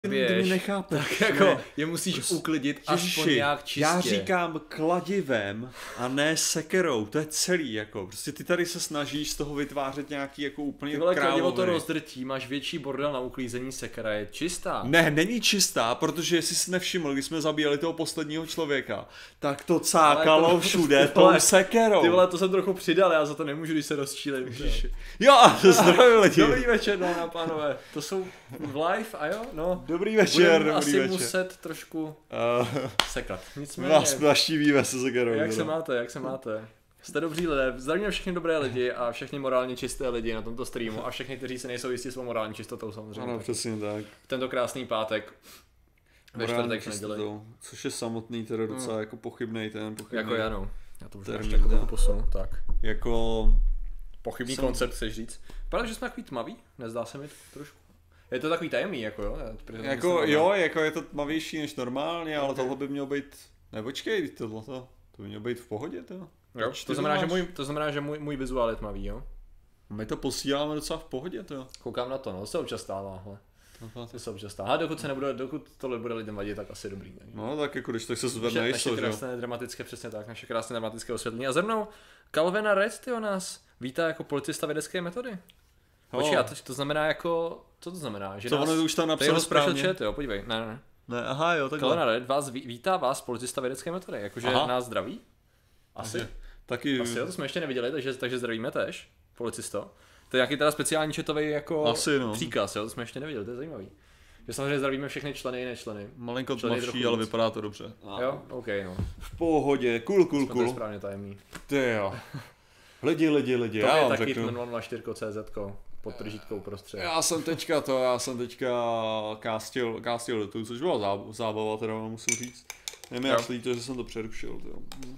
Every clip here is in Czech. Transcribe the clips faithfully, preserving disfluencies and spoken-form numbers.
Ty nechápeš. Tak jako ne. Je musíš prostě uklidit aspoň nějak čistě. Já říkám kladivem a ne sekerou, to je celý jako. Prostě ty tady se snažíš z toho vytvářet nějaký jako úplně královiny. Ty vole, kladivo to rozdrtí, máš větší bordel na uklízení, sekera je čistá. Ne, není čistá, protože jestli jsi nevšiml, když jsme zabíjeli toho posledního člověka, tak to cákalo to, všude tou sekerou. Ty vole, to jsem trochu přidal, já za to nemůžu, když se rozčílím. Jo, a zdravím lidi. Dobrý večer, dámy a pánové. To jsou v live a jo, no. Dobrý večer, dobrý asi večer. muset trošku uh, sekat. Nicméně. Nás naštívíme se sekerou. Jak se máte, jak se máte? Jste dobří lidé, zdravíme všechny dobré lidi a všechny morálně čisté lidi na tomto streamu a všechny, kteří se nejsou jistí svou morální čistotou samozřejmě. Ano, přesně tak. Tento krásný pátek. Ve čtvrtek neděli. Což je samotný, teda docela hmm. jako pochybnej ten. Pochybnej jako já no. Já to už máš takovou posunu, tak. Jako... Pochybný jsem... koncept, chceš říct. Vypadá, že jsme takový tmavý, nezdá se mi trošku. Je to takový tajemný, jako jo? Jako jo, jako je to tmavější než normálně, ale okay. Tohle by mělo být... Ne, počkej, tohle to, to by mělo být v pohodě, to. Jo, to znamená, že můj, to znamená, že můj, můj vizuál je tmavý, jo? My to posíláme docela v pohodě, to jo. Koukám na to, no, to se občas stává, hele. To se občas stává, dokud se nebude, dokud tohle bude lidem vadit, tak asi dobrý. Ne? No tak jako když tak se zvedne naše, naše krásné dramatické, přesně tak, naše krásné dramatické osvětlení. A ze mnou Calvena Red, ty o nás vítá jako policista vědecké metody. Počkej, a to, to znamená jako, co to znamená? Že co nás, ono už tam napsal správně? Chat, jo, podívej, ne, ne. Ne, aha, jo, takhle. Calvena Red vás ví, vítá vás policista vědecké metody, jakože aha. Nás zdraví? Asi. Asi. Taky... Asi jo, to jsme ještě neviděli, takže, takže zdravíme tež, policisto. To je nějaký teda speciální chatový jako asi, no. Příkaz, jo, to jsme ještě neviděli, to je zajímavý. Že samozřejmě zdravíme všechny členy i nečleny. Malinko tmavší, ale vypadá to dobře. Jo, ok, no. V pohodě, cool, cool, cool. To je správně tajemný. Ty jo. Lidi, lidi, lidi, to já je vám taky řeknu. nula nula čtyři tečka cé zet pod tržítkou prostřed. Já jsem teďka to, já jsem teďka castil, castil do toho, což byla zábava, teda musím říct. Je mi až líto, že jsem to přerušil, jo.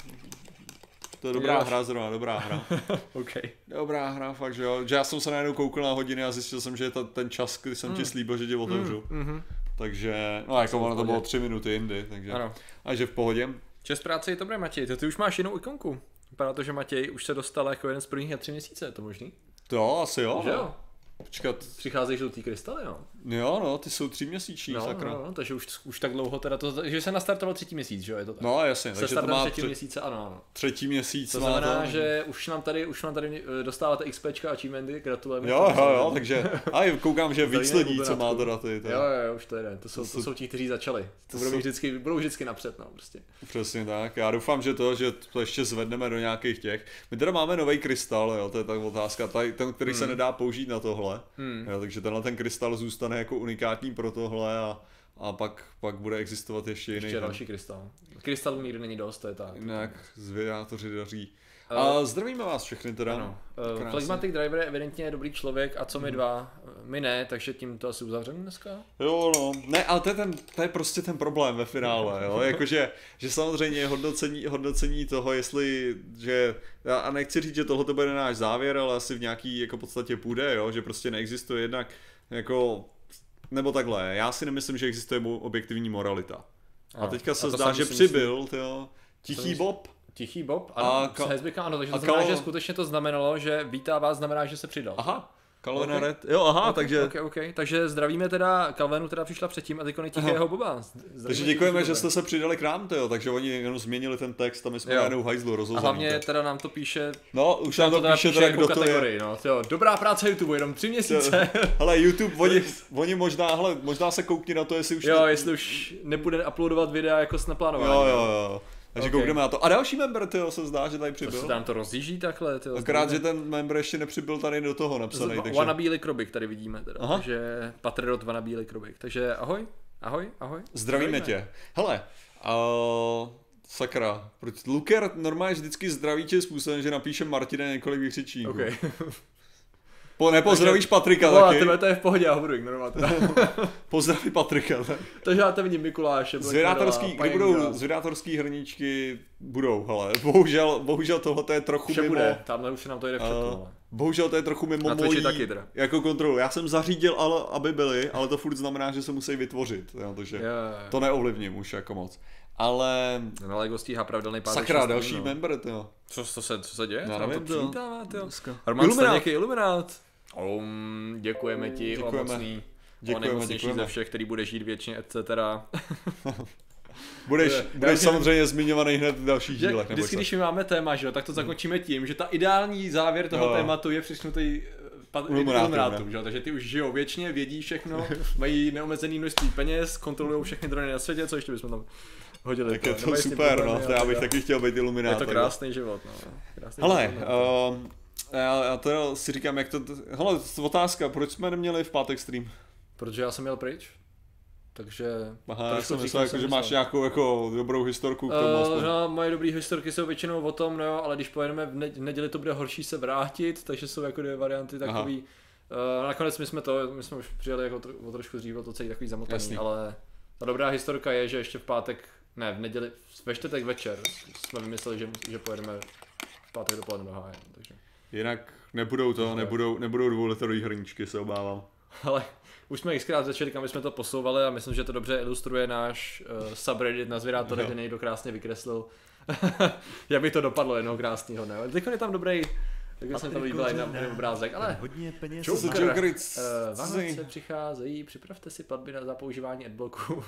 To je dobrá hra, zrovna, dobrá hra. Okay. Dobrá hra, fakt, že jo. Že já jsem se najednou koukal na hodiny a zjistil jsem, že je ta, ten čas, kdy jsem mm. ti slíbil, že tě otevřu. Mm, mm. Takže, no jako ono to bylo tři minuty jindy, takže. Ano. A že v pohodě. Čes práce je dobré, Matěj, ty, ty už máš jinou ikonku. Vypadá to, že Matěj už se dostal jako jeden z prvních na tři měsíce, je to možný? To asi jo. Že jo? Počkat. Přicházejí žlutý krystaly, no. Jo, no, ty jsou tříměsíční, no, sakra. No, no, takže už, už tak dlouho teda to, že se nastartoval třetí měsíc, že jo, je to tak? No, jasně, se takže to má třetí tři... měsíce, ano, ano. Třetí měsíc to znamená, to, že už nám tady, už nám tady dostáváte XPčka a achievementy, gratulujeme. Jo, jo, jo, takže, a koukám, že víc lidí, co má teda ty. Jo, jo, jo, už to jde, to jsou, to, to jsou ti, kteří začali, to budou, jsou... vždycky, budou vždycky napřed, no, prostě. Přesně tak, já doufám, že to, že to ještě zvedneme do nějakých těch, my teda máme nový krystal, jo, to je tak otázka, tady, ten, který hmm. se nedá použít na tohle, hmm. jo, takže tenhle ten krystal zůstane jako unikátní pro tohle a, a pak, pak bude existovat ještě jiný. Ještě další krystal. Krystalů nikdy není dost, to je tak. Jinak zvědátoři daří. A zdravíme vás všechny teda. Ano. Uh, Phlegmatic Driver je evidentně dobrý člověk a co my dva? My ne, takže tím to asi uzavřeme dneska. Jo no, ne, ale to je, ten, to je prostě ten problém ve finále, jo, jakože, že samozřejmě hodnocení, hodnocení toho, jestli, že, a nechci říct, že tohle to bude náš závěr, ale asi v nějaký jako podstatě půjde, jo, že prostě neexistuje jednak jako, nebo takhle, já si nemyslím, že existuje objektivní moralita. A teďka se a zdá, že přibyl, jo, Tichý Bob. Tichý Bob, ano, a ka- Hezbika, ano, takže to znamená, kal- že skutečně to znamenalo, že vítá vás, znamená, že se přidal. Aha, Calvena okay. Red, jo, aha, okay, takže... Okay, okay. Takže zdravíme teda, Calvenu teda přišla předtím a teďko Tichého Boba. Zdravíme, takže děkujeme, že jste se přidali k nám, tyjo, takže oni jenom změnili ten text a my jsme jenom hajzlu rozhozený. A hlavně teda nám to píše... No, už nám to, to píše teda, kdo to je. No, tyjo, dobrá práce YouTube, jenom tři měsíce. Hele, YouTube, oni, oni možná, hele, možná se koukni na to, jestli už... Jo, ne... jestli už nebude uploadovat videa jako s naplánováním. Jo, jo, jo. Takže okay. Koukneme na to. A další member, tyjo, se zdá, že tady přibyl. To se tam to rozjíždí takhle, tyjo. Akorát, že ten member ještě nepřibyl tady do toho napsaný. Takže... Wannabe Likrobik tady vidíme teda. Aha. Takže Patredot Wannabe Likrobik. Takže ahoj, ahoj, ahoj. Zdravíme tě. Hele, uh, sakra, proč Luker normálně vždycky zdraví tě způsobem, že napíše Martine několik vykřičníků. Okay. Po, nepozdravíš Patrika no, taky. Tebe to je v pohodě, já budu ignorovat. Pozdraví Patrika. Tak. Takže já to vidím Mikuláše. Zvědátorský, kdy budou zvědátorský hrníčky, budou, hele. Bohužel, bohužel tohle je trochu Vše mimo. Bude, tamhle už se nám to jde před uh, Bohužel to je trochu mimo mojí taky, jako kontrolu. Já jsem zařídil, ale, aby byly, ale to furt znamená, že se musí vytvořit. Jo, takže yeah, yeah. To neovlivním už jako moc. Ale... Na Lego stíhá pravidelný pátek. Sakra, další no. member, jo. Co, co, se, co se děje? Já nevím, to přítává, jo. Roman Staněk je Iluminát. Um, děkujeme ti, děkujeme. omocný. On nejmocnější ze všech, který bude žít věčně, et cetera. Budeš, budeš samozřejmě zmiňovaný hned v dalších že, dílech. Vždycky, když my máme téma, že, tak to zakončíme tím, že ta ideální závěr toho no. tématu je přišnutý iluminátům, že? Takže ty už žijou věčně, vědí všechno, mají neomezený množství peněz, kontrolují všechny drony na světě, co ještě bychom tam hodili. Tak je to, to super, no, to já bych taky chtěl být iluminát. Je to krásný život, no. Krásný hele, život, no. uh, já, já to si říkám, jak to, hele, otázka, proč jsme neměli v pátek stream? Protože já jsem jel pryč. Takže... Aha, já jsem myslel, jako, že máš nějakou jako dobrou historku k tomu. Uh, no, moje dobré historky jsou většinou o tom, no jo, ale když pojedeme v, ne- v neděli, to bude horší se vrátit, takže jsou jako dvě varianty takový. Uh, nakonec my jsme to, my jsme už přijeli jako tro, o trošku dřív, to celý takový zamotaný, jasný. Ale ta dobrá historka je, že ještě v pátek, ne v neděli, ve čtvrtek večer jsme vymysleli, že, že pojedeme v pátek dopoledne do háje, takže... Jinak nebudou to, nebudou, nebudou dvouliterový hrníčky, se obávám. Ale už jsme xkrát začali, kam jsme to posouvali a myslím, že to dobře ilustruje náš uh, subreddit na Zvědátorech, kde někdo krásně vykreslil, jak by to dopadlo jednoho krásného dne. Teď je tam dobrý, tak jsem tam líbil na obrázek, ale hodně peněz. Joker, Joker uh, Vánoce přicházejí, připravte si platby na, za používání adblocku.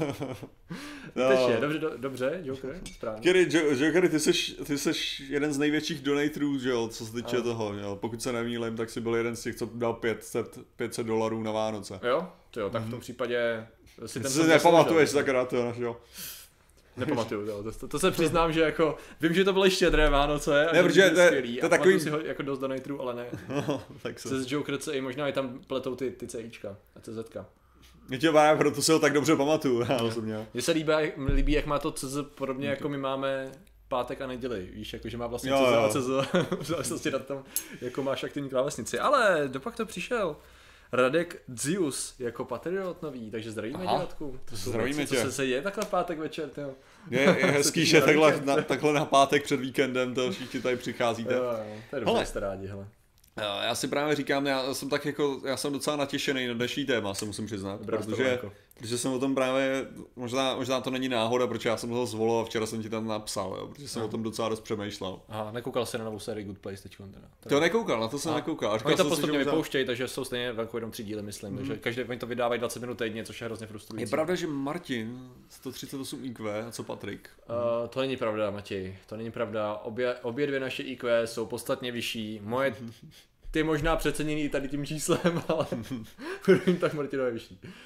Tečně, dobře, do, dobře, Joker, správně. Kerry, jo, Joker, ty seš, ty seš jeden z největších donatorů, že jo, co se týče toho, jo. Pokud se nemýlím, tak si byl jeden z těch, co dal pět set dolarů na Vánoce. Jo, to jo, tak v tom případě si ten si nepamatuješ tak rád, jo. Nepamatuju, to, to, to se přiznám, že jako, vím, že to byly štědré Vánoce a ne, že to je skvělý to a takový... si ho jako dost donatorů, ale ne. No, tak se. Z Joker C I možná i tam pletou ty, ty CIčka a CZka. Mě tě bája, proto si ho tak dobře pamatuju, já osobně. Mně se líbí, líbí, jak má to C Z podobně jako my máme pátek a neděli, víš, jako že má vlastně jo, C Z jo. a C Z v závislosti na tom, jako máš aktivní klávesnici, ale dopak to přišel. Radek Zius jako patriot nový, takže zdravíme dělatku. To jsou zdravíme věci, tě. Co se, se je takhle v pátek večer, tyjo. Je, je hezký, že takhle na, takhle na pátek před víkendem to všichni tady přicházíte. Jo, jo, to je dobře, jste rádi, hele. Já si právě říkám, já jsem tak jako, já jsem docela natěšený na dnešní téma, se musím přiznat, Dobrá protože, protože jsem o tom právě, možná, možná to není náhoda, protože já jsem toho zvolil a včera jsem ti tam napsal, jo, protože jsem Aha. o tom docela dost přemýšlel. Aha, nekoukal jsi na novou sérii Good Place teďkon teda. To nekoukal, na to jsem a. nekoukal. Oni to postupně vypouštějí, takže jsou stejně velkou jenom tři díly, myslím, hmm. takže každý, oni to vydávají dvacet minut týdně, což je hrozně frustrující. Je pravda, že Martin sto třicet osm í kvé, a co Patrik? Uh, to není pravda, Matěj, to není pravda, obě, obě dvě naše í kvé jsou podstatně vyšší, moje ty možná přeceněný tady tím číslem, ale budu jim tak Martinové vyšší. Uh,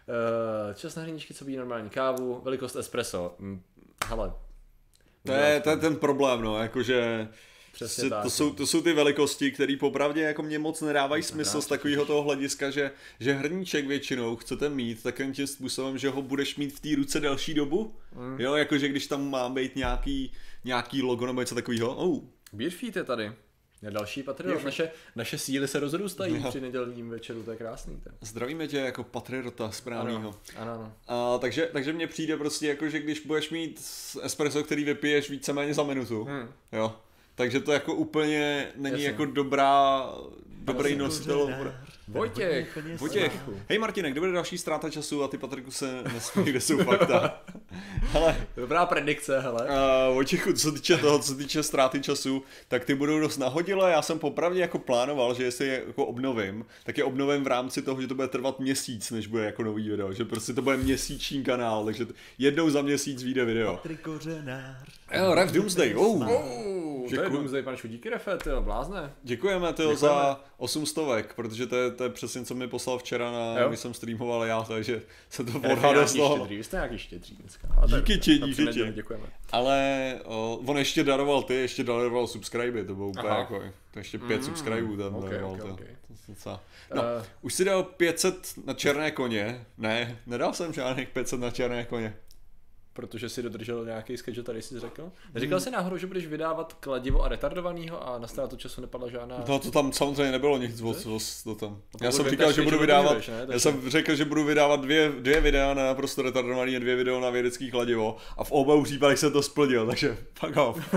čas na hřiničky, co bíjí normální kávu, velikost espresso. Mm, hele. To je, to je ten problém, no, jakože si, to, jsou, to jsou ty velikosti, které popravdě jako mě moc nedávají smysl z takového toho hlediska, že, že hrníček většinou chcete mít takovým tím způsobem, že ho budeš mít v té ruce delší dobu. Mm. Jo, jakože když tam má být nějaký, nějaký logo nebo něco takového. Oh. Beerfeed je tady. Je další patriot, naše, naše síly se rozrůstají no. při nedělním večeru, to je krásný. Tak. Zdravíme tě jako patriota správného. Ano, ano. A, takže, takže mně přijde prostě jako, že když budeš mít espresso, který vypiješ víceméně za minutu, hmm. jo, takže to jako úplně není Jasně. jako dobrá, dobrý nositel. Vojtěch, Vojtěch, hej Martine, kde bude další ztráta času a ty Patriku se nesmí, kde jsou fakta. Hele. Dobrá predikce, hele. Uh, Vojtěchu, co se týče toho, co se týče ztráty času, tak ty budou dost nahodilé. Já jsem popravdě jako plánoval, že jestli je jako obnovím, tak je obnovím v rámci toho, že to bude trvat měsíc, než bude jako nový video, že prostě to bude měsíční kanál, takže jednou za měsíc vyjde video. Patrik Kořenář. Jo, Ref Doomsday, oh. oh. To je Doomsday, pan Šudíky Refe, tyjo, blázne. Děkujeme, tyjo, za osm stovek, protože to je, to je přesně, co mi poslal včera, na, když jsem streamoval já, takže se to odhaduje z toho. Vy jste nějaký štědří dneska. Díky ti, díky ti. Děkujeme. Ale o, on ještě daroval ty, ještě daroval subscribe, to bylo úplně jako, to ještě pět mm, subscribeů tam okay, daroval. Okay, okay. To. No, uh, už si dal pět set na černé koně, ne, nedal jsem žádných pět set na černé koně. Protože si dodržel nějaký sketch, tady jsi řekl. Neříkal jsi náhodou, že budeš vydávat kladivo a retardovanýho a na ztrátu času nepadla žádná... No to tam samozřejmě nebylo nic to tam. Já jsem říkal, že budu vydávat, budeš, ne? já jsem řekl, že budu vydávat dvě, dvě videa na naprosto retardovaný a dvě video na vědecký kladivo a v obou případech se to splnil, takže fuck off.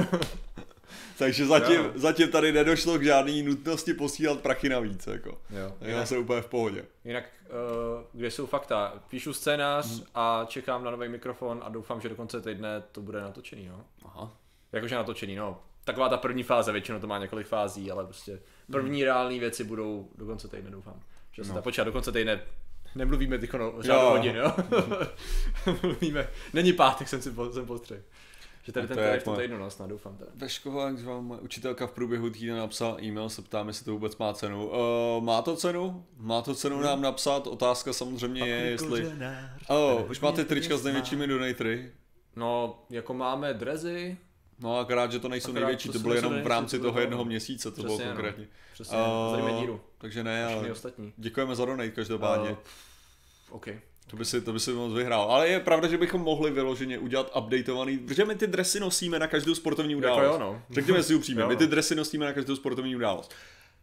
Takže zatím, zatím tady nedošlo k žádný nutnosti posílat prachy navíc, jako. Jo. Já jsem úplně v pohodě. Jinak, uh, kde jsou fakta? Píšu scénář hmm. a čekám na nový mikrofon a doufám, že do konce týdne to bude natočený, no. Aha. Jakože natočený, no. Taková ta první fáze, většinou to má několik fází, ale prostě první hmm. reální věci budou do konce týdne, doufám. Že se no. ta počkat do konce týdne Nemluvíme teď o řádu hodin, jo? Mluvíme, není pátek, jsem si jsem postřeh. Že tady ten tady v tom týdnu, no, snad doufám teda. Ve škole, když vám učitelka v průběhu týdne napsala e-mail, se ptám, jestli to vůbec má cenu. Uh, má to cenu? Má to cenu nám napsat? Otázka samozřejmě je, jestli... Oh, už máte trička s největšími donatory? No, jako máme drezy. No akorát, že to nejsou akorát největší, to, to bylo jenom v rámci toho to jednoho měsíce, to přesně, bylo konkrétně. No. Přesně, uh, zadíme díru. Takže ne, ale děkujeme za donate každopádně. Uh, OK. To by si, to by si moc vyhrál. Ale je pravda, že bychom mohli vyloženě udělat updateovaný, protože my ty dresy nosíme na každou sportovní událost. Jako jo, no. Řekněme si upřímně, my ty dresy nosíme na každou sportovní událost.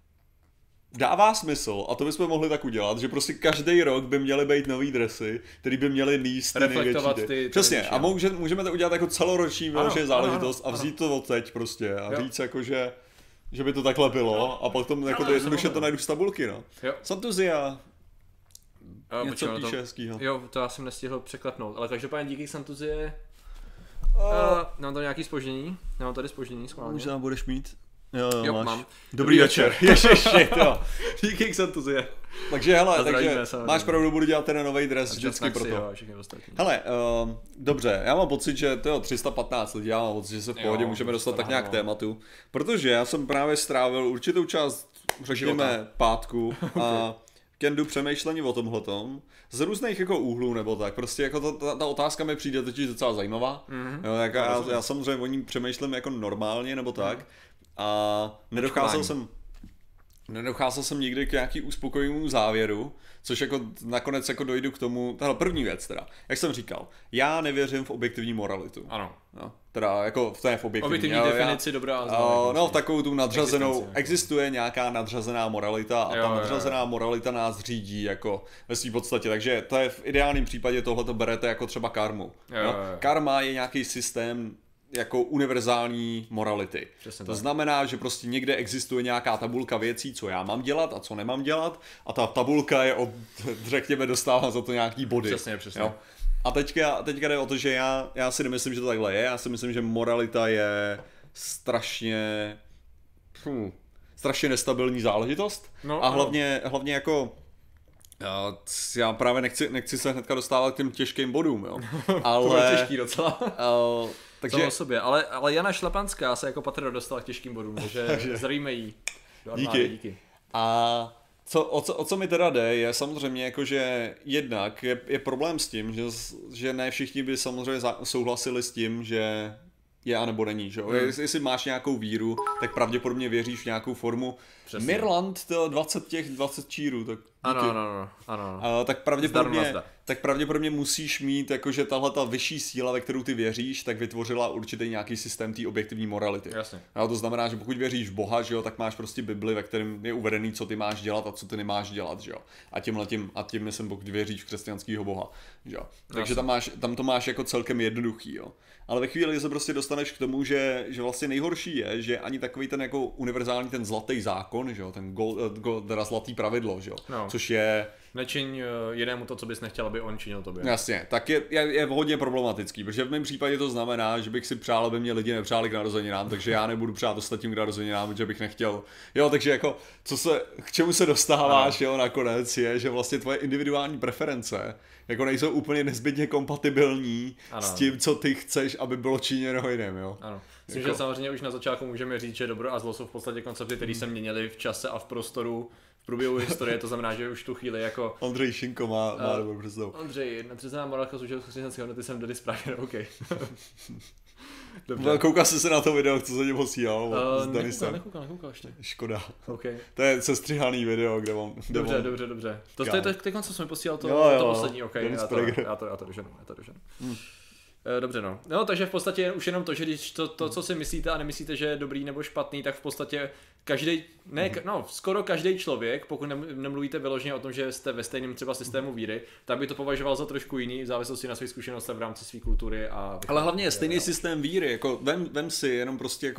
Dává smysl, a to bychom mohli tak udělat, že prostě každý rok by měly být nový dresy, který by měly níst ty největší. Ty, ty Přesně, ty a může, můžeme to udělat jako celoroční záležitost a vzít to od teď prostě a jo. říct jako, že, že by to takhle bylo a potom jako to jednoduše to najdu z tabulky, no. Santuzia. Jo, něco počkej, píše to, hezkýho. Jo, to já jsem nestihl překlepnout, ale každopádně díky Santuzie. Uh, mám tady nějaký zpoždění, nemám tady zpoždění schválně. Už tam budeš mít. Jo, jo, jo máš. mám. Dobrý večer. Ježiši, jo. Díky Santuzie. Takže hele, takže máš pravdu, budu dělat ten nový dres vždycky pro to. Hele, uh, dobře, já mám pocit, že to je tři sta patnáct lidí, já mám pocit, že se v pohodě jo, můžeme dostat tak nějak k tématu, protože já jsem právě strávil určitou část, řekněme, pátku a kendu přemýšlení o tomhletom z různých jako úhlů nebo tak, prostě jako ta, ta, ta otázka mi přijde totiž docela zajímavá, mm-hmm. jo, jak já, já samozřejmě o ní přemýšlím jako normálně nebo tak a nedocházel jsem, nedocházel jsem nikdy k nějaký uspokojivému závěru, což jako nakonec jako dojdu k tomu, tahle první věc teda, jak jsem říkal, já nevěřím v objektivní moralitu. Ano. No, teda jako v té v objektivní, objektivní jo, definici já, dobrá a zlá. No v takovou tu nadřazenou, existuje nějaká nadřazená moralita a jo, ta nadřazená jo. moralita nás řídí jako ve svý podstatě, takže to je v ideálním případě tohleto berete jako třeba karmu. Jo, no? jo, jo. Karma je nějaký systém jako univerzální morality. Přesně to tak. znamená, že prostě někde existuje nějaká tabulka věcí, co já mám dělat a co nemám dělat a ta tabulka je od, řekněme, dostává za to nějaký body. Přesně, přesně. Jo? A teďka, teďka jde o to, že já, já si nemyslím, že to takhle je, já si myslím, že moralita je strašně hm, strašně nestabilní záležitost no, a hlavně, no. hlavně jako já, já právě nechci, nechci se hnedka dostávat k těm těžkým bodům, jo. Ale, to je těžký docela. Uh, takže... o sobě, ale, ale Jana Šlapanská se jako patro dostala k těžkým bodům, takže zdravíme jí. Díky. díky. A co, o, co, o co mi teda jde, je samozřejmě jako, že jednak je, je problém s tím, že, že ne všichni by samozřejmě souhlasili s tím, že je a nebo není, že jo? Hmm. Jestli máš nějakou víru, tak pravděpodobně věříš v nějakou formu. Přesně. Mirland, to dvacet těch dvacet čírů, tak ano, ano, ano, ano. A, tak pravděpodobně, tak pravděpodobně musíš mít, jakože tahle ta vyšší síla, ve kterou ty věříš, tak vytvořila určitý nějaký systém té objektivní morality. Jasně. A to znamená, že pokud věříš v Boha, že jo, tak máš prostě Bibli, ve kterém je uvedený, co ty máš dělat a co ty nemáš dělat, že jo. A tímhletím, a tím myslím, pokud věříš v křesťanského Boha, že jo. Takže tam, máš, tam to máš jako celkem jednoduchý, jo. Ale ve chvíli, kdy se prostě dostaneš k tomu, že, že vlastně nejhorší je, že ani takový ten jako univerzální ten zlatý zákon, že jo, ten gold, gold, teda zlatý pravidlo, že jo, no. což je... Nečiň jinému to, co bys nechtěl, aby on činil tobě. Jasně, tak je, je, je hodně problematický, protože v mém případě to znamená, že bych si přál, aby mě lidi nepřáli k narozeninám, takže já nebudu přát ostatním k narozeninám, protože bych nechtěl. Jo, takže jako, co se, k čemu se dostáváš, jo, nakonec je, že vlastně tvoje individuální preference jako nejsou úplně nezbytně kompatibilní ano. s tím, co ty chceš, aby bylo činěno jiným, jo. Ano. Myslím, jako... že samozřejmě už na začátku můžeme říct, že dobro a zlo jsou v podstatě koncepty, které se měnily v čase a v prostoru v průběhu historie, to znamená, že už tu chvíli jako... Ondřej Šinko má, má uh, dobrou představu. Ondřej, nadřazená morálka současné křesťanské hodnoty jsem dali správně, OK. Dobře. Koukal jsi se na to video, co se mě posílal? Uh, nekoukal, nekoukal, nekoukal ještě. Škoda. Okay. To je sestřihaný video, kde mám... Kde dobře, mám... dobře, dobře. To je to, to, co jsem mi posílal, to, jo, jo, to poslední, OK, já to, já to, já to doženu, já to doženu. Hmm. Dobře, no. No, takže v podstatě už jenom to, že když to, to, co si myslíte a nemyslíte, že je dobrý nebo špatný, tak v podstatě každý, ne, no, skoro každý člověk, pokud nemluvíte vyloženě o tom, že jste ve stejném třeba systému víry, tak by to považoval za trošku jiný, v závislosti na svých zkušenostech v rámci své kultury a... Ale hlavně je stejný systém víry, jako vem, vem si jenom prostě jako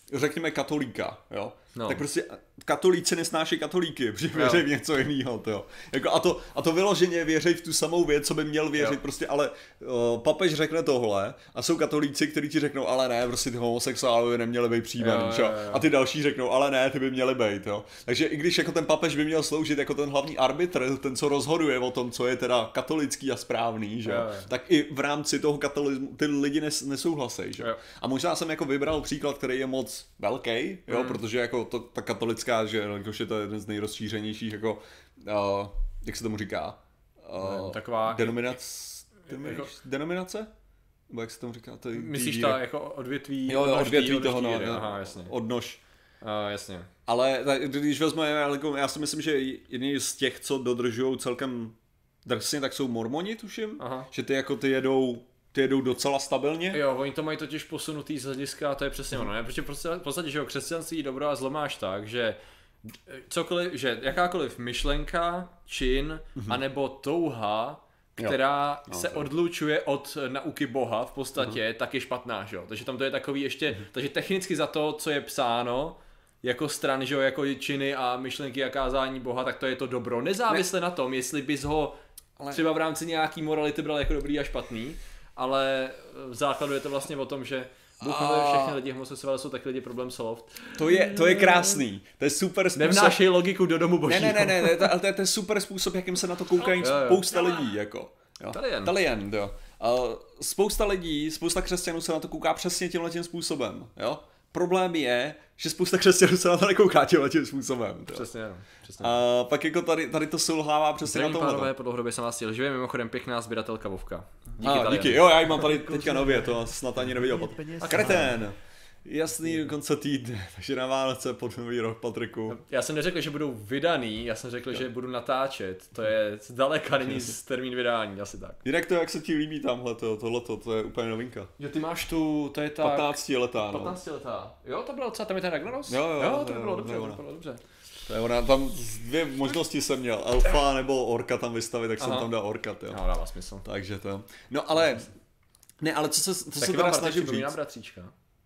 řekněme katolíka, jo, no. tak prostě katolíci nesnáší katolíky, protože věří v něco jiného, jo. Jako a, to, a to vyloženě věří v tu samou věc, co by měl věřit, jo. prostě, ale uh, papež řekne tohle a jsou katolíci, kteří ti řeknou, ale ne, prostě ty homosexuálové neměli být přijímaný, jo, jo, jo. A ty další řeknou, ale ne, ty by měli být, jo. Takže i když jako ten papež by měl sloužit jako ten hlavní arbitr, ten, co rozhoduje o tom, co je teda katolický a správný, že jo, jo. tak i v rámci toho katolismu ty lidi nes, nesouhlasí, že jo. A možná jsem jako vybral příklad, který je moc velký, jo, hmm. protože jako to, ta katolická, že jakož je to jeden z nejrozšířenějších, jako, uh, jak se tomu říká, uh, taková denominac, jako, denominace? Nebo jak se tomu říká? To myslíš ta jako odvětví? Jo, jo, odvětví toho, no, aha, jasně. Odnož. Uh, jasně. Ale tak, když vezmeme, já si myslím, že jedni z těch, co dodržují celkem drsně, tak jsou mormoni, tuším, aha. že ty jako ty jedou ty jedou docela stabilně. Jo, oni to mají totiž posunutý z hlediska, a to je přesně ono, ne? Protože v podstatě, že jo, křesťanství dobro a zlo máš tak, že cokoliv, že jakákoliv myšlenka, čin, mm-hmm. anebo touha, která no, se to. odlučuje od nauky Boha v podstatě, mm-hmm. tak je špatná, že jo? Takže tam to je takový ještě, mm-hmm. takže technicky za to, co je psáno, jako stran, že jo, jako činy a myšlenky a kázání Boha, tak to je to dobro. Nezávisle ne. na tom, jestli bys ho ale... třeba v rámci nějaký morality bral jako dobrý a špatný, ale v základu je to vlastně o tom, že Bůh miluje všechny lidi, homosexuálové jsou taky lidi problém solved. To je, to je krásný, to je super způsob. Nevnášej logiku do domu božího. Ne, ne, ne, ne, ale to je, to je super způsob, jakým se na to koukají no, spousta jo, jo. lidí, jako. Jo. Talien. Talien, jo. Uh, spousta lidí, spousta křesťanů se na to kouká přesně tímhletím způsobem, jo. Problém je, že spousta křesťanů se na to nekouká tímhletím způsobem. Přesně, jo. Přesně. A pak jako tady, tady to selhává přesně Zdravím na tomhle. Pánové, po dlouhodobě jsem vás chtěl živě, mimochodem pěkná sběratelka Vovka. Díky, a, díky. Jo, já ji mám tady teďka nově, to snad ani neviděl. A kretén. Jasný, do konce týdne, takže na Vánoce pod nový rok, Patriku. Já jsem neřekl, že budou vydaný, já jsem řekl, jo. že budu natáčet, to je zdaleka není z termín vydání, asi tak. Jinak to, jak se ti líbí tamhle, to, tohleto, to je úplně novinka. Jo, ty máš tu, to je ta... patnáctiletá, no. patnáctiletá, jo, to bylo docela, tam je ten Ragnaros? Jo, jo, jo, to by bylo dobře, to bylo dobře. To je ona, tam dvě možnosti jsem měl, alfa nebo orka tam vystavit, tak Aha. jsem tam dal orka, jo. No, dává smysl. Takže to, no ale, ne, ale co se, co se teda snažím říct. Bratříčka.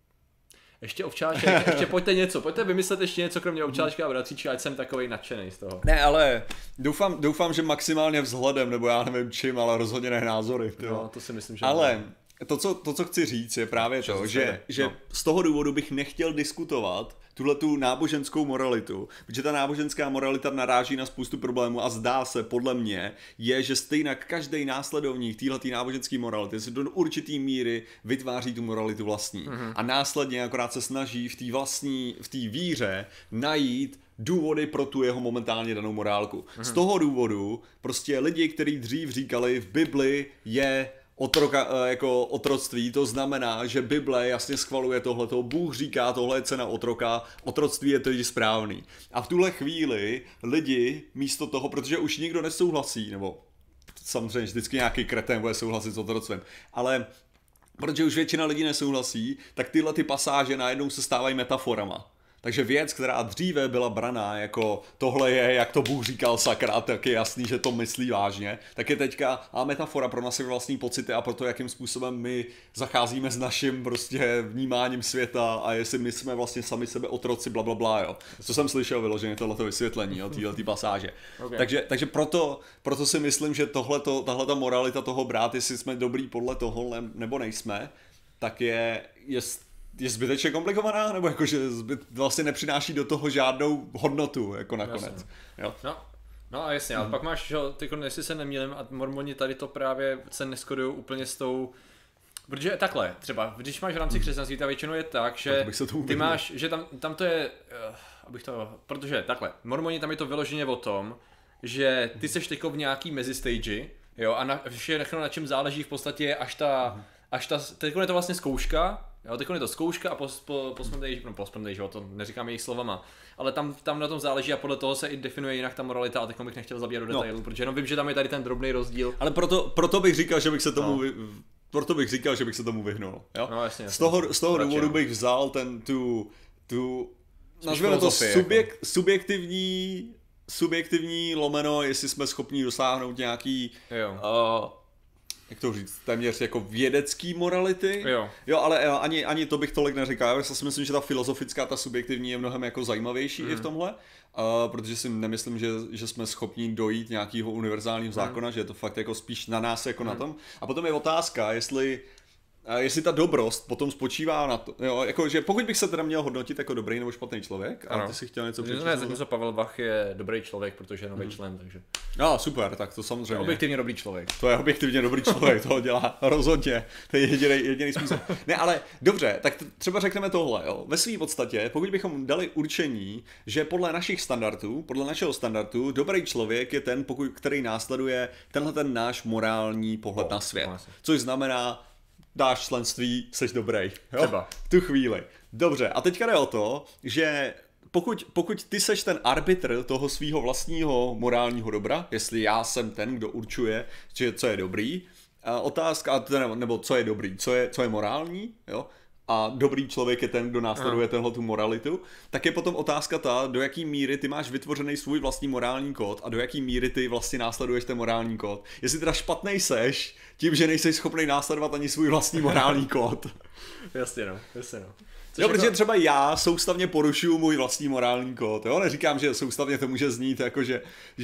Ještě ovčáček, ještě pojďte něco, pojďte vymyslet ještě něco kromě ovčáčka a bratříčka, ať jsem takovej nadšenej z toho. Ne, ale doufám, doufám, že maximálně vzhledem, nebo já nevím čím, ale rozhodně ne názory. No, to si myslím, že ale ne. To co, to, co chci říct, je právě to, že, že no. z toho důvodu bych nechtěl diskutovat tuhle tu náboženskou moralitu, protože ta náboženská moralita naráží na spoustu problémů a zdá se, podle mě, je, že stejně každý následovník téhleté náboženské morality si do určitý míry vytváří tu moralitu vlastní mm-hmm. a následně akorát se snaží v té vlastní, v té víře najít důvody pro tu jeho momentálně danou morálku. Mm-hmm. Z toho důvodu prostě lidi, kteří dřív říkali, v Bibli je Otroka, jako otroctví, to znamená, že Bible jasně schvaluje tohleto, Bůh říká, tohle je cena otroka, otroctví je tedy správný. A v tuhle chvíli lidi místo toho, protože už nikdo nesouhlasí, nebo samozřejmě vždycky nějaký kretén bude souhlasit s otroctvím, ale protože už většina lidí nesouhlasí, tak tyhle ty pasáže najednou se stávají metaforama. Takže věc, která dříve byla braná jako tohle je, jak to Bůh říkal sakra, tak je jasný, že to myslí vážně, tak je teďka a metafora pro naše vlastní pocity a pro to, jakým způsobem my zacházíme s naším prostě vnímáním světa a jestli my jsme vlastně sami sebe otroci, bla, bla, bla, jo. Co jsem slyšel vyloženě tohleto vysvětlení, jo, téhletý pasáže. Okay. Takže, takže proto, proto si myslím, že tohleto, tahleta moralita toho brát, jestli jsme dobrý podle toho nebo nejsme, tak je, je je zbytečně komplikovaná, nebo jakože zbyt, vlastně nepřináší do toho žádnou hodnotu, jako nakonec. Jo? No, no a jasně, hmm. ale pak máš, že ty, jestli se nemýlím, a mormoni tady to právě se neskodují úplně s tou, protože takhle, třeba, když máš v rámci křesťanství, ta většinou je tak, že ty máš, že tam, tam to je, uh, abych to, protože takhle, mormoni tam je to vyloženě o tom, že ty seš teďko v nějaký mezistage, jo, a na, všechno na čem záleží v podstatě je až ta, až ta, teďko je to vlastně zkouška. Jo, teď je to zkouška a post, po, postmodej, no postmodej, že jo, to neříkám jejich slovama, ale tam, tam na tom záleží a podle toho se i definuje jinak ta moralita a teď bych nechtěl zabírat do detailů, no. protože jenom vím, že tam je tady ten drobný rozdíl. Ale proto, proto bych říkal, že bych se tomu, no. vy, proto bych říkal, že bych se tomu vyhnul, jo? No, jasně, jasně. Z toho, z toho důvodu bych vzal ten, tu, tu, nazvěme to subjekt, jako. subjektivní, subjektivní lomeno, jestli jsme schopni dosáhnout nějaký, uh, jak to říct, téměř jako vědecký morality. Jo. Jo, ale ani, ani to bych tolik neříkal. Já si myslím, že ta filozofická, ta subjektivní je mnohem jako zajímavější mm. i v tomhle. Uh, protože si nemyslím, že, že jsme schopni dojít nějakého univerzálního zákona, mm. že je to fakt jako spíš na nás jako mm. na tom. A potom je otázka, jestli A jestli ta dobrost potom spočívá na to, jo, jako, že pokud bych se teda měl hodnotit jako dobrý nebo špatný člověk, a ty si chtěl něco přečíst. Ne, zatímco Pavel Bach je dobrý člověk, protože je nový hmm. člen, takže. No, super, tak to samozřejmě. To je objektivně dobrý člověk. To je objektivně dobrý člověk, toho dělá rozhodně. To je jediný, jediný způsob. Ne, ale dobře, tak třeba řekneme tohle, jo. Ve své podstatě, pokud bychom dali určení, že podle našich standardů, podle našeho standardu, dobrý člověk je ten, pokud, který následuje tenhle ten náš morální pohled oh, na svět. Vlastně. Což znamená, dáš členství, seš dobrý. Jo? Třeba. V tu chvíli. Dobře, a teďka jde o to, že pokud, pokud ty seš ten arbitr toho svého vlastního morálního dobra, jestli já jsem ten, kdo určuje, co je dobrý, otázka, nebo co je dobrý, co je, co je morální, jo? A dobrý člověk je ten, kdo následuje tenhle tu moralitu, tak je potom otázka ta, do jaký míry ty máš vytvořený svůj vlastní morální kód a do jaký míry ty vlastně následuješ ten morální kód. Jestli teda špatnej seš, tím, že nejseš schopný následovat ani svůj vlastní morální kód. Jasně no, jasně no. Jo, protože jako... třeba já soustavně porušuju můj vlastní morální kód, jo, neříkám, že soustavně to může znít jako, že,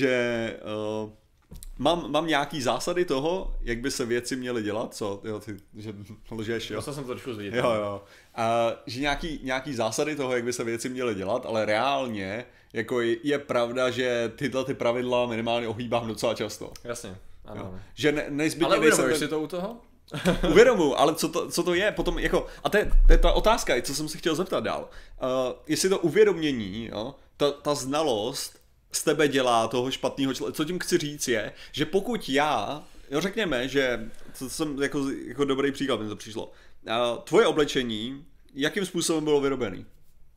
že uh, Mám, mám nějaký zásady toho, jak by se věci měly dělat, co, jo, ty, že lžeš, jo. Dostal jsem to trošku zvidět. Jo, jo. A, že nějaký, nějaký zásady toho, jak by se věci měly dělat, ale reálně, jako je, je pravda, že tyhle ty pravidla minimálně ohýbám docela často. Jasně, ano. Jo. Že ne, nezbytně ale uvědomuješ ten... si to u toho? Uvědomuji, ale co to, co to je potom, jako, a to je, to je ta otázka, co jsem si chtěl zeptat dál. Uh, jestli to uvědomění, jo, ta, ta znalost, z tebe dělá toho špatného člověka. Co tím chci říct je, že pokud já, jo, řekněme, že, to jsem jako, jako dobrý příklad, mi to přišlo, tvoje oblečení, jakým způsobem bylo vyrobený?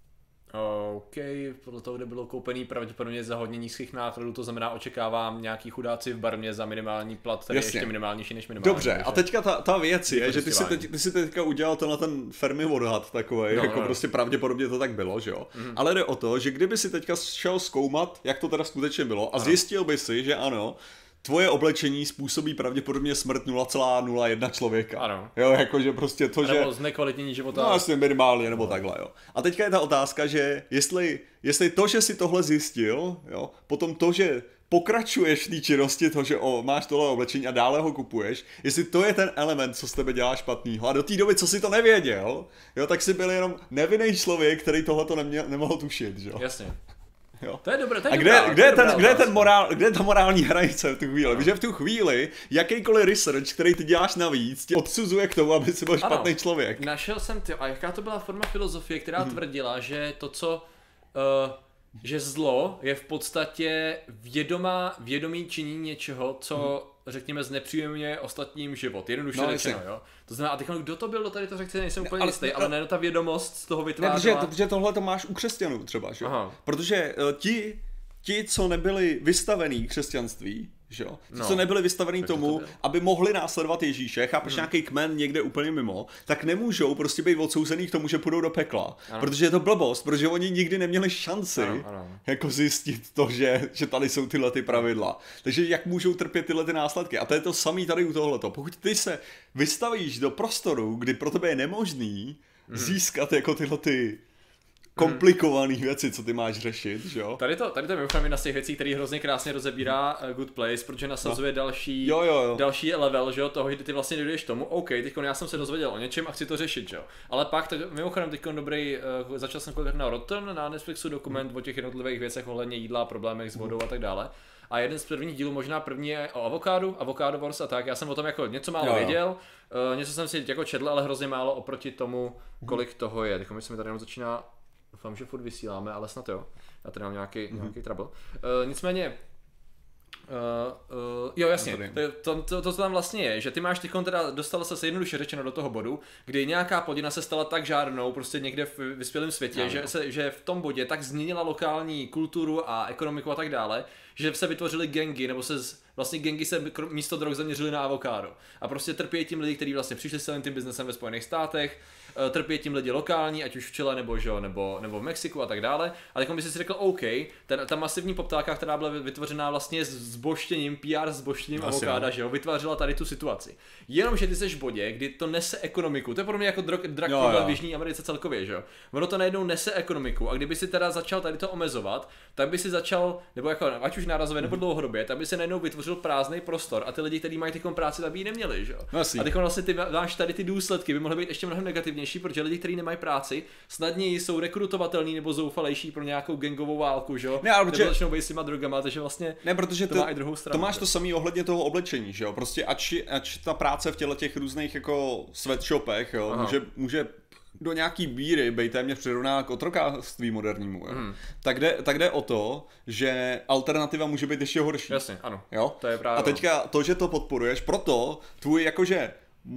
OK, podle toho, kde bylo koupený pravděpodobně za hodně nízkých nákladů, to znamená, očekávám nějaký chudáci v barmě za minimální plat, který je ještě minimálnější než minimální. Dobře, a teďka ta, ta věc je, že ty si, teď, ty si teďka udělal tenhle ten Fermi odhad takovej, no, jako no. Prostě pravděpodobně to tak bylo, že jo. Mm. Ale jde o to, že kdyby si teďka šel zkoumat, jak to teda skutečně bylo, a ano. Zjistil by si, že ano, tvoje oblečení způsobí pravděpodobně smrt nula celá nula jedna člověka. Ano. Jo, jakože prostě to, že... Nebo znekvalitnění života. No, asi minimálně, nebo no. Takhle, jo. A teďka je ta otázka, že jestli, jestli to, že si tohle zjistil, jo, potom to, že pokračuješ v té činnosti, to, že o, máš tohle oblečení a dále ho kupuješ, jestli to je ten element, co z tebe dělá špatnýho. A do té doby, co si to nevěděl, jo, tak si byl jenom nevinný člověk, který tohle to nemohl tušit, jo. Jasně. Jo. To je dobré, to je a kde, dobrá, kde, je ten, dobrá kde, je ten morál, kde je ta morální hranice v tu chvíli? No. Že v tu chvíli jakýkoliv research, který ty děláš navíc, tě odsuzuje k tomu, aby si byl špatný člověk. Našel jsem ty, a jaká to byla forma filozofie, která hmm. tvrdila, že to, co, uh, že zlo je v podstatě vědomá, vědomý činění něčeho, co, hmm. řekněme, znepříjemňuje ostatním život. Jednoduše no, řečeno, jo. To znamená, a teď kdo to byl, do tady to řekl, nejsem úplně jistý, ale, ale ne, ta vědomost z toho vytvářela. Ne, protože, protože tohle to máš u křesťanů třeba, že jo? Protože uh, ti, ti, co nebyli vystavení křesťanství, že jo? Ti, no, co nebyli vystavení tomu, to aby mohli následovat Ježíše, chápeš, hmm. nějaký kmen někde úplně mimo, tak nemůžou prostě být odsouzený k tomu, že půjdou do pekla. Ano. Protože je to blbost, protože oni nikdy neměli šanci ano, ano. jako zjistit to, že, že tady jsou tyhle ty pravidla. Takže jak můžou trpět tyhle ty následky? A to je to samý tady u tohleto. Pokud ty se vystavíš do prostoru, kdy pro tebe je nemožný hmm. získat jako tyhle ty komplikované věci, co ty máš řešit, že jo? Tady to, tady to je mimochodem jedna z těch věcí, který hrozně krásně rozebírá Good Place, protože nasazuje no. další, jo, jo, jo. další level, že jo, toho, kdy ty vlastně dojdeš tomu, OK, teď já jsem se dozvěděl o něčem a chci to řešit, že jo. Ale pak, tak, mimochodem teď dobrý, uh, začal jsem koukat na Rotten, na Netflixu dokument hmm. o těch jednotlivých věcech ohledně jídla, problémech s vodou a tak dále. A jeden z prvních dílů, možná první je o avokádu, Avocado Wars a tak. Já jsem o tom jako něco málo jo, jo. věděl, uh, něco jsem si jako četl, ale hrozně málo oproti tomu, kolik toho je. Teď myslím, že tady jenom začíná. Doufám, že furt vysíláme, ale snad jo. Já tady mám nějaký, mm-hmm. nějaký trouble. Uh, nicméně, uh, uh, jo jasně, to, to, to, to tam vlastně je, že ty máš teď teda, dostala se jednoduše řečeno do toho bodu, kdy nějaká plodina se stala tak žárnou prostě někde v vyspělém světě, no, že, se, že v tom bodě tak změnila lokální kulturu a ekonomiku a tak dále, že se vytvořily gangy, nebo se z, vlastně gangy se místo drog zaměřily na avokádo. A prostě trpí tím lidi, kteří vlastně přišli s celým tím biznesem ve Spojených státech, trpí tím lidi lokální, ať už v Chile nebo, že, nebo, nebo v Mexiku a tak dále. A tak by si řekl, OK, ta, ta masivní poptávka, která byla vytvořená vlastně s zboštěním, P R zboštěním avokáda, že jo, vytvářela tady tu situaci. Jenomže ty seš v bodě, kdy to nese ekonomiku. To je pro mě jako drog, drug problem v Jižní Americe celkově, že jo. Ono to najednou nese ekonomiku a kdyby si teda začal tady to omezovat, tak by si začal, nebo jako ať už nárazově nebo dlouhodobě, tak by se najednou vytvořil prázdný prostor a ty lidi, kteří mají tykom práci, tak by ji neměli, že jo. Vlastně. A teď vlastně ty máš tady ty důsledky by mohly být ještě mnohem negativnější, protože lidi, kteří nemají práci, snadněji jsou rekrutovatelní nebo zoufalejší pro nějakou gangovou válku, že jo. Ne, ale nebo protože... začnou být s těma drogama, takže vlastně ne, protože to, to má i druhou stranu. To máš to samý ohledně toho oblečení, že jo. Prostě ač, ač ta práce v těle těch různých jako sweatshopech, jo, může, může do nějaký míry být téměř přirovnána k otrokářství modernímu, jo. Hmm. Tak, jde, tak jde o to, že alternativa může být ještě horší. Jasně, ano. Jo? To je právě. A teďka to, že to podporuješ, proto tvůj jakože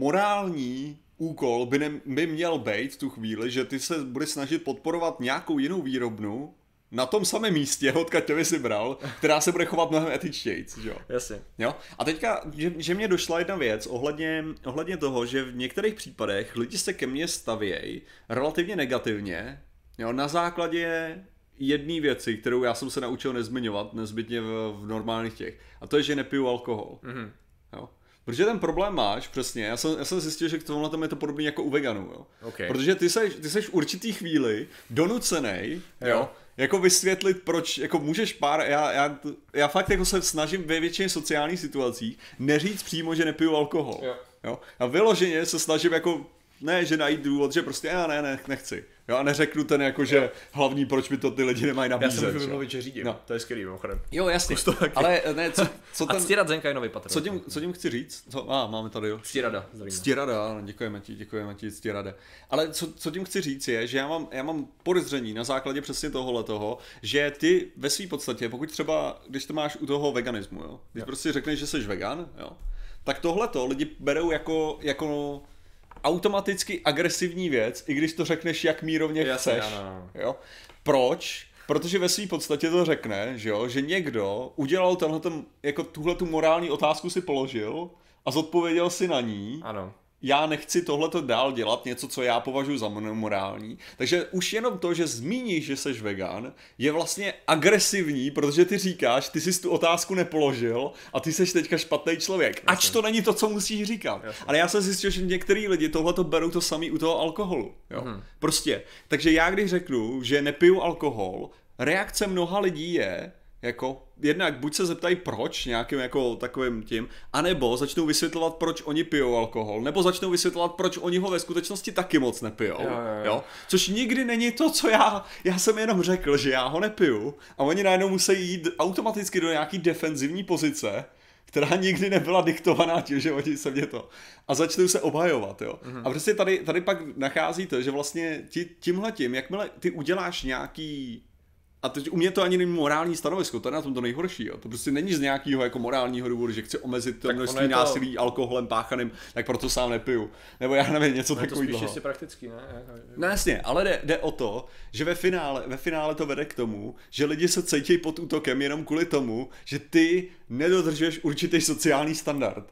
morální úkol by, ne, by měl být v tu chvíli, že ty se budeš snažit podporovat nějakou jinou výrobnu na tom samém místě, odkud tě si bral, která se bude chovat mnohem etičtějc, jo. Jasně. Jo? A teďka, že, že mě došla jedna věc ohledně, ohledně toho, že v některých případech lidi se ke mně stavějí relativně negativně, jo, na základě jedné věci, kterou já jsem se naučil nezmiňovat nezbytně v, v normálních těch, a to je, že nepiju alkohol. Mm-hmm. Jo? Protože ten problém máš, přesně, já jsem, já jsem zjistil, že k tomuhle tam je to podobně jako u veganů, jo. Okay. Protože ty seš, ty seš v určitý chvíli donucenej, jo, jo, jako vysvětlit, proč, jako můžeš pár, já, já, já fakt jako se snažím ve většině sociálních situacích neříct přímo, že nepiju alkohol, jo. Jo. A vyloženě se snažím jako, ne, že najít důvod, že prostě já ne, ne, nechci. Jo, a neřeknu ten jako, že hlavní, proč mi to ty lidi nemají nabízet. Já se můžu vymluvit, že řídím. No. To je skvělý, mimochodem. Jo, jasně. Ale ne, co, co ten... A Ctirad Zenka je nový patron. Co tím, co tím chci říct? Co, a, máme tady, jo. Ctirada. Ctirada, děkujeme ti, děkujeme ti, Ctirade. Ale co, co tím chci říct je, že já mám, já mám podezření na základě přesně tohohle toho, že ty ve své podstatě, pokud třeba, když to máš u toho veganismu, jo, když jo. prostě řekneš, že jsi vegan, jo, tak tohleto lidi berou jako, jako automaticky agresivní věc, i když to řekneš jak mírovně Jasně, chceš. ano, ano. Jo? Proč? Protože ve své podstatě to řekne, že, jo? Že někdo udělal tenhletom, jako tuhletu morální otázku si položil a zodpověděl si na ní. Ano. Já nechci tohleto dál dělat, něco, co já považuji za morální. Takže už jenom to, že zmíníš, že jsi vegan, je vlastně agresivní, protože ty říkáš, ty jsi tu otázku nepoložil a ty jsi teďka špatný člověk. Jasně. Ač to není to, co musíš říkat. Jasně. Ale já jsem zjistil, že některý lidi tohleto berou to samý u toho alkoholu. Jo? Hmm. Prostě. Takže já když řeknu, že nepiju alkohol, reakce mnoha lidí je, jako, jednak buď se zeptají proč nějakým jako takovým tím, anebo začnou vysvětlovat, proč oni pijou alkohol, nebo začnou vysvětlovat, proč oni ho ve skutečnosti taky moc nepijou, jo, jo, jo. Jo? Což nikdy není to, co já, já jsem jenom řekl, že já ho nepiju a oni najednou musí jít automaticky do nějaký defenzivní pozice, která nikdy nebyla diktovaná tím, že oni se mě to. A začnou se obhajovat, jo. Mm-hmm. A prostě tady, tady pak nachází to, že vlastně ti, tímhletím, jakmile ty uděláš nějaký. A teď u mě to ani není morální stanovisko, to je na tom to nejhorší, jo. To prostě není z nějakého jako morálního důvodu, že chci omezit to množství násilí to... alkoholem páchaným, tak proto sám nepiju. Nebo já nevím, něco takového. To je to spíš ještě praktický, ne? No jasně, ale jde, jde o to, že ve finále, ve finále to vede k tomu, že lidi se cítí pod útokem jenom kvůli tomu, že ty nedodržuješ určitý sociální standard.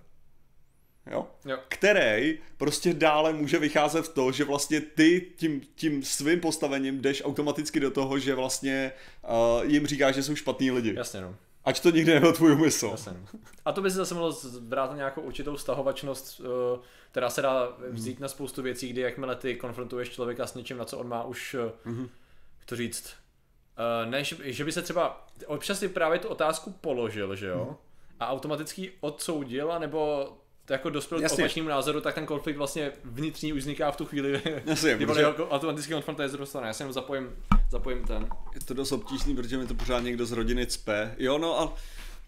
Jo? Jo. Který prostě dále může vycházet v to, že vlastně ty tím, tím svým postavením jdeš automaticky do toho, že vlastně uh, jim říkáš, že jsou špatný lidi. Jasně, no. Ať to nikdy nebyl tvůj úmysl. Jasně, no. A to by se zase mohlo brát na nějakou určitou stahovačnost, uh, která se dá vzít hmm. na spoustu věcí, kdy jakmile ty konfrontuješ člověka s něčím, na co on má už, uh, hmm. jak to říct, uh, ne, že, že by se třeba, občas si právě tu otázku položil, že jo, hmm. a automaticky odsoudil, anebo jako dospěl k opačnému názoru, tak ten konflikt vlastně vnitřní už vzniká v tu chvíli, Jasně, kdy protože... automaticky konfrontace z druhé strany. Já si jenom zapojím, zapojím ten. Je to dost obtížný, protože mi to pořád někdo z rodiny cpe. Jo, no a...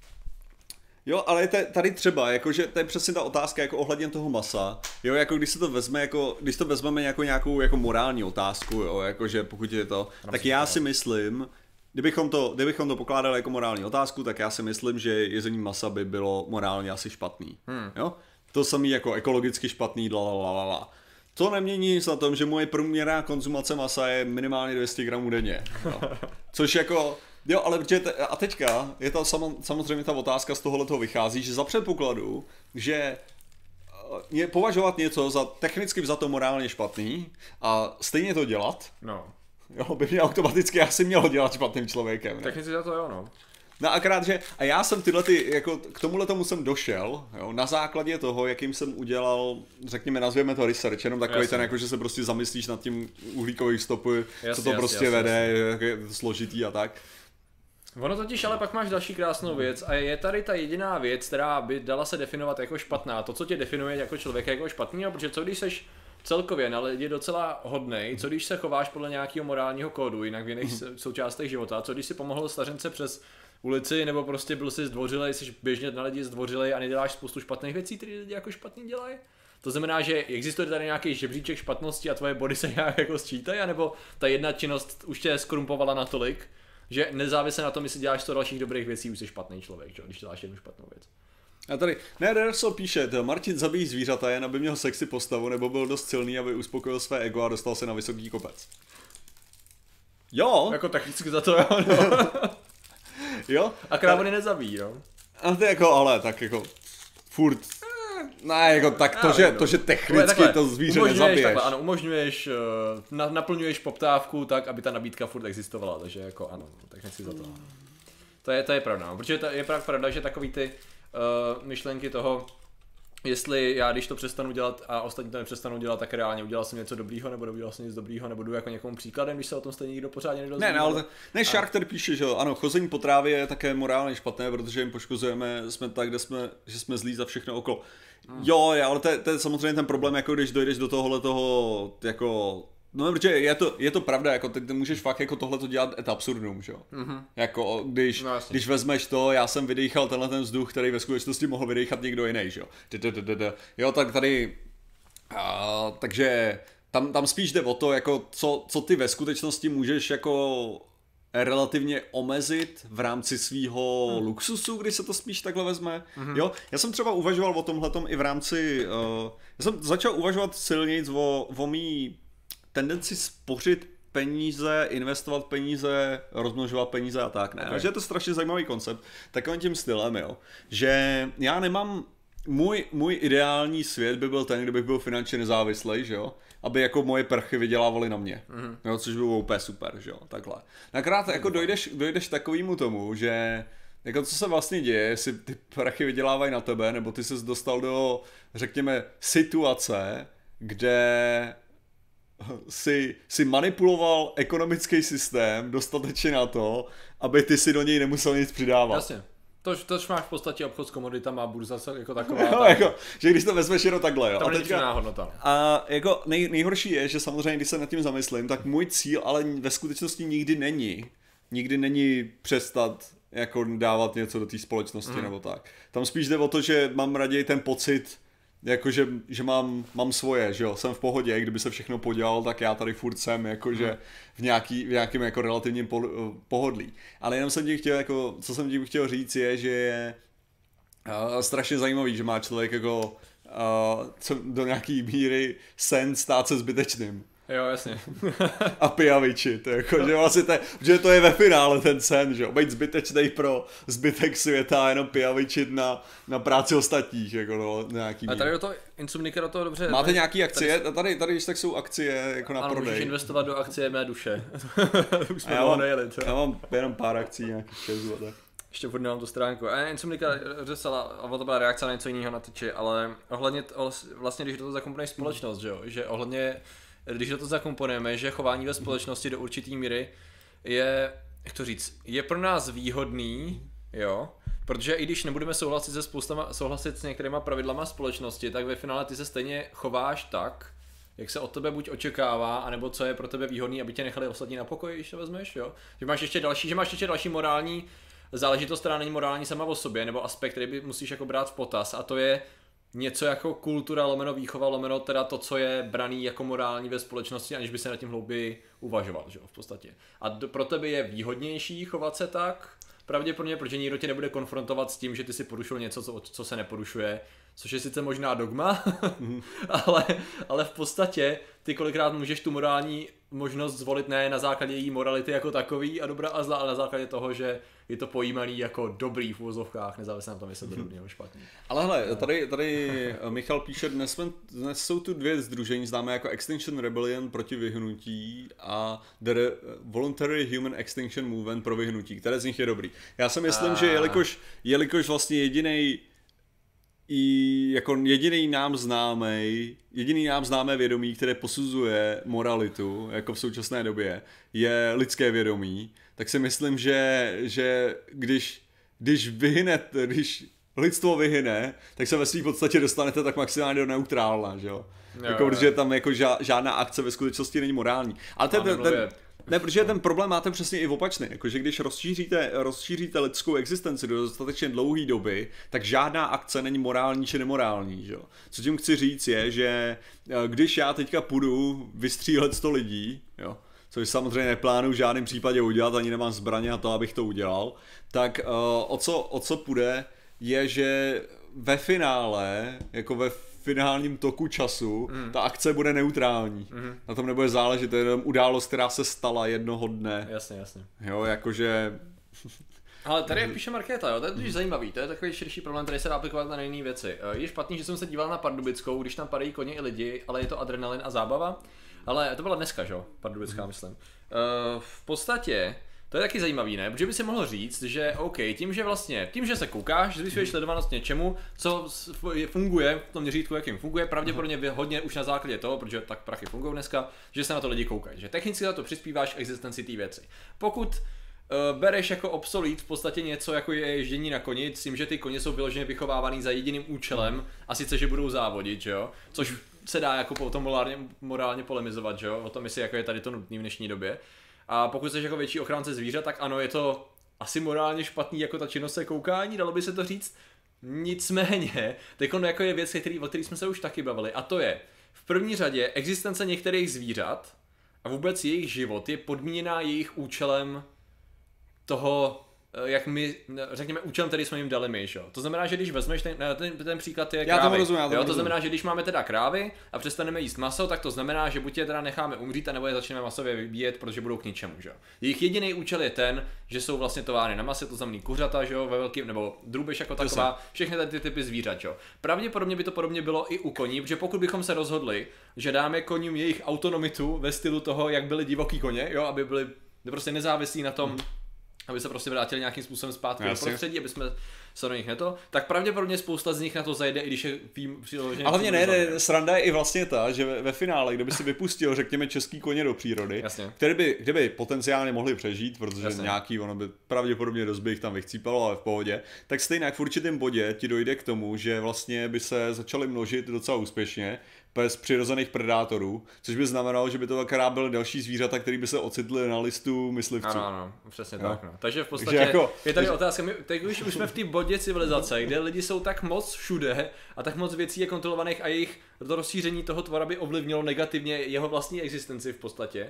Jo, ale tady třeba, jakože to je přesně ta otázka jako ohledně toho masa, jo, jako když se to vezme, jako, když to vezmeme jako nějakou jako morální otázku, jo, jakože pokud je to, Tam tak já si myslím, Kdybychom to, kdybychom to pokládali jako morální otázku, tak já si myslím, že jezení masa by bylo morálně asi špatný. Hmm. Jo? To samý jako ekologicky špatný, lalalala. To nemění nic na tom, že moje průměrná konzumace masa je minimálně dvě stě gramů denně. Jo? Což jako, Jo, ale protože te, a teďka je ta samo, samozřejmě ta otázka z tohohle toho vychází, že za předpokladu, že je považovat něco za technicky vzato morálně špatný a stejně to dělat, no. Jo, by mě automaticky asi mělo dělat špatným člověkem. Ne? Technicky za to jo, no. No akorát, že a já jsem tyhle ty, jako k tomuhle tomu jsem došel, jo, na základě toho, jakým jsem udělal, řekněme, nazvěme to research, jenom takový jasně. ten, jako že se prostě zamyslíš nad tím uhlíkových stopy, jasně, co to jasně, prostě jasně, vede, jasně. jak je to složitý a tak. Ono totiž, ale pak máš další krásnou věc a je tady ta jediná věc, která by dala se definovat jako špatná. To, co tě definuje jako člověka jako špatný, protože co když seš celkově na lidi docela hodnej, co když se chováš podle nějakého morálního kódu, jinak v jiných součástech života, co když si pomohl stařence přes ulici, nebo prostě byl si zdvořilej, jsi běžně na lidi zdvořilej a neděláš spoustu špatných věcí, které lidi jako špatný dělají. To znamená, že existuje tady nějaký žebříček špatnosti a tvoje body se nějak jako sčítají, anebo ta jedna činnost už tě skorumpovala natolik, že nezávisle na tom, jestli děláš sto dalších dobrých věcí, už jsi špatný člověk, čo? Když děláš jednu špatnou věc. A tady, ne, Rersol píše, Martin zabíjí zvířata jen, aby měl sexy postavu, nebo byl dost silný, aby uspokojil své ego a dostal se na vysoký kopec. Jo. Jako technicky za to, jo. No. Jo. A krávony nezabíjí, jo. A to jako, ale tak jako, furt, ne, jako tak to, že, to, že technicky takhle, to zvíře nezabiješ. Takhle, ano, umožňuješ, na, naplňuješ poptávku tak, aby ta nabídka furt existovala, takže jako ano, tak nechci za to. To je, to je pravda, no. Protože to je pravda, že takový ty uh, myšlenky toho, jestli já když to přestanu dělat a ostatní to nepřestanou dělat, tak reálně udělal jsem něco dobrýho, nebo neudělal jsem nic dobrýho, nebo jdu jako někomu příkladem, když se o tom stejně nikdo pořádně nedozví. Ne, ne, ale ne, Shark tady píše, že ano, chození po trávě je také morálně špatné, protože jim poškozujeme, jsme tak, kde jsme, že jsme zlí za všechno okolo. Hmm. Jo, ale to je, to je samozřejmě ten problém, jako když dojdeš do tohohle toho, jako no, protože je to, je to pravda, jako ty, ty můžeš fakt jako tohleto dělat et absurdum, že jo? Mm-hmm. Jako když, no, když vezmeš to, já jsem vydýchal tenhle ten vzduch, který ve skutečnosti mohl vydýchat někdo jiný, že jo? Jo, tak tady, a, takže tam, tam spíš jde o to, jako co, co ty ve skutečnosti můžeš jako relativně omezit v rámci svýho hmm. luxusu, když se to spíš takhle vezme. Hmm. Jo, já jsem třeba uvažoval o tomhletom i v rámci, uh, já jsem začal uvažovat silněji o, o mý tendenci spořit peníze, investovat peníze, rozmnožovat peníze a tak, ne. Okay. Takže je to strašně zajímavý koncept, takovým tím stylem, jo, že já nemám, můj, můj ideální svět by byl ten, kdybych byl finančně nezávislý, že jo, aby jako moje prchy vydělávaly na mě, mm-hmm. jo, což by bylo úplně super, že jo, takhle. Nakrát jako dojdeš, dojdeš takovému tomu, že jako co se vlastně děje, jestli ty prachy vydělávají na tebe, nebo ty ses dostal do, řekněme, situace, kde si, si manipuloval ekonomický systém dostatečně na to, aby ty si do něj nemusel nic přidávat. Jasně. To, to máš v podstatě obchod s komoditama a burza jako taková. No, jako, že když to vezmeš jenom takhle, jo. Tam není přidaná hodnota. A jako nej, nejhorší je, že samozřejmě, když se nad tím zamyslím, tak můj cíl ale ve skutečnosti nikdy není. Nikdy není přestat jako dávat něco do té společnosti mm. nebo tak. Tam spíš jde o to, že mám raději ten pocit, jakože, že mám, mám svoje, že jo, jsem v pohodě, kdyby se všechno podělal, tak já tady furt jsem, jakože hmm. v, nějaký, v nějakém jako relativním po, pohodlí. Ale jenom jsem ti chtěl, jako, co jsem ti chtěl říct je, že je uh, strašně zajímavý, že má člověk jako uh, co, do nějaký míry sen stát se zbytečným. Jo, jasně. A pijavičit, jako, že vlastně to, že to je ve finále ten sen, že jo, být zbytečnej pro zbytek světa a jenom pijavičit na, na práci ostatních, jako no, nějaký mír. A tady do toho Insomnika do toho dobře. Máte nějaký akcie? Tady, tady, tady tak jsou akcie jako na ano, prodej. Ano, můžeš investovat do akcie mé duše. Už jsme já, mám, nejeli, já mám jenom pár akcí, nějakých šest tak. Ještě furt nemám tu stránku. A Insomnika řesala, a to byla reakce na něco jiného na tyči, ale ohledně, vlastně když do toho zakomponuješ společnost, že jo, že ohledně když to zakomponujeme, že chování ve společnosti do určitý míry je, jak to říct, je pro nás výhodný, jo, protože i když nebudeme souhlasit se spoustama, souhlasit s některýma pravidlama společnosti, tak ve finále ty se stejně chováš tak, jak se od tebe buď očekává, anebo co je pro tebe výhodný, aby tě nechali ostatní na pokoji, když to vezmeš, jo. Že máš ještě další, že máš ještě další morální záležitost, která není morální sama o sobě, nebo aspekt, který by musíš jako brát v potaz, a to je něco jako kultura, lomeno výchova, lomeno teda to, co je braný jako morální ve společnosti, aniž by se nad tím hlouběji uvažoval, že jo, v podstatě. A do, pro tebe je výhodnější chovat se tak, pravděpodobně, protože nikdo tě nebude konfrontovat s tím, že ty si porušil něco, co, co se neporušuje, což je sice možná dogma, ale, ale v podstatě ty kolikrát můžeš tu morální možnost zvolit ne na základě její morality jako takový a dobra a zla, ale na základě toho, že je to pojímaný jako dobrý v úvozovkách, nezávisle na tom, jestli to dobrý nebo špatný. Ale hele, tady, tady Michal píše, dnes, dnes jsou tu dvě sdružení známé jako Extinction Rebellion proti vyhnutí a The Voluntary Human Extinction Movement pro vyhnutí, které z nich je dobrý. Já si myslím, a... že jelikož, jelikož vlastně jedinej i jako jediný nám známý, jediný nám známé vědomí, které posuzuje moralitu, jako v současné době, je lidské vědomí, tak si myslím, že, že když, když vyhyne, když lidstvo vyhyne, tak se ve svým podstatě dostanete tak maximálně do neutrálna, že jo? jo jako, protože tam jako žádná akce ve skutečnosti není morální. Ale ten, ten, ten, ne, protože ten problém máte přesně i opačný, jakože když rozšíříte, rozšíříte lidskou existenci do dostatečně dlouhé doby, tak žádná akce není morální či nemorální, že jo. Co tím chci říct je, že když já teďka půjdu vystřílet sto lidí, jo, což samozřejmě neplánuju v žádném případě udělat, ani nemám zbraně na to, abych to udělal, tak uh, o, co, o co půjde, je, že ve finále, jako ve finálním toku času, mm. ta akce bude neutrální. Mm. Na tom nebude záležet, to je jenom událost, která se stala jednoho dne. Jasně, jasně. Jo, jakože... Ale tady jak píše Markéta, jo, to je totiž zajímavý, to je takový širší problém, který se dá aplikovat na jiné věci. Je špatný, že jsem se díval na Pardubickou, když tam padají koně i lidi, ale je to adrenalin a zábava. Ale to byla dneska, že jo, Pardubická, mm. myslím. Uh, v podstatě to je taky zajímavý, ne? Protože by si mohl říct, že OK, tím, že vlastně, tím, že se koukáš, zvyšuješ sledovanost něčemu, co funguje v tom měřítku, jakým funguje, pravděpodobně hodně už na základě toho, protože tak prachy fungují dneska, že se na to lidi koukají, že technicky za to přispíváš k existenci té věci. Pokud uh, bereš jako obsolít v podstatě něco, jako je ježdění na koni, s tím, že ty koně jsou vyloženě vychovávaný za jediným účelem, a sice, že budou závodit, že jo, což se dá jako potom morálně, morálně polemizovat, že jo, o tom, jestli jako je tady to nutný v dnešní době. A pokud jsi jako větší ochránce zvířat, tak ano, je to asi morálně špatný jako ta činnost se koukání, dalo by se to říct. Nicméně, teď jako je věc, který, o který jsme se už taky bavili, a to je v první řadě existence některých zvířat a vůbec jejich život je podmíněná jejich účelem toho, jak my, řekněme, účelem, který jsme jim dali my, jo. To znamená, že když vezmeš ten, ten, ten příklad je krávy, já tomu rozumím, já tomu jo, to rozumím. znamená, že když máme teda krávy a přestaneme jíst maso, tak to znamená, že buď je teda necháme umřít, anebo je začneme masově vybíjet, protože budou k ničemu, že jo. Jejich jediný účel je ten, že jsou vlastně továrny na masě, to znamená kuřata, že jo, ve velkým, nebo drůbež jako taková, všechny ty typy zvířat, jo. Pravděpodobně by to podobně bylo i u koní, protože pokud bychom se rozhodli, že dáme koním jejich autonomitu ve stylu toho, jak byly divoký koně, jo, aby byli prostě nezávislí na tom, hmm. aby se prostě vrátili nějakým způsobem zpátky do prostředí, aby jsme se do nich neto, tak pravděpodobně spousta z nich na to zajde, i když je vím přiloženě. A hlavně ne, ne, sranda je i vlastně ta, že ve, ve finále, kdyby si vypustil, řekněme, český koně do přírody, které by, kde by potenciálně mohli přežít, protože Jasně. nějaký, ono by pravděpodobně dost by jich tam vychcípalo, ale v pohodě, tak stejně v určitém bodě ti dojde k tomu, že vlastně by se začaly množit docela úspěšně bez přirozených predátorů, což by znamenalo, že by to akorát byly další zvířata, které by se ocitly na listu myslivců. Ano, ano, přesně no. tak. No. Takže v podstatě jako, je tady otázka, my, teď už, už jsme v té bodě civilizace, kde lidi jsou tak moc všude a tak moc věcí je kontrolovaných a jejich to rozšíření toho tvora by ovlivnilo negativně jeho vlastní existenci v podstatě.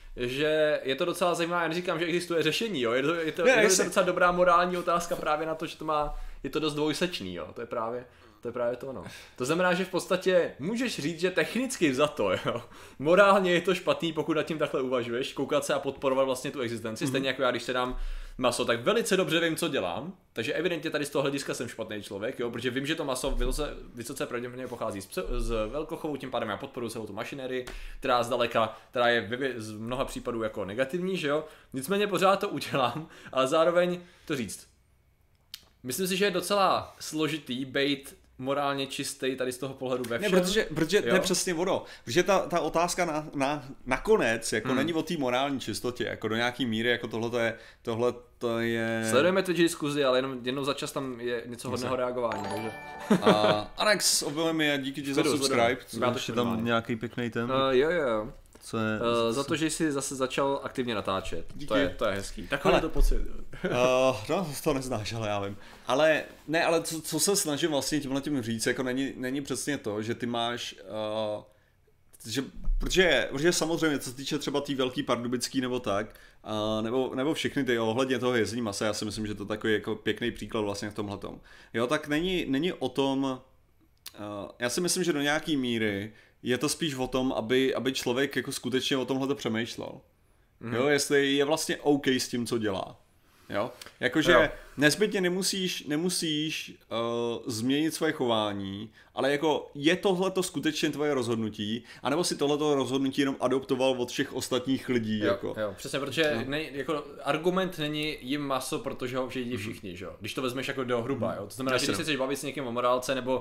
Že je to docela zajímavé, já neříkám, že existuje řešení, jo. Je to, je to, ne, je to docela dobrá morální otázka právě na to, že to má, je to dost dvojsečný, jo. To je právě To je právě to, no. To znamená, že v podstatě můžeš říct, že technicky za to, jo. Morálně je to špatný, pokud nad tím takhle uvažuješ, koukat se a podporovat vlastně tu existenci, mm-hmm. stejně jako já, když se dám maso, tak velice dobře vím, co dělám, takže evidentně tady z toho hlediska jsem špatný člověk, jo, protože vím, že to maso vysoce, vysoce pravděpodobně pochází z, z velkochovu, tím pádem já podporuji celou tu mašinérii, která zdaleka, která je z mnoha případů jako negativní, že jo. Nicméně pořád to udělám, ale zároveň to říct. Myslím si, že je docela složitý bejt morálně čistý tady z toho pohledu ve všem. Ne, protože, protože to je přesně ono. Protože ta, ta otázka na, na, nakonec jako hmm. není o té morální čistotě, jako do nějaký míry, jako tohle je, tohle to je... Sledujeme Twitch diskuzi, ale jenom jednou za čas tam je něco hodného reagování, takže... A Anex, objevujeme je, díky ti za subscribe, což je tam nějaký pěkný ten. Uh, jo, jo. Co je, uh, za to, že jsi zase začal aktivně natáčet. To je, to je hezký. Takový to pocit. uh, no, to neznáš, ale já vím. Ale ne, ale co, co se snažím vlastně tímhle tím říct, jako není, není přesně to, že ty máš, uh, že, protože, protože samozřejmě, co se týče třeba té tý velký pardubický nebo tak, uh, nebo, nebo všechny ty ohledně toho jezení masa, já si myslím, že to je takový jako pěkný příklad vlastně v tomhletom. Jo, tak není, není o tom, Uh, já si myslím, že do nějaký míry je to spíš o tom, aby, aby člověk jako skutečně o tomhle to přemýšlel. Mm. Jo, jestli je vlastně OK s tím, co dělá. Jo? Jakože jo. nezbytně nemusíš, nemusíš uh, změnit své chování, ale jako je tohleto skutečně tvoje rozhodnutí, anebo si tohleto rozhodnutí jenom adoptoval od všech ostatních lidí. Jo, jako. jo, přesně, protože no. ne, jako argument není jim maso, protože ho vědí všichni, mm. že? Když to vezmeš jako do hruba, jo? To znamená, že když se chceš bavit s někým o morálce nebo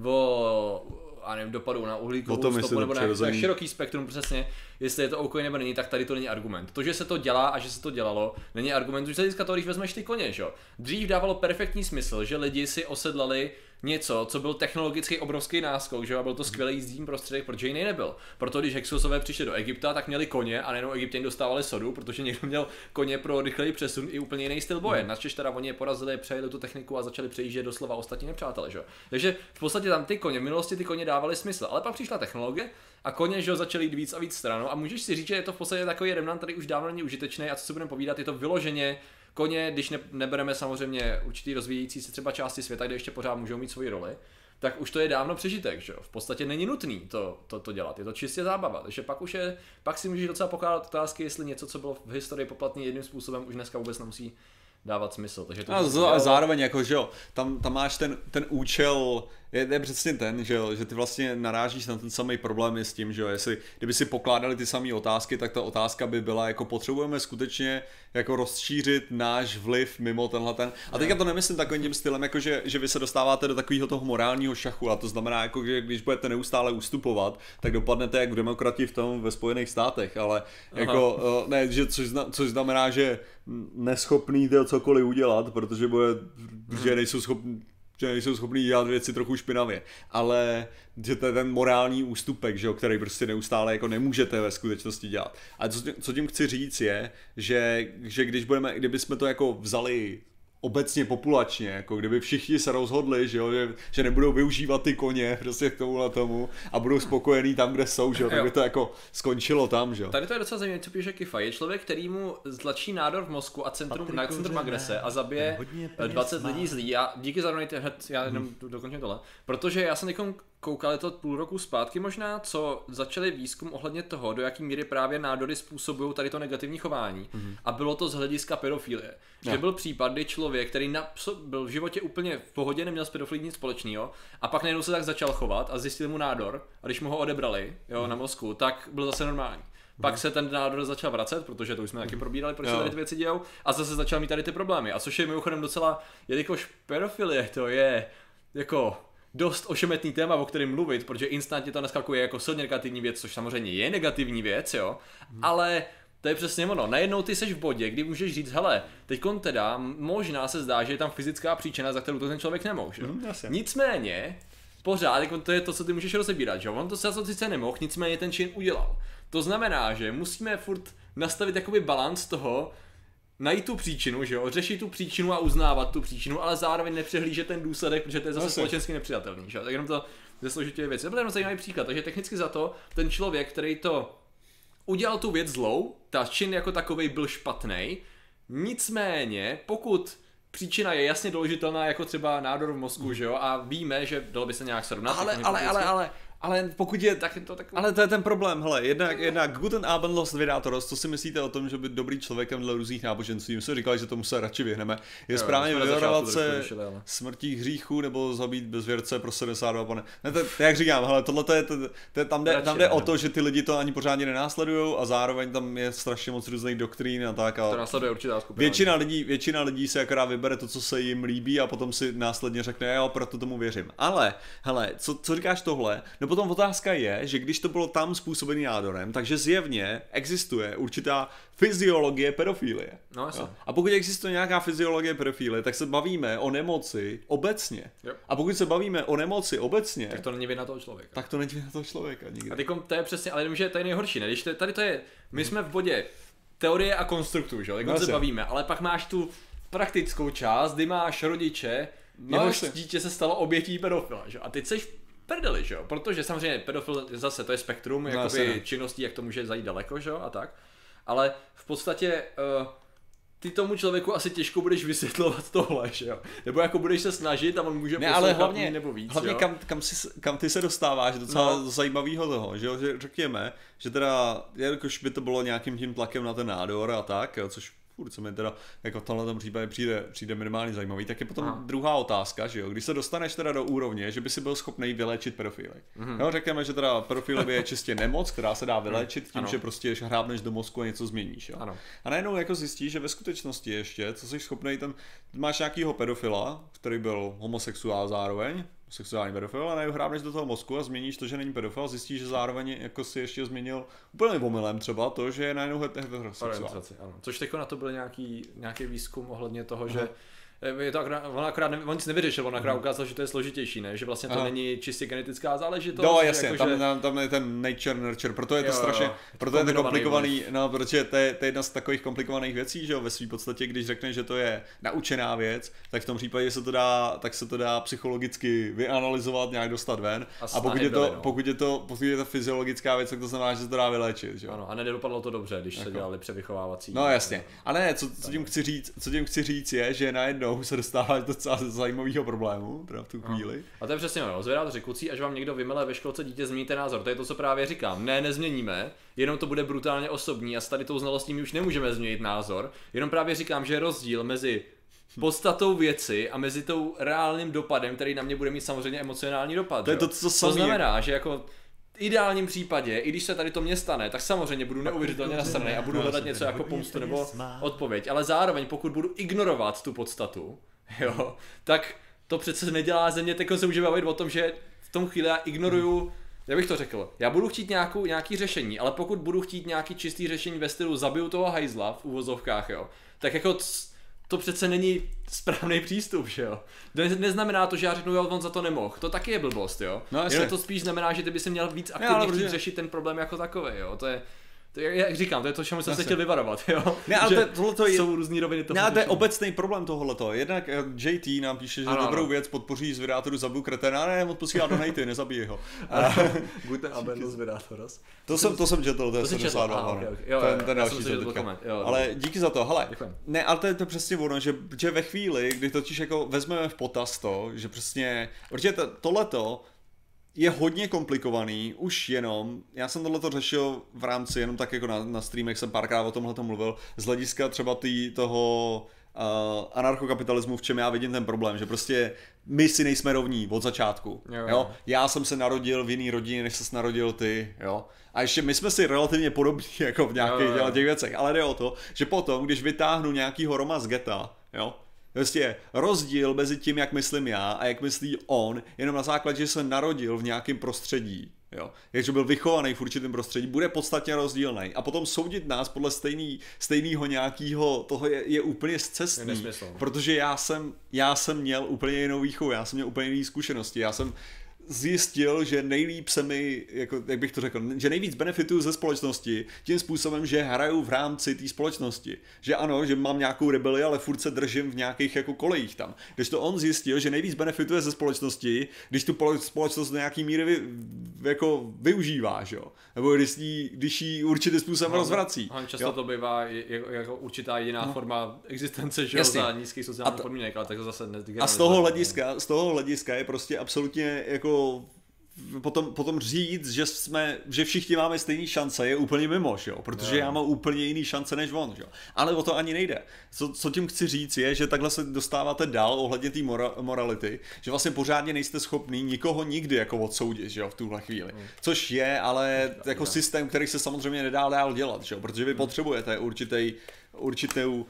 o a nevím, dopadu na uhlíkovou stopu nebo na, na široký spektrum přesně, jestli je to OK nebo není, tak tady to není argument. To, že se to dělá a že se to dělalo, není argument už z hlediska toho, když vezmeš ty koně, že? Dřív dávalo perfektní smysl, že lidi si osedlali něco, co byl technologicky obrovský náskok, že? A byl to skvělý jízdní prostředek, protože jiný nebyl. Proto když Hexosové přišli do Egypta, tak měli koně a nejenom Egyptěni dostávali sodu, protože někdo měl koně pro rychlejší přesun i úplně jiný styl boje. Hmm. Načež teda oni je porazili, přejeli tu techniku a začali přejíždět doslova ostatní nepřátelé, že? Takže v podstatě tam ty koně, v minulosti ty koně dávaly smysl, ale pak přišla technologie a koně, že začaly jít víc a víc stranou a můžeš si říct, že je to v podstatě takový remnant, který už dávno není užitečný a co si budeme povídat, je to vyloženě koně, když ne, nebereme samozřejmě určitý rozvíjející se třeba části světa, kde ještě pořád můžou mít svoji roli, tak už to je dávno přežitek, že jo. V podstatě není nutný to, to, to dělat, je to čistě zábava, takže pak už je, pak si můžeš docela pokládat otázky, jestli něco, co bylo v historii poplatný jedním způsobem, už dneska vůbec nemusí dávat smysl. Takže to a z- zároveň jako, že jo, tam, tam máš ten, ten účel, je, je přesně ten, že jo, že ty vlastně narážíš na ten samý problém s tím, že jo, jestli, kdyby si pokládali ty samé otázky, tak ta otázka by byla, jako potřebujeme skutečně jako rozšířit náš vliv mimo tenhle ten. A teďka to nemyslím takovým tím stylem, jako že, že vy se dostáváte do takového toho morálního šachu a to znamená, jako, že když budete neustále ustupovat, tak dopadnete jak v demokrati v tom ve Spojených státech, ale jako, Aha. ne, že což, což znamená, že neschopný to cokoliv udělat, protože bude, hmm. že nejsou schopní že nejsou schopní dělat věci trochu špinavě, ale že to je ten morální ústupek, že, který prostě neustále jako nemůžete ve skutečnosti dělat. A co, co tím chci říct je, že, že když budeme, kdybychom to jako vzali obecně populačně, jako kdyby všichni se rozhodli, že, jo, že, že nebudou využívat ty koně prostě k tomuhle tomu a budou spokojení tam, kde jsou, že jo, tak by to jako skončilo tam, že jo. Tady to je docela zajímavé, co píše Kifa. Je člověk, který mu ztlačí nádor v mozku a centrum, na centrum agrese a zabije dvacet lidí zlý. A díky za donate, hned já jenom dokončím tohle. Protože já jsem někom koukal, je to půl roku zpátky možná, co začali výzkum ohledně toho, do jaký míry právě nádory způsobují tady to negativní chování. Mm-hmm. A bylo to z hlediska pedofilie. Že no. byl případ, kdy člověk, který na, byl v životě úplně v pohodě, neměl s pedofilí nic společného, a pak najednou se tak začal chovat a zjistili mu nádor, a když mu ho odebrali, jo, mm-hmm. na mozku, tak byl zase normální. Pak mm-hmm. se ten nádor začal vracet, protože to už jsme taky probírali, proč se tady ty věci dějou, a zase začal mít tady ty problémy. A což je mimochodem docela, jelikož pedofilie to je jako dost ošemetný téma, o kterém mluvit, protože instantně to naskakuje jako silně negativní věc, což samozřejmě je negativní věc, jo, hmm. ale to je přesně ono. Najednou ty seš v bodě, kdy můžeš říct, hele, teďkon teda možná se zdá, že je tam fyzická příčina, za kterou to ten člověk nemůže. Hmm, nicméně, pořád, jako to je to, co ty můžeš rozebírat, že on to se sice nemohl, nicméně ten čin udělal. To znamená, že musíme furt nastavit jakoby balans toho, najít tu příčinu, že jo, řešit tu příčinu a uznávat tu příčinu, ale zároveň nepřehlížet ten důsledek, protože to je zase Asi. společensky nepřijatelný, že jo, tak jenom to ze složitě věci. To byl jenom zajímavý příklad, takže technicky za to ten člověk, který to udělal tu věc zlou, ta čin jako takovej byl špatný, nicméně pokud příčina je jasně doložitelná jako třeba nádor v mozku, že jo, a víme, že dalo by se nějak srovnat. Ale, ale, ale, ale, ale pokud je, tak to tak... Ale to je ten problém, hele, jednak, jednak Guten Abend los Vedators, co si myslíte o tom, že by dobrý člověkem dle různých náboženství, my jsme říkali, že tomu se radši vyhneme, je jo, správně vyvarovat se smrtí hříchů nebo zabít bezvěrce pro sedmdesát dva pane. Ne, to, jak říkám, hele, tohle to je, to, to je tam jde, radši, tam jde o to, že ty lidi to ani pořádně nenásledujou a zároveň tam je strašně moc různých doktrín a tak. A to následuje určitá skupina. Většina lidí, většina lidí se akorát vybere to, co se jim líbí a potom si následně řekne, jo, proto tomu věřím. Ale, hele, co, co říkáš tohle? No potom otázka je, že když to bylo tam způsobený nádorem, takže zjevně existuje určitá fyziologie pedofilie. No, a pokud existuje nějaká fyziologie pedofilie, tak se bavíme o nemoci obecně. Jo. A pokud se bavíme o nemoci obecně, tak to není vina toho člověka. Tak to není vina toho člověka nikdy. A tykom, to je přesně, ale jenom, že to je nejhorší, ne? Když to, tady to je, my jsme v bodě teorie a konstruktu, že jo? Tak no, se bavíme, ale pak máš tu praktickou část, kdy máš rodiče, no, jehož dítě se stalo obětí pedofila, že? A teď seš prdeli, že jo? Protože samozřejmě pedofil zase to je spektrum no, jakoby činností, jak to může zajít daleko, že jo? A tak. Ale v podstatě uh, ty tomu člověku asi těžko budeš vysvětlovat tohle, že jo? Nebo jako budeš se snažit a on může ne, ale hlavně, nebo víc, hlavně kam, kam, si, kam ty se dostáváš, docela no. zajímavého toho, že jo, že řekněme, že teda, jakož by to bylo nějakým tím tlakem na ten nádor a tak, jo, což furt, co mi teda jako v tomhle případě přijde, přijde minimálně zajímavý, tak je potom Aha. druhá otázka, že jo, když se dostaneš teda do úrovně, že by si byl schopný vyléčit pedofily. Mm-hmm. Jo, řekněme, že teda pedofilie je čistě nemoc, která se dá vyléčit tím, ano. že prostě hrábneš do mozku a něco změníš, jo. Ano. A najednou jako zjistíš, že ve skutečnosti ještě, co jsi schopný, ten máš nějakýho pedofila, který byl homosexuál zároveň, sexuální pedofil, a najednou hrábneš do toho mozku a změníš to, že není pedofil, a zjistíš, že zároveň jako si ještě změnil úplně omylem třeba to, že je najednou heterosexuál. Což teďko na to byl nějaký, nějaký výzkum ohledně toho, Aha. že je to akorát, on akorát ne, on nic nevyřešil, on akorát ukázal, že to je složitější, ne? Že vlastně to Aha. není čistě genetická záležitost. No jasně, jako, tam, že... tam, tam je ten nature nurture, proto je to jo, strašně, jo, proto je to komplikovaný, no protože to je, to je jedna z takových komplikovaných věcí, že jo, ve svým podstatě, když řekneš, že to je naučená věc, tak v tom případě se to dá, tak se to dá psychologicky vyanalyzovat, nějak dostat ven, a, a pokud, je to, byli, no. pokud, je to, pokud je to fyziologická věc, tak to znamená, že se to dá vyléčit, že jo. Ano, a nedopadlo to dobře, když jako. se dělali převychovávací. No jasně, a ne, co, co tím chci říct, co tím chci říct je, že najednou se dostáváš docela zajímavého problému, teda v tu chvíli. A to je přesně ono, zvědátoři kucí, až vám někdo vymele ve školce dítě, změníte názor. To je to, co právě říkám. Ne, nezměníme, jenom to bude brutálně osobní a s tady tou znalostí my už nemůžeme změnit názor. Jenom právě říkám, že je rozdíl mezi podstatou věci a mezi tou reálným dopadem, který na mě bude mít samozřejmě emocionální dopad. To je to, co samý. To znamená, že jako v ideálním případě, i když se tady to mě stane, tak samozřejmě budu neuvěřitelně nasranej a budu hledat něco jako pomstu nebo odpověď. Ale zároveň, pokud budu ignorovat tu podstatu, jo, tak to přece nedělá ze mě, teď se může bavit o tom, že v tom chvíli já ignoruju, jak bych to řekl, já budu chtít nějakou, nějaký řešení, ale pokud budu chtít nějaký čistý řešení ve stylu zabiju toho hajzla v uvozovkách, jo, tak jako to přece není správný přístup, že jo. Ne, neznamená to, že já řeknu, jo, on za to nemohl, to taky je blbost, jo. No, jenom to spíš znamená, že ty by si měl víc aktivně chtít protože... řešit ten problém jako takový, jo, to je... To, jak říkám, to je to, čemu jsem se chtěl vyvarovat, jo? Ne, ale to, tohleto je, jsou různý roviny toho. Ne, to je obecný problém tohoto. Jednak J T nám píše, že ano, dobrou ano. věc podpoří z vydátoru zabiju kreténa, ne, on posílá donaty, nezabíjí ho. Guten Abend z vydátoros. To jsem, to jsem četl, to je sedmdesát dva. Okay, okay. Jo, ten, ten další se teďka. Ale díky za to, hele, děkujem. Ne, ale to je to přesně ono, že, že ve chvíli, kdy totiž jako vezmeme v potaz to, že přesně, určitě to, tohleto, je hodně komplikovaný, už jenom, já jsem tohleto řešil v rámci, jenom tak jako na, na streamech jsem párkrát o tomhle mluvil, z hlediska třeba tý, toho uh, anarchokapitalismu, v čem já vidím ten problém, že prostě my si nejsme rovní od začátku, jo, jo. jo? Já jsem se narodil v jiný rodině, než ses narodil ty, jo. A ještě my jsme si relativně podobní jako v nějakých jo, jo. těch věcech, ale jde o to, že potom, když vytáhnu nějakýho Roma z geta, jo, vlastně rozdíl mezi tím, jak myslím já a jak myslí on, jenom na základě, že se narodil v nějakém prostředí, jo, takže byl vychovaný v určitém prostředí, bude podstatně rozdílný. A potom soudit nás podle stejný, stejného nějakého toho je, je úplně scestný, protože já jsem, já jsem měl úplně jinou výchovu, já jsem měl úplně jiné zkušenosti, já jsem zjistil, že nejlíp se mi, jako, jak bych to řekl, že nejvíc benefituju ze společnosti tím způsobem, že hraju v rámci té společnosti. Že ano, že mám nějakou rebeli, ale furt se držím v nějakých jako kolejích tam. Když to on zjistil, že nejvíc benefituje ze společnosti, když tu společnost do nějaký míry vy, jako využívá, že jo? Nebo když ji, když ji určitým způsobem no, rozvrací. No, často jo? to bývá jako, jako určitá jiná no. forma existence, že jo, za nízkých sociálních podmínek, ale tak to zase A z toho hlediska, z toho hlediska je prostě absolutně jako Potom, potom říct, že jsme, že všichni máme stejný šance, je úplně mimo, jo? Protože no. já mám úplně jiný šance než on, jo? Ale o to ani nejde. Co, co tím chci říct je, že takhle se dostáváte dál ohledně té mora, morality, že vlastně pořádně nejste schopný nikoho nikdy jako odsoudit, že jo, v tuhle chvíli. Mm. Což je ale no, jako no. systém, který se samozřejmě nedá dál dělat, že jo? Protože vy mm. potřebujete určitý, určitou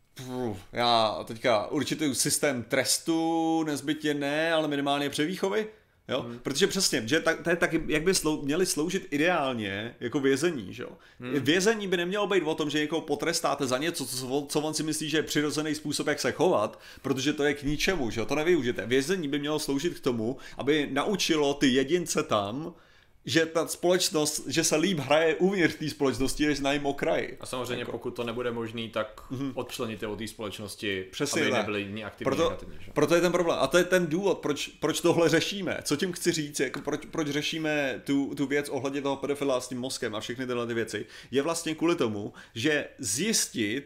já teďka určitý systém trestu, nezbytně ne, ale minimálně převýchovy. Jo? Hmm. Protože přesně, že tak, to je tak, jak by slou, měli sloužit ideálně jako vězení, že jo. Hmm. Vězení by nemělo být o tom, že někoho potrestáte za něco, co, co on si myslí, že je přirozený způsob, jak se chovat, protože to je k ničemu, že jo, to nevyužijete. Vězení by mělo sloužit k tomu, aby naučilo ty jedince tam, že ta společnost, že se líp hraje uvnitř té společnosti, než na jejím okraji. A samozřejmě jako. pokud to nebude možný, tak mm-hmm. odčlenit od té společnosti, přesně aby tak. nebyli jiní aktivní. Proto, proto je ten problém. A to je ten důvod, proč, proč tohle řešíme. Co tím chci říct, jako proč, proč řešíme tu, tu věc ohledně toho pedofila s tím mozkem a všechny tyhle ty věci, je vlastně kvůli tomu, že zjistit,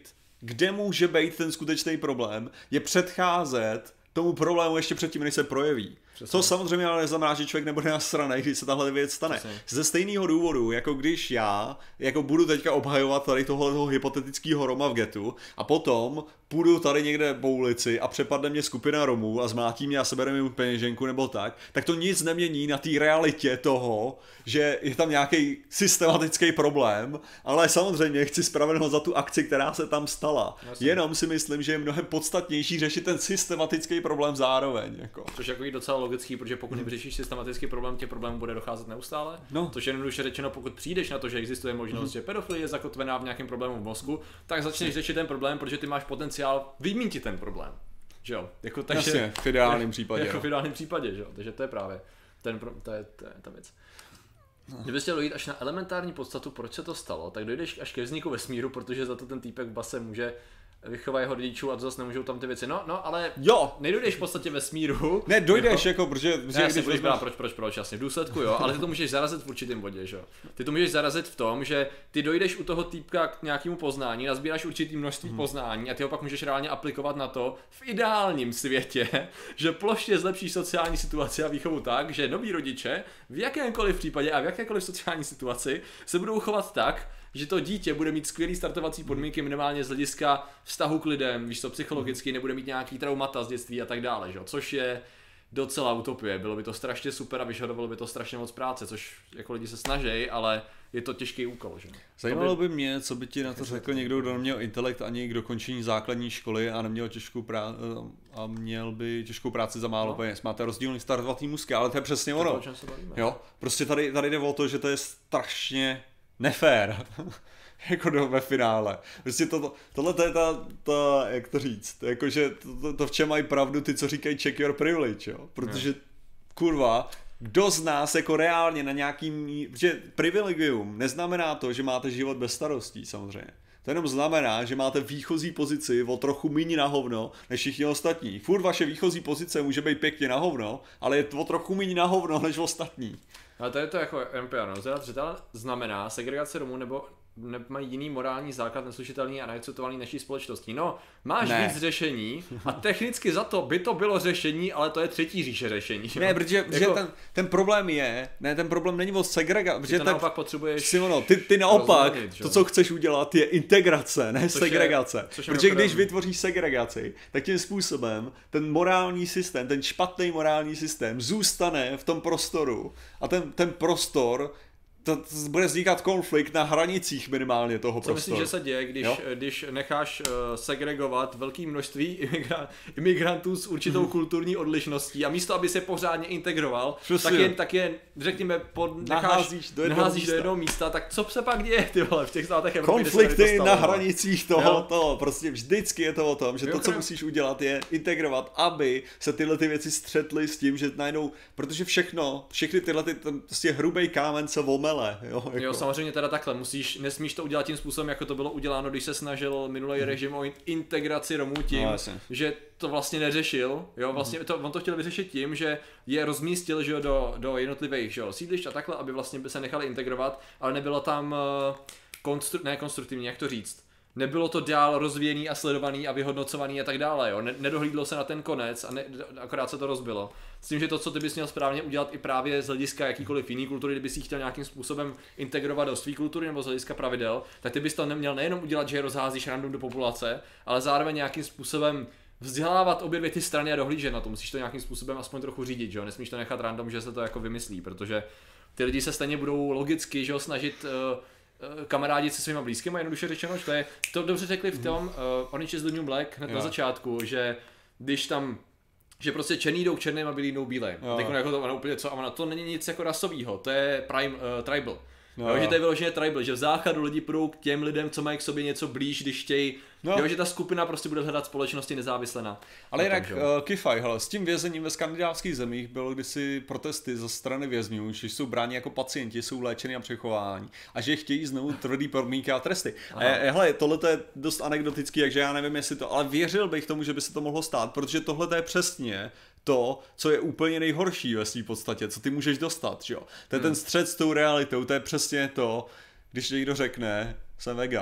kde může být ten skutečný problém, je předcházet tomu problému ještě předtím, než se projeví. Přesně. To samozřejmě ale neznamená, že člověk nebude nasranej, když se tahle věc stane. Přesně. Ze stejného důvodu, jako když já jako budu teďka obhajovat tady tohoto hypotetického Roma v getu a potom půjdu tady někde po ulici a přepadne mě skupina Romů a zmlátí mě a sebere mi peněženku nebo tak, tak to nic nemění na té realitě toho, že je tam nějaký systematický problém, ale samozřejmě chci spravedlnost za tu akci, která se tam stala. Jasně. Jenom si myslím, že je mnohem podstatnější řešit ten systematický problém zároveň. Jako. Což je docela logický, protože pokud nevyřešíš systematický problém, těch problémů bude docházet neustále. No. Což je jednoduše řečeno, pokud přijdeš na to, že existuje možnost, mm. že pedofilie je zakotvená v nějakém problému v mozku, tak začneš řešit ten problém, protože ty máš potenciál vymítit ten problém. Že jo? Jako, takže, Jasně, v ideálním případě. Jako v ideálním případě, že jo? Takže to je právě ten, to je, to je ta věc. Kdybyste chtěl dojít až na elementární podstatu, proč se to stalo, tak dojdeš až ke vzniku vesmíru, protože za to ten týpek v base může vychová jeho rodičů a to zase nemůžou tam ty věci. No, no, ale jo, nedojdeš v podstatě vesmíru. Ne, dojdeš jako, jako protože... Ne, já si budeš brát, proč, proč, proč, jasně, v důsledku jo, ale ty to můžeš zarazit v určitém bodě, že jo. Ty to můžeš zarazit v tom, že ty dojdeš u toho týpka k nějakému poznání, nazbíráš určitý množství hmm. poznání a ty ho pak můžeš reálně aplikovat na to v ideálním světě, že plošně zlepšíš sociální situaci a výchovu tak, že noví rodiče v jakémkoliv případě a v jakékoliv sociální situaci se budou chovat tak, že to dítě bude mít skvělý startovací podmínky minimálně z hlediska vztahu k lidem, víš co, psychologicky, nebude mít nějaký traumata z dětství a tak dále, že? Což je docela utopie, bylo by to strašně super a vyžadovalo by to strašně moc práce, což jako lidi se snaží, ale je to těžký úkol, že? Zajímalo by mě, co by ti na to řekl někdo, kdo neměl intelekt ani k dokončení základní školy a neměl těžkou práci a měl by těžkou práci za málo no. peněz. Máte rozdílný startovatý mozky, ale to je přesně ono. Jo, prostě tady, tady jde o to, že to je strašně nefér, jako do, ve finále. Prostě to, to, tohle to je ta, ta, jak to říct, jakože to, to, to v čem mají pravdu ty, co říkají check your privilege, jo, protože no. kurva, kdo z nás jako reálně na nějakým, protože privilegium neznamená to, že máte život bez starostí samozřejmě. To jenom znamená, že máte výchozí pozici o trochu méně na hovno než všichni ostatní. Furt vaše výchozí pozice může být pěkně na hovno, ale je to o trochu méně na hovno než ostatní. Ale to je to jako M P R, no. Zřetel znamená segregace Romů nebo mají jiný morální základ neslučitelný a neakceptovaný naší společností. No, máš ne. víc řešení a technicky za to by to bylo řešení, ale to je třetí říše řešení. Ne, jo? protože, protože jako... ten, ten problém je, ne, ten problém není o segregaci. Protože to ten, naopak potřebuješ Simono, ty, ty naopak, to, co chceš udělat, je integrace, ne což segregace. Je, což protože když vytvoříš segregaci, tak tím způsobem ten morální systém, ten špatný morální systém zůstane v tom prostoru a ten, ten prostor to, to bude vznikat konflikt na hranicích minimálně toho prostoru. Co myslím, že se děje, když, když necháš uh, segregovat velké množství imigra- imigrantů s určitou mm. kulturní odlišností a místo, aby se pořádně integroval, tak je, tak je, řekněme, pod, necháš, naházíš do jednoho naházíš místa. Do jednoho místa, tak co se pak děje, ty vole, v těch státech Evropy, konflikty na hranicích toho, toho, prostě vždycky je to o tom, že jo, to, co musíš udělat, je integrovat, aby se tyhle ty věci střetly s tím, že najednou, protože všechno, všechny tyhle ty, ten, prostě hrubej kámen se vomel. Jo, jako. jo, samozřejmě teda takhle, musíš, nesmíš to udělat tím způsobem, jako to bylo uděláno, když se snažil minulý hmm. režim o integraci Romů tím, no, že to vlastně neřešil, jo, vlastně to, on to chtěl vyřešit tím, že je rozmístil, že jo, do, do jednotlivých, že jo, sídlišť a takhle, aby vlastně by se nechali integrovat, ale nebylo tam konstru, ne konstruktivní, jak to říct, nebylo to dál rozvíjený a sledovaný a vyhodnocovaný a tak dále, jo, ne, nedohlídlo se na ten konec a ne, akorát se to rozbilo. S tím, že to, co ty bys měl správně udělat i právě z hlediska jakýkoliv jiný kultury, kdyby si chtěl nějakým způsobem integrovat do své kultury nebo z hlediska pravidel, tak ty bys to neměl nejenom udělat, že je rozházíš random do populace, ale zároveň nějakým způsobem vzdělávat obě dvě ty strany a dohlížet na to. Musíš to nějakým způsobem aspoň trochu řídit, že jo? Nesmíš to nechat random, že se to jako vymyslí, protože ty lidi se stejně budou logicky, že jo, snažit uh, kamarádit se svýma blízkými, jednoduše řečeno, že to je, to dobře řekli v tom uh, Orange is the New Black hned jo. na začátku, že když tam, že prostě černý jdou k černým a bílý jdou bílým. Tak jako to, ono úplně co, a ono, to není nic jako rasovýho, to je prime, uh, tribal. No, jo, že to je vyloženě tribal, že v základu lidi půjdou k těm lidem, co mají k sobě něco blíž, když chtějí, no. jo, že ta skupina prostě bude hledat společnosti nezávisle na. Ale jinak uh, Kifaj, hele, s tím vězením ve skandinávských zemích bylo kdysi protesty ze strany vězňů, že jsou bráni jako pacienti, jsou léčeni a přechování a že chtějí znovu tvrdý podmínky a tresty. A je, hele, tohle je dost anekdotický, takže já nevím, jestli to, ale věřil bych tomu, že by se to mohlo stát, protože tohle je přesně to, co je úplně nejhorší ve své podstatě, co ty můžeš dostat, že jo. To je hmm. ten střed s tou realitou, to je přesně to, když někdo řekne, jsem vegan.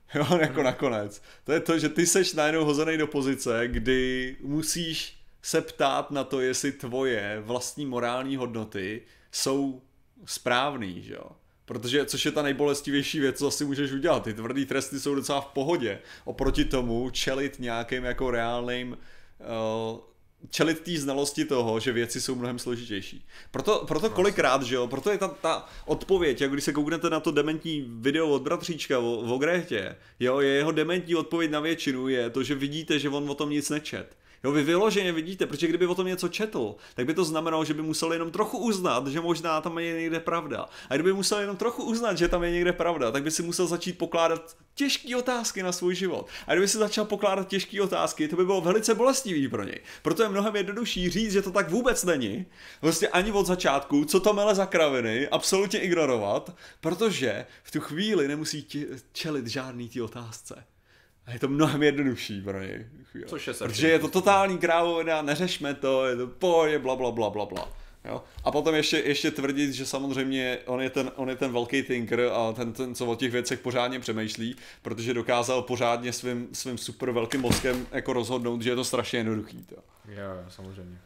Jo, jako nakonec. To je to, že ty seš najednou hozený do pozice, kdy musíš se ptát na to, jestli tvoje vlastní morální hodnoty jsou správný, že jo. Protože, což je ta nejbolestivější věc, co asi můžeš udělat. Ty tvrdý tresty jsou docela v pohodě. Oproti tomu čelit nějakým jako reálným, uh, čelit té znalosti toho, že věci jsou mnohem složitější. Proto, proto kolikrát, že jo, proto je ta, ta odpověď, jako když se kouknete na to dementní video od bratříčka o, o Grétě, jo, je jeho dementní odpověď na většinu je to, že vidíte, že on o tom nic nečet. Jo, vy vyloženě vidíte, protože kdyby o tom něco četl, tak by to znamenalo, že by musel jenom trochu uznat, že možná tam je někde pravda. A kdyby musel jenom trochu uznat, že tam je někde pravda, tak by si musel začít pokládat těžké otázky na svůj život. A kdyby si začal pokládat těžké otázky, to by bylo velice bolestivý pro něj. Proto je mnohem jednodušší říct, že to tak vůbec není. Vlastně ani od začátku, co to mele za kraviny, absolutně ignorovat, protože v tu chvíli nemusí čelit žádný té otázce. A je to mnohem jednodušší pro něj. Což je Protože je to totální krávovina, neřešme to, je to pohodě, bla bla bla bla bla. Jo? A potom ještě, ještě tvrdit, že samozřejmě on je ten, on je ten velký thinker a ten, ten, co o těch věcech pořádně přemýšlí, protože dokázal pořádně svým, svým super velkým mozkem jako rozhodnout, že je to strašně jednoduchý. To. Jo, samozřejmě.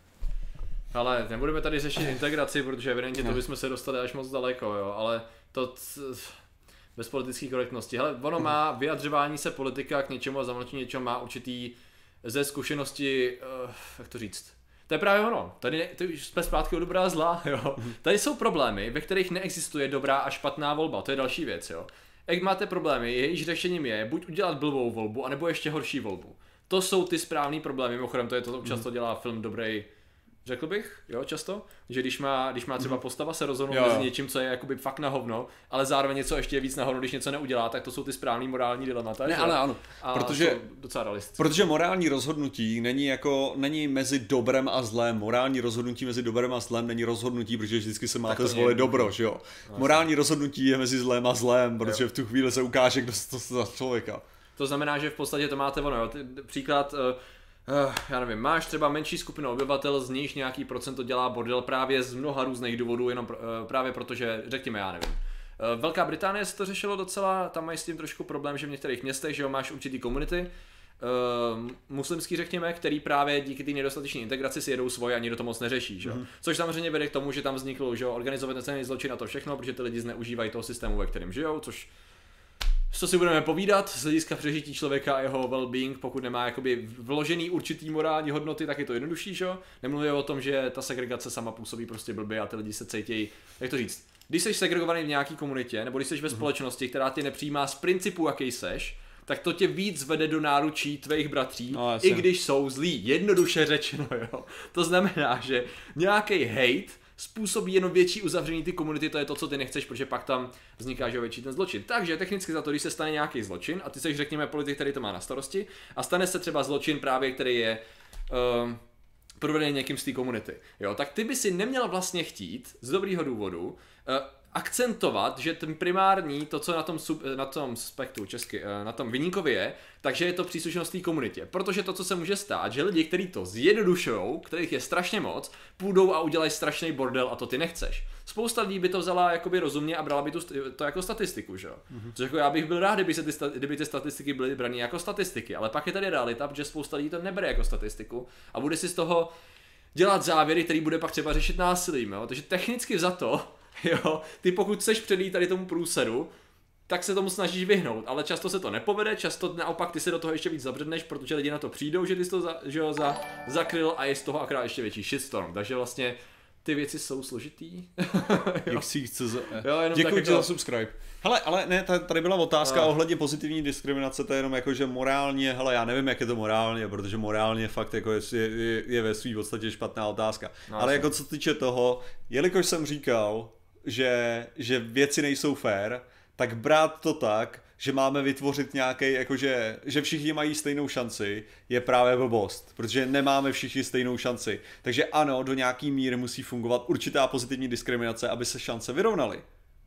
Ale nebudeme tady řešit integraci, protože evidentně to bychom se dostali až moc daleko, jo, ale to... T... bez politické korektnosti. Hele, ono má vyjadřování se politika k něčemu a zamlčení něčeho má určitý ze zkušenosti, uh, jak to říct. To je právě ono. Tady, tady jsme zpátky o dobrá a zlá, jo. Tady jsou problémy, ve kterých neexistuje dobrá a špatná volba. To je další věc, jo. Jak máte problémy, jejíž řešením je buď udělat blbou volbu, anebo ještě horší volbu. To jsou ty správný problémy, mimochodem to je to, často dělá film dobrý. Řekl bych, jo, často, že když má, když má třeba postava se rozhodnout mezi něčím, co je jakoby fakt na hovno, ale zároveň něco ještě víc na hovno, když něco neudělá, tak to jsou ty správný morální dilemata. Ne, ale ano, a protože, docela realistické. Protože morální rozhodnutí není jako, není mezi dobrem a zlem, morální rozhodnutí mezi dobrem a zlem není rozhodnutí, protože vždycky se máte zvolit dobro, že jo. No, morální rozhodnutí je mezi zlem a zlem, protože jo. v tu chvíli se ukáže, kdo to za člověka. To znamená, že v podstatě to máte ono, jo. Příklad, Uh, já nevím, máš třeba menší skupinu obyvatel, z níž nějaký procento dělá bordel právě z mnoha různých důvodů, jenom uh, právě protože, řekněme, já nevím. Uh, Velká Británie se to řešilo docela, tam mají s tím trošku problém, že v některých městech, že jo, máš určitý komunity, uh, muslimský řekněme, který právě díky té nedostatečné integraci si jedou svoje a nikdo to moc neřeší, že jo. Mm-hmm. Což samozřejmě vede k tomu, že tam vznikl, že jo, organizovaný zločin a to všechno, protože ty lidi zneužívají toho systému, ve kterém žijou, což co si budeme povídat z hlediska přežití člověka a jeho well-being, pokud nemá jakoby vložený určitý morální hodnoty, tak je to jednodušší, že jo? Nemluvím o tom, že ta segregace sama působí prostě blbě a ty lidi se cítějí, jak to říct, když jsi segregovaný v nějaký komunitě, nebo když jsi ve společnosti, která tě nepřijímá z principu, jaký seš, tak to tě víc vede do náručí tvých bratří, no, i když jsou zlí, jednoduše řečeno, jo? To znamená, že nějaký hate způsobí jenom větší uzavření ty komunity, to je to, co ty nechceš, protože pak tam vzniká, že větší ten zločin. Takže technicky za to, když se stane nějaký zločin, a ty seš, řekněme, politik, který to má na starosti, a stane se třeba zločin právě, který je uh, provedený někým z té komunity, jo, tak ty by si neměl vlastně chtít, z dobrýho důvodu, uh, akcentovat, že ten primární, to, co na tom, sub, na tom spektru česky, na tom viníkovi je, takže je to příslušnost té komunitě. Protože to, co se může stát, že lidi, kteří to zjednodušujou, kterých je strašně moc, půjdou a udělají strašný bordel a to ty nechceš. Spousta lidí by to vzala jakoby rozumně a brala by tu, to jako statistiku, že jo. Mm-hmm. Což jako já bych byl rád, kdyby, se ty, kdyby ty statistiky byly brany jako statistiky, ale pak je tady realita, že spousta lidí to nebere jako statistiku a bude si z toho dělat závěry, který bude pak třeba řešit násilím, jo. Takže technicky za to, jo, ty pokud chceš předjít tady tomu průseru, tak se tomu snažíš vyhnout, ale často se to nepovede, často naopak ty se do toho ještě víc zabředneš, protože lidi na to přijdou, že ty jsi to za, že jo, za, zakryl a je z toho akorát ještě větší shitstorm, takže vlastně ty věci jsou složitý. Jak si chce za... Děkuji ti za subscribe. Hele, ale ne, tady byla otázka a. ohledně pozitivní diskriminace, to je jenom jako, že morálně, hele, já nevím, jak je to morálně, protože morálně fakt jako je, je, je ve svý podstatě špatná otázka. No, ale jako co týče toho, jelikož jsem říkal, že, že věci nejsou fair, tak brát to tak, že máme vytvořit nějaký, jakože, že všichni mají stejnou šanci, je právě blbost, protože nemáme všichni stejnou šanci. Takže ano, do nějaký míry musí fungovat určitá pozitivní diskriminace, aby se šance vyrovnaly.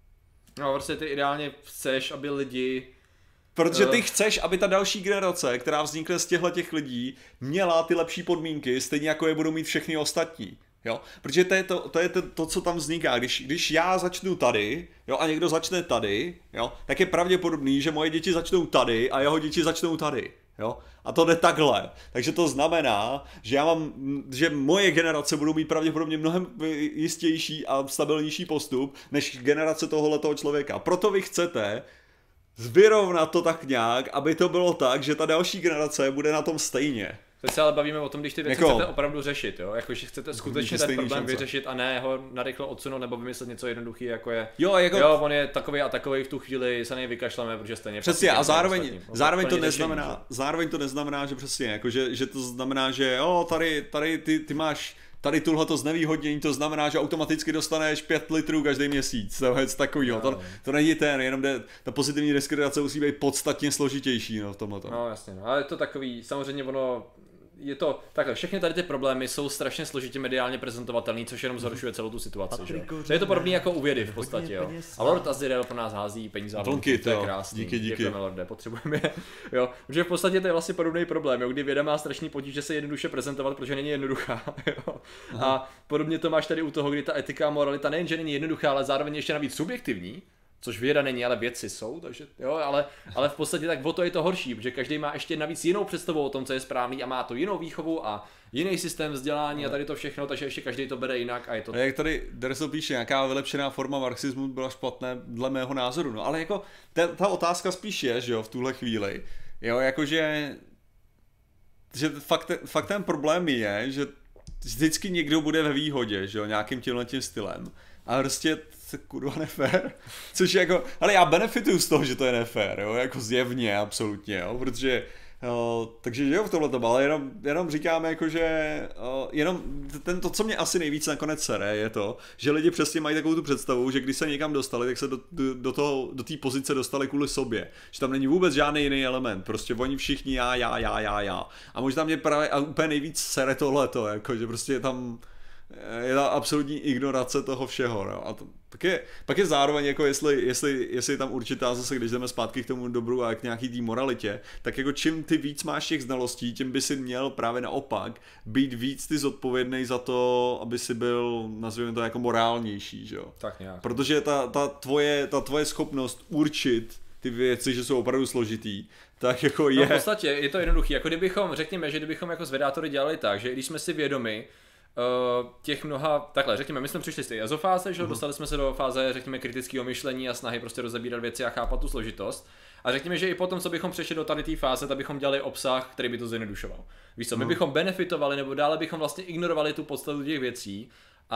No, prostě ty ideálně chceš, aby lidi... Protože ty chceš, aby ta další generace, která vznikne z těchto těch lidí, měla ty lepší podmínky, stejně jako je budou mít všechny ostatní. Jo? Protože to je to, to, je to, to co tam vzniká. Když, když já začnu tady, jo, a někdo začne tady, jo, tak je pravděpodobný, že moje děti začnou tady a jeho děti začnou tady. Jo? A to jde takhle. Takže to znamená, že já mám, že moje generace budou mít pravděpodobně mnohem jistější a stabilnější postup než generace tohohletoho člověka. Proto vy chcete vyrovnat to tak nějak, aby to bylo tak, že ta další generace bude na tom stejně. Teď se ale bavíme o tom, když ty věci jako, chcete opravdu řešit, jo? Jako, že chcete skutečně ten problém šance. vyřešit a ne ho narychlo odsunout nebo vymyslet něco jednoduchý, jako je jo, jako... jo, on je takový a takový, v tu chvíli se nej vykašleme, protože stejně přesně a zároveň, zároveň to neznamená, řešení, zároveň to neznamená, že přesně, jako, že, že to znamená, že jo, tady, tady ty, ty máš tady tohleto znevýhodnění, to znamená, že automaticky dostaneš pět litrů každý měsíc, to je takovýho, to, to není ten, jenom de, ta pozitivní diskriminace musí být podstatně složitější, no, v tomhleto. No jasně, no, ale je to takový, samozřejmě ono, je to takhle, všechny tady ty problémy jsou strašně složitě mediálně prezentovatelný, což jenom zhoršuje celou tu situaci, že jo. Je to podobný jako u vědy v podstatě, jo. A Lord Azirael pro nás hází peníze a vlnky, to je krásný. Díky, díky. Děkujeme, Lorde, potřebujeme je, jo. Protože v podstatě to je vlastně podobný problém, jo, kdy věda má strašný potíže se jednoduše prezentovat, protože není jednoduchá, jo. A podobně to máš tady u toho, kdy ta etika a moralita nejen, že není jednoduchá, ale zároveň ještě navíc subjektivní. Což věda není, ale vědci jsou, takže jo, ale, ale v podstatě tak o to je to horší, protože každý má ještě navíc jinou představu o tom, co je správný a má to jinou výchovu a jiný systém vzdělání a tady to všechno, takže ještě každý to bere jinak a je to... A jak tady Dersel píše, nějaká vylepšená forma marxismu byla špatné dle mého názoru, no ale jako ta, ta otázka spíš je, že jo, v tuhle chvíli, jo, jakože že fakt, fakt ten problém je, že vždycky někdo bude ve výhodě, že jo, nějakým tímhletím stylem a prostě kurva nefér, což je jako, ale já benefituju z toho, že to je nefér, jo, jako zjevně, absolutně, jo, protože, jo, takže jo, v tomhle tom, ale jenom, jenom říkáme jako, že jo, jenom ten, to, co mě asi nejvíc nakonec sere, je to, že lidi přesně mají takovou tu představu, že když se někam dostali, tak se do, do, do toho, do té pozice dostali kvůli sobě, že tam není vůbec žádný jiný element, prostě oni všichni já, já, já, já, já, a možná mě právě a úplně nejvíc sere tohleto, jako, že prostě je tam je ta absolutní ignorace toho všeho, no. A to, pak, je, pak je zároveň jako jestli, jestli, jestli je tam určitá zase, když jdeme zpátky k tomu dobru a k nějaký té moralitě, tak jako čím ty víc máš těch znalostí, tím by si měl právě naopak být víc ty zodpovědnej za to, aby si byl, nazvěme to jako morálnější, že jo. Tak nějak. Protože ta, ta, tvoje, ta tvoje schopnost určit ty věci, že jsou opravdu složitý, tak jako je... No v podstatě je to jednoduchý, jako kdybychom, řekněme, že kdybychom jako zvědátory dělali tak, že když jsme si vědomi Uh, těch mnoha, takhle řekněme, my jsme přišli z té azofáze, že uh-huh. dostali jsme se do fáze, řekněme, kritického myšlení a snahy prostě rozebírat věci a chápat tu složitost. A řekněme, že i potom, co bychom přešli do tady té fáze, tak bychom dělali obsah, který by to zjednodušoval. Víš co, my uh-huh. bychom benefitovali nebo dále bychom vlastně ignorovali tu podstatu těch věcí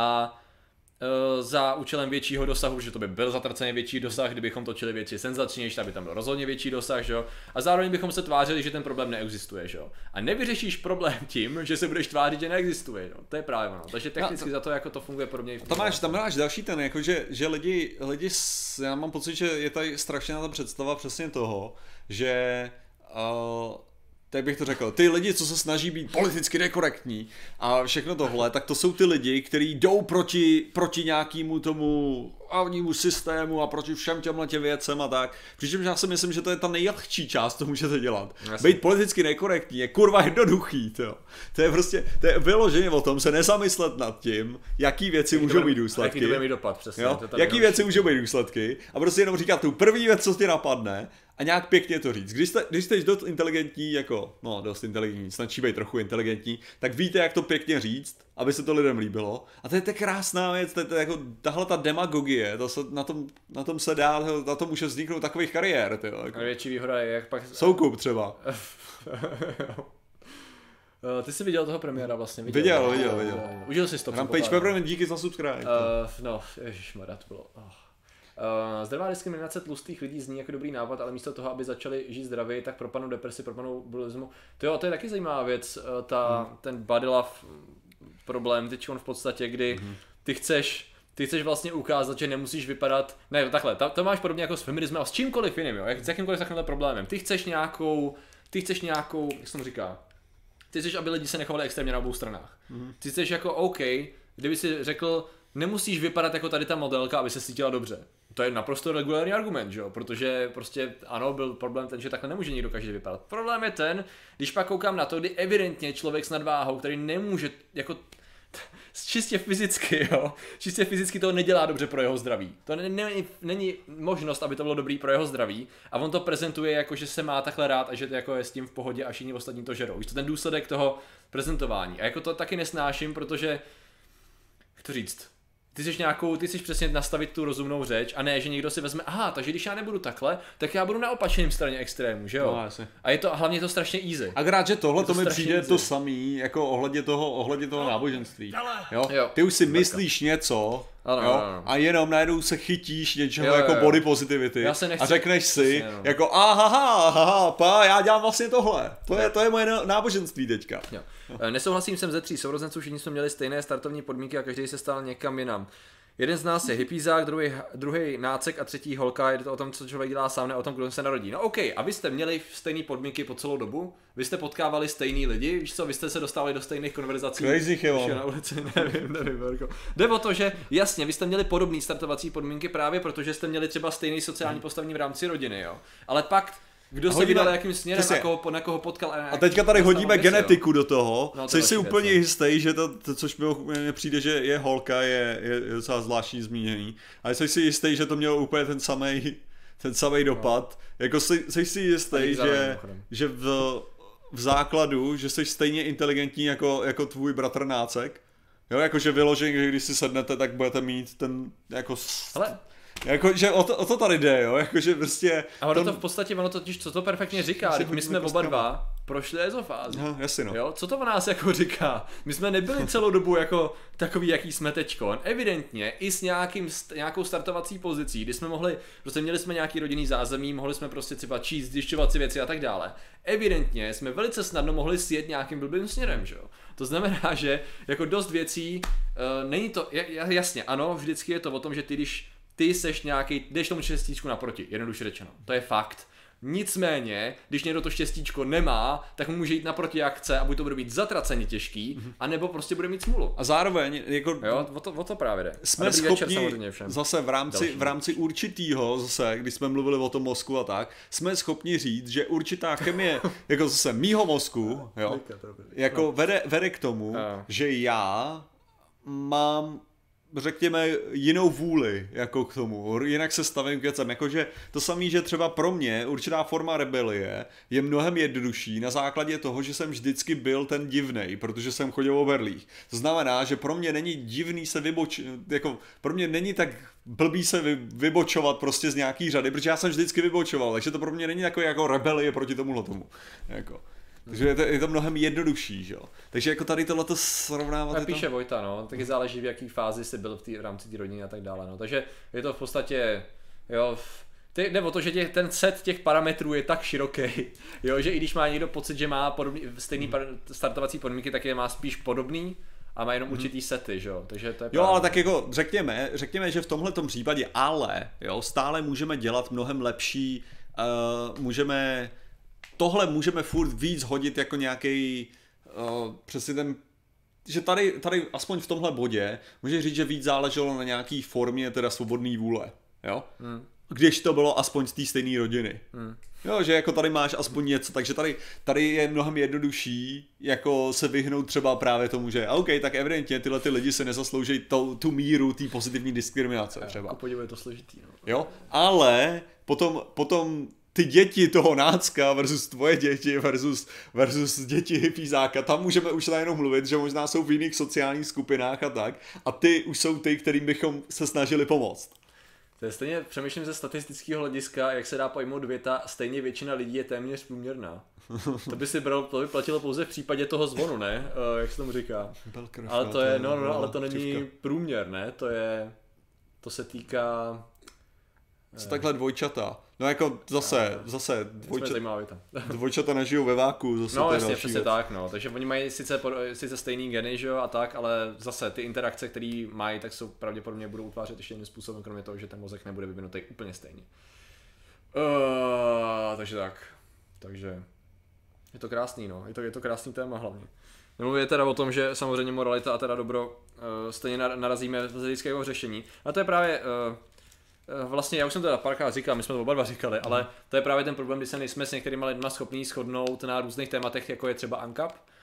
a uh, za účelem většího dosahu, že to by byl zatraceně větší dosah, kdybychom točili věci senzačnější, tak by tam byl rozhodně větší dosah, že jo? A zároveň bychom se tvářili, že ten problém neexistuje, že jo? A nevyřešíš problém tím, že se budeš tvářit, že neexistuje, jo? To je právě ono. Takže technicky no, to, za to jako to funguje podobně i v tom. Tam máš, tam máš další ten, jako že, že lidi, lidi, já mám pocit, že je tady strašná ta představa přesně toho, že uh, tak bych to řekl, ty lidi, co se snaží být politicky nekorektní a všechno tohle, tak to jsou ty lidi, kteří jdou proti, proti nějakému tomu hlavnímu systému a proti všem těmhle těm věcem a tak. Přičemž já si myslím, že to je ta nejlehčí část, to můžete dělat. Jasně. Být politicky nekorektní je kurva jednoduchý, to. To je prostě, to je vyloženě o tom se nezamyslet nad tím, jaký věci jaký můžou být důsledky. Jaký to mít dopad, přesně. Jo? Jaký věci můžou být důsledky a prostě jenom říkat tu první věc, co ti napadne a nějak pěkně to říct. Když jste, když jste dost inteligentní, jako, no dost inteligentní, snaží být trochu inteligentní, tak víte, jak to pěkně říct, aby se to lidem líbilo. A to je ta krásná věc, to je, to je jako tahle ta demagogie, to se, na, tom, na tom se dá, na tom může vzniknout takových kariér. Tyjo, jako. A větší výhoda je, jak pak... Soukup třeba. Ty jsi viděl toho premiéra vlastně? Viděl, viděl, viděl. viděl. Užil jsi to? Rampage Peppermint, díky za subscribe. Uh, no, ježišmarja, to bylo... Oh. Uh, zdravá diskriminace tlustých lidí zní jako dobrý nápad, ale místo toho, aby začali žít zdravě, tak propadnou depresi, propadnou bulismu. To jo, to je taky zajímavá věc, ta, hmm. ten body love problém teď v podstatě, kdy hmm. ty chceš ty chceš vlastně ukázat, že nemusíš vypadat, ne takhle, to, to máš podobně jako s feminismem a s čímkoliv jiným, jo, jak, s jakýmkoliv takovým problémem. Ty chceš nějakou, ty chceš nějakou, jak se tomu říká, ty chceš, aby lidi se nechovali extrémně na obou stranách. Hmm. Ty chceš jako OK, kdyby si řekl, nemusíš vypadat jako tady ta modelka, aby se cítila dobře. To je naprosto regulární argument, že jo? Protože prostě ano, byl problém ten, že takhle nemůže nikdo každý vypadat. Problém je ten, když pak koukám na to, kdy evidentně člověk s nadváhou, který nemůže jako čistě fyzicky, jo, čistě fyzicky to nedělá dobře pro jeho zdraví. To není, není možnost, aby to bylo dobrý pro jeho zdraví a on to prezentuje jako, že se má takhle rád a že to jako je s tím v pohodě a všichni ostatní to žerou. Víš, to ten důsledek toho prezentování. A jako to taky nesnáším, protože, jak to říct, ty jsi nějakou, ty jsi přesně nastavit tu rozumnou řeč a ne, že někdo si vezme, aha, takže když já nebudu takhle, tak já budu na opačném straně extrému, že jo? No, asi. A je to, hlavně je to strašně easy. A rád, že tohle to, to mi přijde easy. To samý, jako ohledně toho, ohledně toho no, náboženství. Jo? Jo. Ty už si myslíš něco, ano, jo? Ano, ano. A jenom najednou se chytíš něčeho Jo, jo, jako jo. body positivity Já se nechci- a řekneš si, Přesně, no. jako aha, aha, pa, já dělám vlastně tohle. To je, to je moje náboženství teďka. Jo. Nesouhlasím jsem ze tří sourozenců, všichni jsme měli stejné startovní podmínky a každý se stal někam jinam. Jeden z nás je hippízák, druhý, druhý nácek a třetí holka, je to o tom, co člověk dělá sám, ne o tom, kdo se narodí. No OK, a vy jste měli stejné podmínky po celou dobu? Vy jste potkávali stejný lidi, víš co, vy jste se dostávali do stejných konverzací. Crazy chyba. Na ulici, nevím, nevím, Marko. Jde o to, že jasně, vy jste měli podobné startovací podmínky právě protože jste měli třeba stejný sociální postavení v rámci rodiny, jo. Ale pak kdo se vydal jakým směrem, na koho, na koho potkal. A, a teďka tady hodíme mysl, genetiku jo. do toho, no, jsi si úplně jistý, že to, to což mi přijde, že je holka, je, je, je docela zvláštní zmíněný, ale jsi si jistý, že to mělo úplně ten samej, ten samej dopad, no. Jako jsi, jsi si jistý, že, že v, v základu, že jsi stejně inteligentní jako, jako tvůj bratr nácek, jo, jakože vyloženě, když si sednete, tak budete mít ten, jako... Hele. Jako, že o to, o to tady jde, jo, jakože prostě... A ono to v podstatě, ono totiž, co to perfektně říká, my jsme oba dva prošli ezofázi. No, jasně no. Jo, co to o nás jako říká? My jsme nebyli celou dobu jako takový, jaký jsme teďko. Evidentně i s nějakým, nějakou startovací pozicí, kdy jsme mohli, prostě měli jsme nějaký rodinný zázemí, mohli jsme prostě třeba číst, zjišťovat si věci a tak dále. Evidentně jsme velice snadno mohli sjet nějakým blbým směrem, že jo. To znamená, že jako dost věcí, uh, není to, jasně, ano, vždycky je to o tom, že ty, když ty seš nějaký, jdeš tomu šestíčku naproti, jednoduše řečeno. To je fakt. Nicméně, když někdo to štěstíčko nemá, tak mu může jít naproti jak chce a buď to bude být zatraceně těžký, mm-hmm. anebo prostě bude mít smůlu. A zároveň, jako... Jo, o to, o to právě jde. Jsme schopni zase v rámci, v rámci určitýho, zase, když jsme mluvili o tom mozku a tak, jsme schopni říct, že určitá chemie, jako zase mýho mozku, jo, jako vede, vede k tomu, no. že já mám... řekněme, jinou vůli jako k tomu, jinak se stavím k věcem, jakože to samé, že třeba pro mě určitá forma rebelie je mnohem jednodušší na základě toho, že jsem vždycky byl ten divnej, protože jsem chodil o berlích. To znamená, že pro mě není divný se vyboč... jako pro mě není tak blbý se vy, vybočovat prostě z nějaký řady, protože já jsem vždycky vybočoval, takže to pro mě není takové jako rebelie proti tomuhle tomu. Jako. Takže je to, je to mnohem jednodušší, že jo. Takže jako tady tohleto srovnávat... Tak píše to... Vojta, no, taky záleží v jaký fázi jsi byl v, tý, v rámci té rodiny a tak dále, no. Takže je to v podstatě, jo, ty, jde o to, že těch, ten set těch parametrů je tak široký, jo, že i když má někdo pocit, že má podobný, stejný hmm. par, startovací podmínky, tak je má spíš podobný a má jenom určitý sety, že jo, takže to je jo, ale tak jako řekněme, řekněme, že v tomhletom případě, ale, jo, stále můžeme dělat mnohem lepší, uh, můžeme... Tohle můžeme furt víc hodit jako nějaký uh, přesně ten, že tady, tady aspoň v tomhle bodě můžeš říct, že víc záleželo na nějaký formě teda svobodný vůle, jo? Hmm. Když to bylo aspoň z té stejné rodiny. Hmm. Jo, že jako tady máš aspoň něco, takže tady, tady je mnohem jednodušší jako se vyhnout třeba právě tomu, že OK, tak evidentně tyhle ty lidi se nezaslouží to, tu míru té pozitivní diskriminace třeba. Jako podívej, je to složitý, no. Jo, ale potom, potom ty děti toho nácka versus tvoje děti versus, versus děti hippízáka, tam můžeme už najednou mluvit, že možná jsou v jiných sociálních skupinách a tak. A ty už jsou ty, kterým bychom se snažili pomoct. To je stejně, přemýšlím ze statistického hlediska, jak se dá pojmout věta, stejně většina lidí je téměř průměrná. To by si bral, to by platilo pouze v případě toho zvonu, ne? Uh, jak se tomu říká? Belkrov, ale to je, no, no, ale to není průměr, ne? To je, to se týká... Co takhle dvojčata? No jako zase, no, zase dvojčata, dvojčata nežijou ve váku. Zase no jasně, přesně tak, no. Takže oni mají sice, sice stejný geny, že jo, a tak, ale zase ty interakce, které mají, tak jsou pravděpodobně budou utvářet ještě jiným způsobem, kromě toho, že ten mozek nebude vyvinutý úplně stejně. Uh, takže tak. Takže je to krásný, no. Je to, je to krásný téma hlavně. Nemluvě teda o tom, že samozřejmě moralita a teda dobro uh, stejně narazíme z hlediského řešení. A to je právě... Uh, Vlastně já už jsem teda párkrát říkal, my jsme to oba dva říkali, ale to je právě ten problém, kdy se nejsme s některýma lidma schopní shodnout na různých tématech, jako je třeba ANCAP,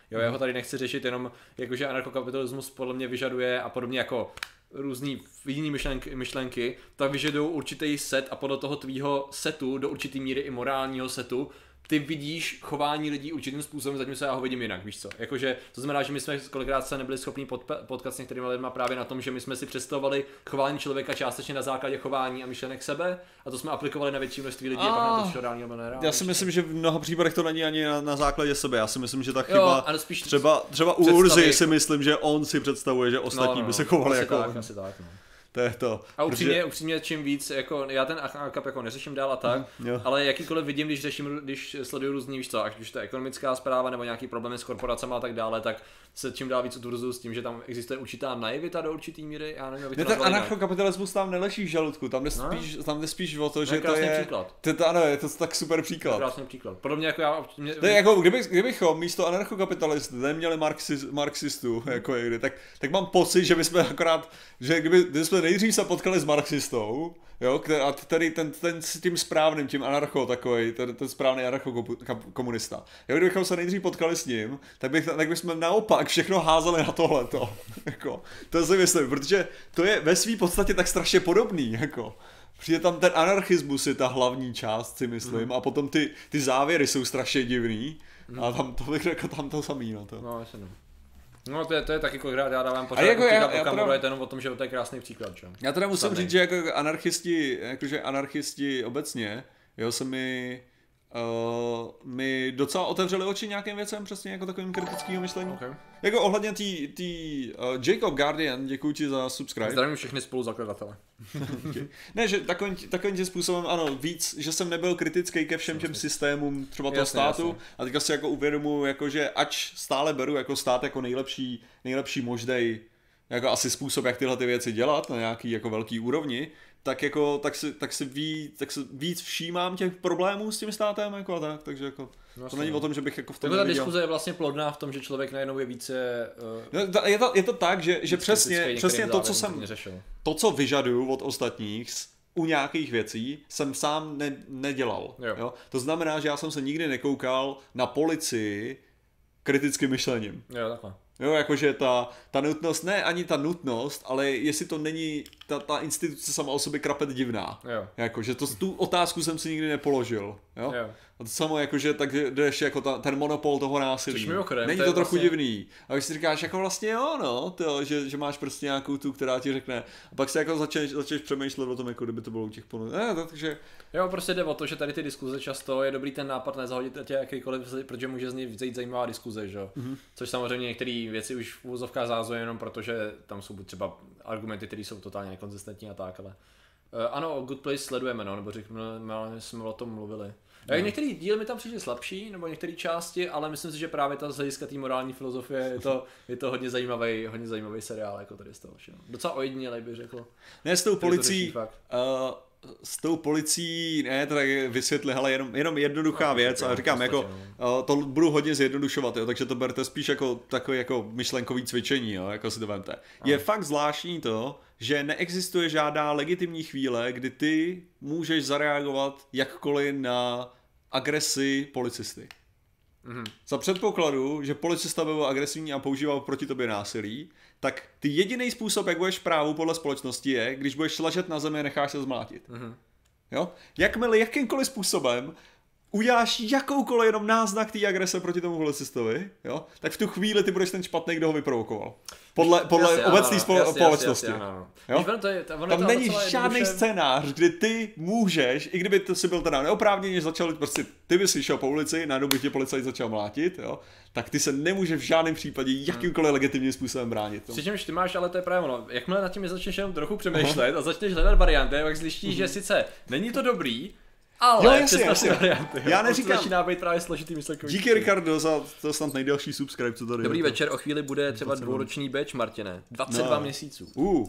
Jo, já ho tady nechci řešit jenom, jakože anarchokapitalismus podle mě vyžaduje a podobně jako různý jiný myšlenky, myšlenky, tak vyžadují určitý set a podle toho tvýho setu, do určitý míry i morálního setu, ty vidíš chování lidí určitým způsobem, zatímco já ho vidím jinak, víš co. Jakože to znamená, že my jsme kolikrát se nebyli schopni potkat s některými lidmi právě na tom, že my jsme si představovali chování člověka částečně na základě chování a myšlenek sebe a to jsme aplikovali na větší množství lidí a, a pak na to přišlo reálně nebo nereálně. Já si myslím, že v mnoha případech to není ani na, na základě sebe. Já si myslím, že ta chyba jo, spíš třeba, třeba u Urzy si myslím, že on si představuje, že ostatní no, no, by se chovali jako tak, asi tak, no. To je to. A upřímně, protože... upřímně čím víc, jako já ten akap jako neřeším dál a tak, mm, ale jakýkoliv vidím, když řeším, když sleduju různý, víš co, ať už to je ekonomická zpráva nebo nějaký problémy s korporacemi a tak dále, tak se čím dál víc utvrzuju s tím, že tam existuje určitá naivita do určitý míry. Já nevím, ne, ten anarchokapitalismus tam neleží v žaludku, tam jde spíš, no? tam jde spíš o to, že to je... příklad. To, to, ano, je to tak super příklad. To je krásný příklad. Podobně jako já... Mě... To je jako, kdyby, kdybychom místo anarchokapitalistů neměli marxist, marxistů, jako někdy, tak, tak mám pocit, že bychom akorát, že kdyby, kdyby jsme nejdřív se potkali s marxistou, jo, a tady ten, ten s tím správným, tím anarcho takovej, ten, ten správný anarchokomunista. Jo, kdybychom se nejdřív potkali s ním, tak, bych, tak bychom naopak všechno házeli na tohleto. Jako, to si myslím, protože to je ve své podstatě tak strašně podobný, jako. Protože tam ten anarchismus je ta hlavní část, si myslím, mm. a potom ty, ty závěry jsou strašně divný, mm. a tam to bych řekl, tam to samý na to. No, asi ne. No to je, to je taky kolikrát, já dávám pořád jako já, já teda, je to jenom o tom, že to je krásný příklad, čo? Já teda musím Sadej. říct, že jako anarchisti, jakože anarchisti obecně, jo, se mi, uh, mi docela otevřeli oči nějakým věcem, přesně jako takovým kritickým myšlení. Okay. Jako ohledně tý, tý uh, Jacob Guardian, děkuji ti za subscribe. Zdravím všechny spoluzakladatele. Okay. Ne, že takovým, takovým tím způsobem, ano, víc, že jsem nebyl kritický ke všem těm systémům třeba toho jasně, státu jasně. A teďka si jako uvědomuji, jako, že ač stále beru jako stát jako nejlepší, nejlepší možnej, jako asi způsob, jak tyhle ty věci dělat na nějaký jako velký úrovni, tak jako, tak si, tak si víc, tak si víc všímám těch problémů s tím státem, jako a tak, takže jako, no, to není o tom, že bych jako v tom neviděl. Ta diskuze je vlastně plodná v tom, že člověk najednou je více... Uh, no, je, to, je to tak, že, že přesně, přesně to, co jsem, to, co vyžaduju od ostatních u nějakých věcí, jsem sám ne, nedělal, jo. Jo? To znamená, že já jsem se nikdy nekoukal na policii kritickým myšlením. Jo, takhle. Jo, jakože ta, ta nutnost, ne ani ta nutnost, ale jestli to není ta, ta instituce sama o sobě krapet divná. Jo. Jakože to, tu otázku jsem si nikdy nepoložil. Jo? Jo. A to samo jakože tak jdeš jako ta, ten monopol toho násilí. Mimochodem, není to, to trochu vlastně... divný. A když si říkáš jako vlastně jo no, to, že, že máš prostě nějakou tu, která ti řekne. A pak se jako začneš, začneš přemýšlet o tom, jako kdyby to bylo u těch ponů. Ne, takže... Jo, prostě jde o to, že tady ty diskuze často je dobrý ten nápad nezahodit tě jakýkoliv, protože může z něj vzít zajímavá diskuze, že jo. Mm-hmm. Což samozřejmě některé věci už v úvozovkách zázuje jenom protože tam jsou třeba argumenty, které jsou totálně nekonzistentní a tak, ale uh, ano, Good Place sledujeme, no, nebo řekněme, jsme o tom mluvili. No. Některý díly mi tam přijde slabší, nebo některé části, ale myslím si, že právě ta z hlediska té morální filozofie je to, je to hodně zajímavý, hodně zajímavý seriál, jako tady z toho všeho. Docela ojedinělej bych řekl. Ne, s tou policií, uh, s tou policií, ne, to tak vysvětli, ale jenom, jenom jednoduchá no, věc, a říkám, jako, no. to budu hodně zjednodušovat, jo, takže to berte spíš jako takový jako myšlenkový cvičení, jo, jako si to vemte. No. Je fakt zvláštní to, že neexistuje žádná legitimní chvíle, kdy ty můžeš zareagovat jakkoliv na agresi policisty. Mm-hmm. Za předpokladu, že policista byl agresivní a používal proti tobě násilí, tak ty jediný způsob, jak budeš právu podle společnosti je, když budeš ležet na zemi a necháš se zmlátit. Mm-hmm. Jo? Jakmile jakýmkoliv způsobem uděláš jakoukoliv jenom náznak té agrese proti tomu policistovi, jo? Tak v tu chvíli ty budeš ten špatný, kdo ho vyprovokoval. Podle, podle obecné společnosti. Tam není žádný scénář, kdy ty můžeš, i kdyby to si byl teda neoprávněně, začal, prostě ty bys šel po ulici, najednou by tě policajt začal mlátit, jo? Tak ty se nemůžeš v žádném případě jakýmkoliv legitimním způsobem bránit. Přičemž ty máš, ale to je právě ono. Jakmile nad tím začneš jenom trochu přemýšlet Aha. a začneš hledat varianty, tak zjistíš, že sice není to dobrý, ale jo, jasně, jasně. varianty. Já neříkám. Začíná být právě složitý myslekový. Díky Ricardo za to snad nejdelší subscribe, co tady. Dobrý večer, o chvíli bude třeba dvouroční batch, Martine. dvacet dva no. měsíců. Uh.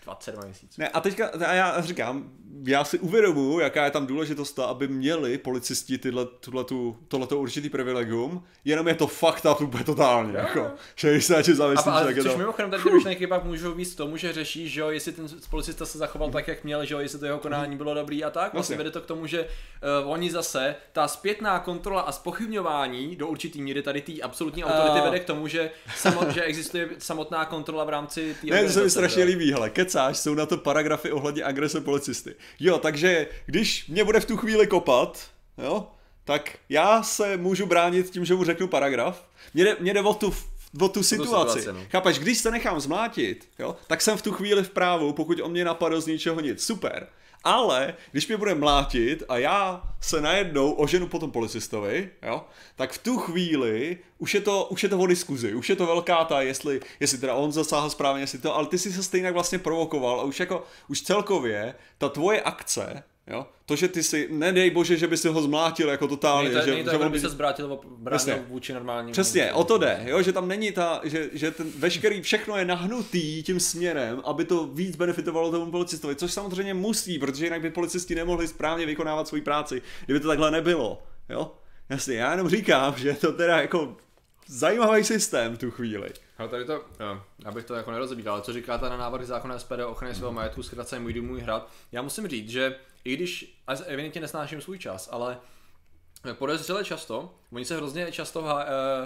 dvacet dva měsíců. Ne, a teďka, a já říkám, já si uvědomuji, jaká je tam důležitost ta, aby měli policisti tyhle, tuhletu, tohleto určitý privilegium, jenom je to fakt up úplně totálně, no, jako, že když se na tím zamyslíš, a, a, tak je to... což mimochodem tady ty myšlenky pak můžou víc tomu, že řeší, že jo, jestli ten policista se zachoval tak, jak měl, že jo, jestli to jeho konání bylo dobrý a tak, vlastně vede to k tomu, že uh, oni zase, ta zpětná kontrola a zpochybňování do určitý míry tady té absolutní autority uh... vede k tomu, že, samo, že existuje samotná kontrola v rámci té Ne, to se mi strašně líbí, hele, kecáš, jsou na to paragrafy ohledně agrese policisty. Jo, takže když mě bude v tu chvíli kopat, jo, tak já se můžu bránit tím, že mu řeknu paragraf. Mě jde, mě jde o tu, o tu situaci. situaci no. Chápeš, když se nechám zmlátit, jo, tak jsem v tu chvíli v právu, pokud on mě napadl z ničeho nic. Super. Ale když mě bude mlátit a já se najednou oženu po tom policistovi, jo, tak v tu chvíli už je to, už je to o diskuzi, už je to velká ta, jestli, jestli teda on zasáhl správně, jestli to, ale ty jsi se stejně vlastně provokoval a už jako, už celkově ta tvoje akce, jo, to, že ty si, nedej bože, že by si ho zmlátil jako totálně. Není to, že, není to že jako on by se zbrátil bránil vůči normálním. Přesně, o to jde, jo, že tam není ta, že, že ten veškerý všechno je nahnutý tím směrem, aby to víc benefitovalo tomu policistovi, což samozřejmě musí, protože jinak by policisti nemohli správně vykonávat svoji práci, kdyby to takhle nebylo, jo. Jasně, já jenom říkám, že je to teda jako zajímavý systém v tu chvíli. Ale tady to, jo, abych to jako nerozebíral, ale co říkáte na návrh zákona S P D o ochraně svého majetku, zkráceně můj dům, můj hrad, já musím říct, že i když, a evidentně nesnáším svůj čas, ale podezřele často, oni se hrozně často há,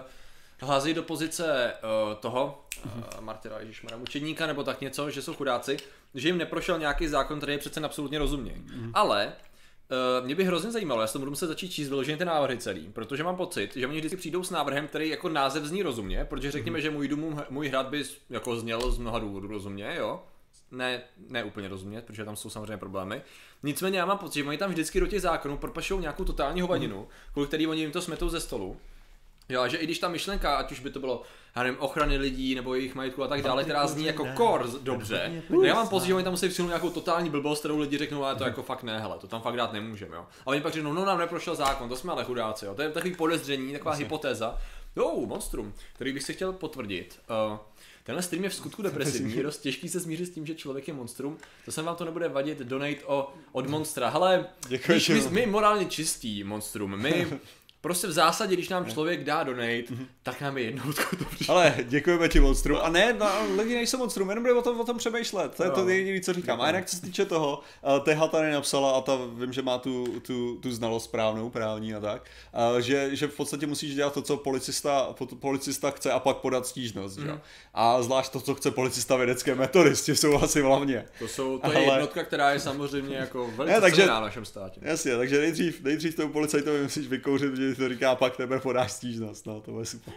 uh, házejí do pozice uh, toho, uh, martyra, ježišmarja, mučedníka nebo tak něco, že jsou chudáci, že jim neprošel nějaký zákon, který je přece absolutně rozuměj. Mm. Ale Uh, mě by hrozně zajímalo, já se to budu muset začít číst vyloženě ty návrhy celý, protože mám pocit, že oni vždycky přijdou s návrhem, který jako název zní rozumně, protože řekněme, mm. že můj dům, můj hrad by jako zněl z mnoha důvodů rozumně, jo? Ne, ne úplně rozumně, protože tam jsou samozřejmě problémy. Nicméně já mám pocit, že oni tam vždycky do těch zákonů propašou nějakou totální hovadinu, mm. kvůli který oni jim to smetou ze stolu. Jo, a že i když ta myšlenka, ať už by to bylo, já nevím, ochrany lidí nebo jejich majetku a tak dále, která zní jako core dobře, no já mám pocit, že oni tam musí přijmout nějakou totální blbost, kterou lidi řeknou, ale to jako fakt ne, hele, to tam fakt dát nemůžeme, jo. A oni pak řeknou, no nám neprošel zákon, to jsme ale chudáci, jo. To je takový podezření, taková hypotéza. Jo, monstrum, který bych si chtěl potvrdit. Uh, Tenhle stream je v skutku depresivní, je dost těžký se smířit s tím, že člověk je monstrum. To se vám to nebude vadit, donate o, od monstra. Hele, my, my morálně čistí monstrum, my prostě v zásadě, když nám člověk dá donate, mm-hmm. tak nám je jednou to dobře. Ale děkujeme ti monstrum. A ne, no, lidi nejsou monstrum, jenom bude o tom, o tom přemýšlet. To je no. to jediné, co říkám. A jinak co se týče toho, uh, Teha tady napsala, a ta vím, že má tu, tu, tu znalost správnou, právní a tak, uh, že, že v podstatě musíš dělat to, co policista, policista chce a pak podat stížnost. Mm. Že? A zvlášť to, co chce policista vědecké metody, s tím souhlasím hlavně. To, jsou, to je Ale... jednotka, která je samozřejmě jako velice ne, silná v našem státě. Jasně, takže nejdřív, nejdřív tomu policajtovi musíš vykouřit, že to říká, pak tebe podáš stížnost, no to bude super.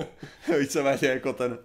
Víceméně jako ten.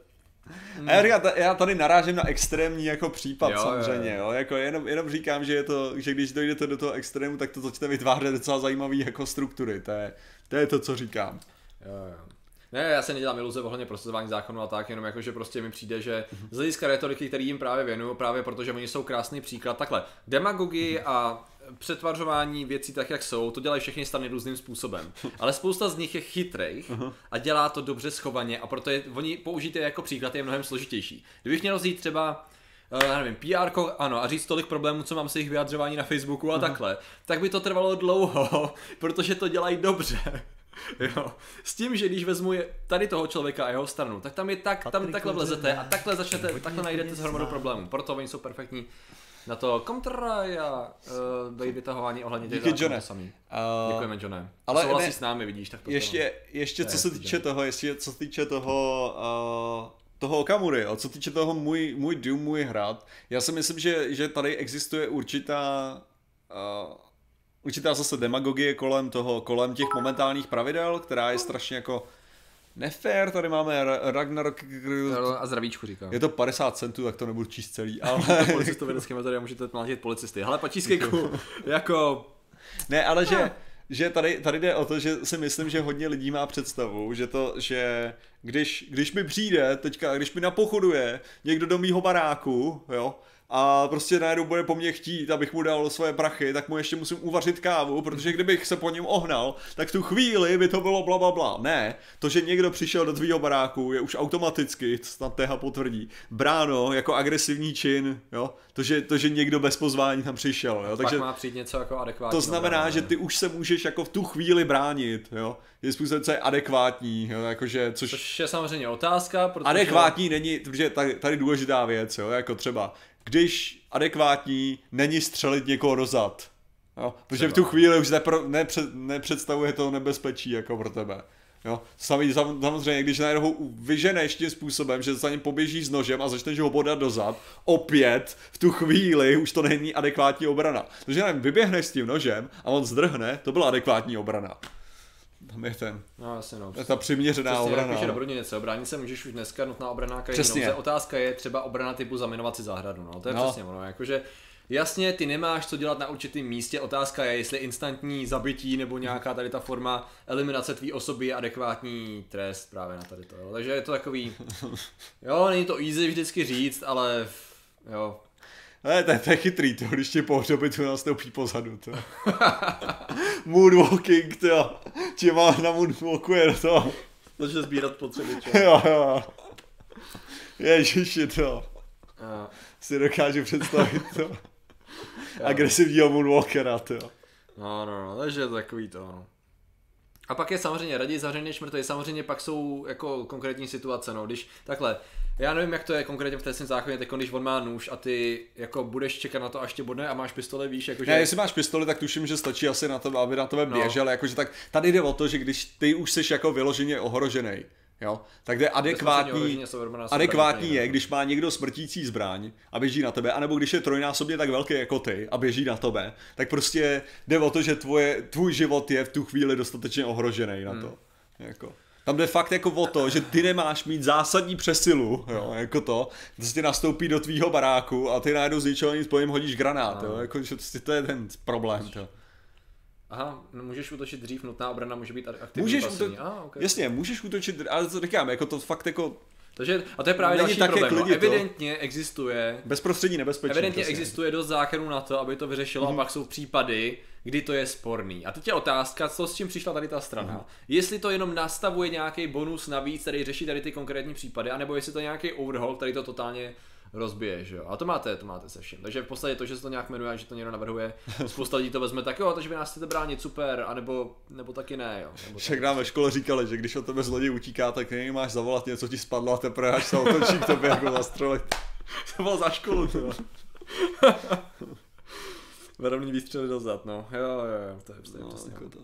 A já, říkám, já tady narážím na extrémní jako případ, jo, samozřejmě, jo, jo. Jako jenom, jenom říkám, že je to, že když dojdete do toho extrému, tak to začne vytvářet docela zajímavý jako struktury, to je, to je to, co říkám. Jo, jo. Ne, já se nedělám iluze ohledně prosazování zákonu a tak, jenom jako, že prostě mi přijde, že z hlediska retoriky, který jim právě věnuju, právě protože oni jsou krásný příklad, takhle, demagogii a přetvařování věcí tak, jak jsou, to dělají všechny strany různým způsobem. Ale spousta z nich je chytrých a dělá to dobře schovaně a proto je, oni použít je jako příklad je mnohem složitější. Kdybych měl vzít třeba já nevím, P R ko, ano, a říct tolik problémů, co mám se jejich vyjadřování na Facebooku a uh-huh. takhle, tak by to trvalo dlouho, protože to dělají dobře. Jo. S tím, že když vezmu je tady toho člověka a jeho stranu, tak tam je tak, tam takhle vlezete a takhle začnete, takhle najdete s hromadou problémů. Proto oni jsou perfektní na to kontra a uh, vytahování ohledně těch zákonů samý. Uh, Děkujeme, Johne. Ale souhlasí ne, s námi, vidíš, tak to ještě, ještě co se týče toho, ještě co se týče toho uh, toho Okamury, jo, co týče toho můj, můj dům, můj hrad, já si myslím, že, že tady existuje určitá uh, určitá zase demagogie kolem toho, kolem těch momentálních pravidel, která je strašně jako nefér, tady máme Ragnarok a zdravíčku říkám. Je to padesát centů, tak to nebudu číst celý, ale policistu vědecké metody můžete mlátit policisty. Hele, pačískejku, jako ne, ale že že tady, tady jde o to, že si myslím, že hodně lidí má představu, že to, že když, když mi přijde teďka, když mi napochoduje někdo do mýho baráku, jo, a prostě najednou bude po mně chtít, abych mu dal svoje prachy, tak mu ještě musím uvařit kávu, protože kdybych se po něm ohnal, tak v tu chvíli by to bylo bla bla bla. Ne, to, že někdo přišel do tvýho baráku, je už automaticky, snad Teha potvrdí, bráno jako agresivní čin, jo, to, že, to, že někdo bez pozvání tam přišel, jo, takže pak má přijít něco jako adekvátní. to znamená, obrana, že ty už se můžeš jako v tu chvíli bránit, jo, je způsob, co je adekvátní, jo, jakože, což... Což je samozřejmě otázka, protože... Adekvátní není, protože tady, tady důležitá věc, jo, jako třeba, když adekvátní není střelit někoho do zad, jo, protože třeba v tu chvíli už nepro, nepřed, nepředstavuje to nebezpečí jako pro tebe. Jo, sami, samozřejmě, když najednou ho vyženeš tím způsobem, že za ním poběží s nožem a začneš ho bodat dozad, opět v tu chvíli už to není adekvátní obrana. Takže nevím, vyběhneš s tím nožem a on zdrhne, to byla adekvátní obrana. Tam je ten. No jasně no. Je ta přiměřená přesně, obrana. Přesně, jak něco, obránit se můžeš už dneska, nutná obrana krajiny. Otázka je třeba obrana typu zaminovat si zahradu, no, to je no. Přesně ono, jakože jasně, ty nemáš co dělat na určitém místě, otázka je, jestli instantní zabití nebo nějaká tady ta forma eliminace tvý osoby je adekvátní trest právě na tady to, jo. Takže je to takový, jo, není to easy vždycky říct, ale jo. Ne, to je, to je chytrý, to, když ti po hřobitu nastoupí pozadu, to. Moonwalking, to, tě má na moonwalkuje do toho. Začne sbírat potřeby, čo? Jo, jo. Ježiši, to. A. Si dokážu představit to. Agresivního moonwalkera, to. No, no, no, takže je to takový to, no. A pak je samozřejmě raději zavřený než mrtvý, samozřejmě pak jsou jako konkrétní situace, no, když takhle, já nevím, jak to je konkrétně v trestním zákoně, tak když on má nůž a ty jako budeš čekat na to, až tě bodne a máš pistoli, víš, jakože... Ne, jestli máš pistoli, tak tuším, že stačí asi na to, aby na tebe běžel, no. Jakože tak tady jde o to, že když ty už jsi jako vyloženě ohrožený, jo, tak jde adekvátní, adekvátní je, když má někdo smrtící zbraň a běží na tebe, anebo když je trojnásobně tak velký jako ty a běží na tebe, tak prostě jde o to, že tvoje, tvůj život je v tu chvíli dostatečně ohrožený na to. Hmm. Jako. Tam jde fakt jako o to, že ty nemáš mít zásadní přesilu, jo, jako to, prostě nastoupí do tvýho baráku a ty najednou z ničeho nic po něm hodíš granát, jo, jako, že to je ten problém, to. Aha, no můžeš útočit dřív, nutná obrana může být aktivní. Můžeš útočit, ah, okay. Jasně, můžeš útočit, ale to říkám, jako to fakt jako... Takže, a to je právě další problém, no, evidentně to. Existuje... Bezprostřední nebezpečí. Evidentně přesně. Existuje dost zákonů na to, aby to vyřešilo mm-hmm. a pak jsou případy, kdy to je sporný. A teď je otázka, co s čím přišla tady ta strana. Mm-hmm. Jestli to jenom nastavuje nějaký bonus navíc, který řeší tady ty konkrétní případy, anebo jestli to nějaký overhaul, který to totálně rozbije, že jo. A to máte, to máte se vším. Takže v podstatě to, že se to nějak jmenuje, že to někdo navrhuje, spousta lidí to vezme tak jo, takže by nás chcete bránit, super, anebo, nebo taky ne, jo. Však nám ve škole říkali, že když od tebe zloděj utíká, tak něj máš zavolat něco ti spadlo a teprve až se otočí k tobě jako zastřelit. To bylo za školu, to. Vedomní výstřely dozad, no. Jo, jo, jo, to je přesně. No, přesně. Jako to.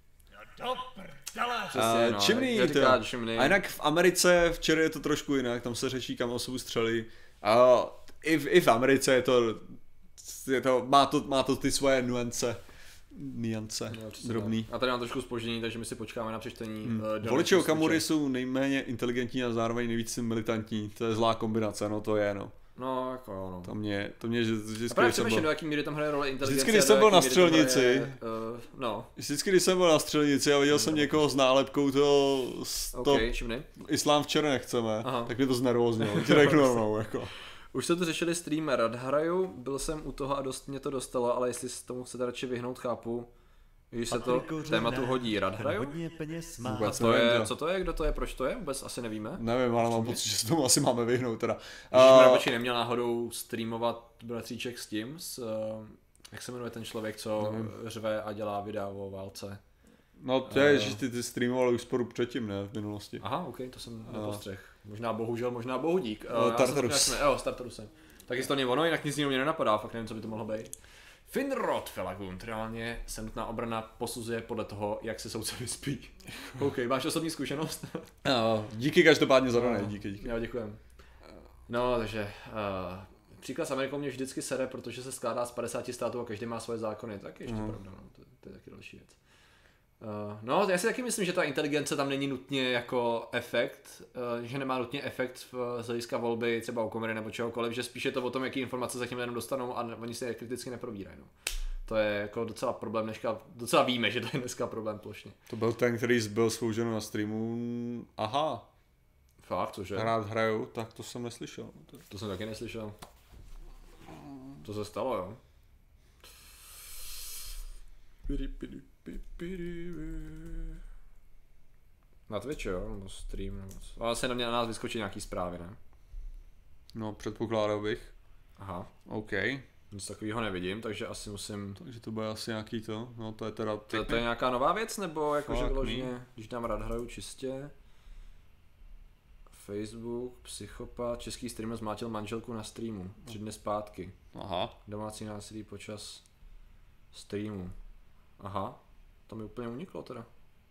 Přesně, no, čimný, to. A jinak v Americe včera je to trošku jinak, tam se řeší, kam osobu střelí. A i v, i v Americe je to, je to, má to, má to ty svoje nuance, niance, no, drobný. A tady mám trošku zpoždění, takže my si počkáme na přečtení. Hmm. Uh, Voliči Okamury jsou nejméně inteligentní a zároveň nejvíc militantní, to je zlá kombinace, no to je, no. No, jako jo, no. To mě, to mě vždycky... A právě přemýšlím, do jaký míry tam hraje role inteligence. Vždycky, když jsem byl na střelnici, hraje, uh, no. Vždycky, když jsem byl na střelnici a viděl no. jsem někoho s nálepkou toho... Okay, Islám v černé chceme, aha. Tak mě to znervóznilo, ti řeknu rovnou, jako. Už jste to řešili streamer Radhraju, byl jsem u toho a dost mě to dostalo, ale jestli se tomu chcete radši vyhnout, chápu. Když se to tématu hodí Radhraju? A to je, co to je, kdo to je, proč to je? Vůbec asi nevíme. Nevím, ale mám pocit, že se tomu asi máme vyhnout teda. Když uh, neměl náhodou streamovat bratříček s tím, s, uh, jak se jmenuje ten člověk, co nevím. Řve a dělá videa o válce? No to je, uh, že ty, ty streamovali už sporu předtím, ne, v minulosti. Aha, ok, to jsem nepostřeh. Možná bohužel, možná bohudík. Uh, Tartarus. Jsem, jo, Tartarusem. Tak jestli to není ono, jinak nic jiného mě nenapadá, fakt nevím, co by to mohlo být. Finrod Felagund, reálně se nutná obrana posuzuje podle toho, jak se soudce vyspí. OK, máš osobní zkušenost? No, díky každopádně za no, díky, díky. Jo, děkujem. No, takže uh, příklad s Amerikou mě vždycky sere, protože se skládá z padesáti států a každý má svoje zákony, tak ještě mm. pravda, no, to, to je taky další věc. Uh, no, já si taky myslím, že ta inteligence tam není nutně jako efekt, uh, že nemá nutně efekt v, z hlediska volby třeba u komory nebo čehokoliv, že spíš je to o tom, jaký informace zatím jenom dostanou a oni si je kriticky neprobírají. No. To je jako docela problém dneška, docela víme, že to je dneska problém plošně. To byl ten, který byl svou ženou na streamu, aha. Fakt, cože? Rád hraju, tak to jsem neslyšel. To jsem taky neslyšel. To se stalo, jo. Na Twitchi, jo, nebo stream, nebo co. Ale asi na mě na nás vyskočí nějaký zprávy, ne? No, předpokládal bych. Aha. OK. Nic takového nevidím, takže asi musím... Takže to bude asi nějaký to, no to je teda... To, to je nějaká nová věc, nebo jakože vyloženě, když tam rád hraju čistě... Facebook, psychopat, český streamer zmátil manželku na streamu, tři dny zpátky. Aha. Domácí násilí počas streamu. Aha, to mi úplně uniklo teda.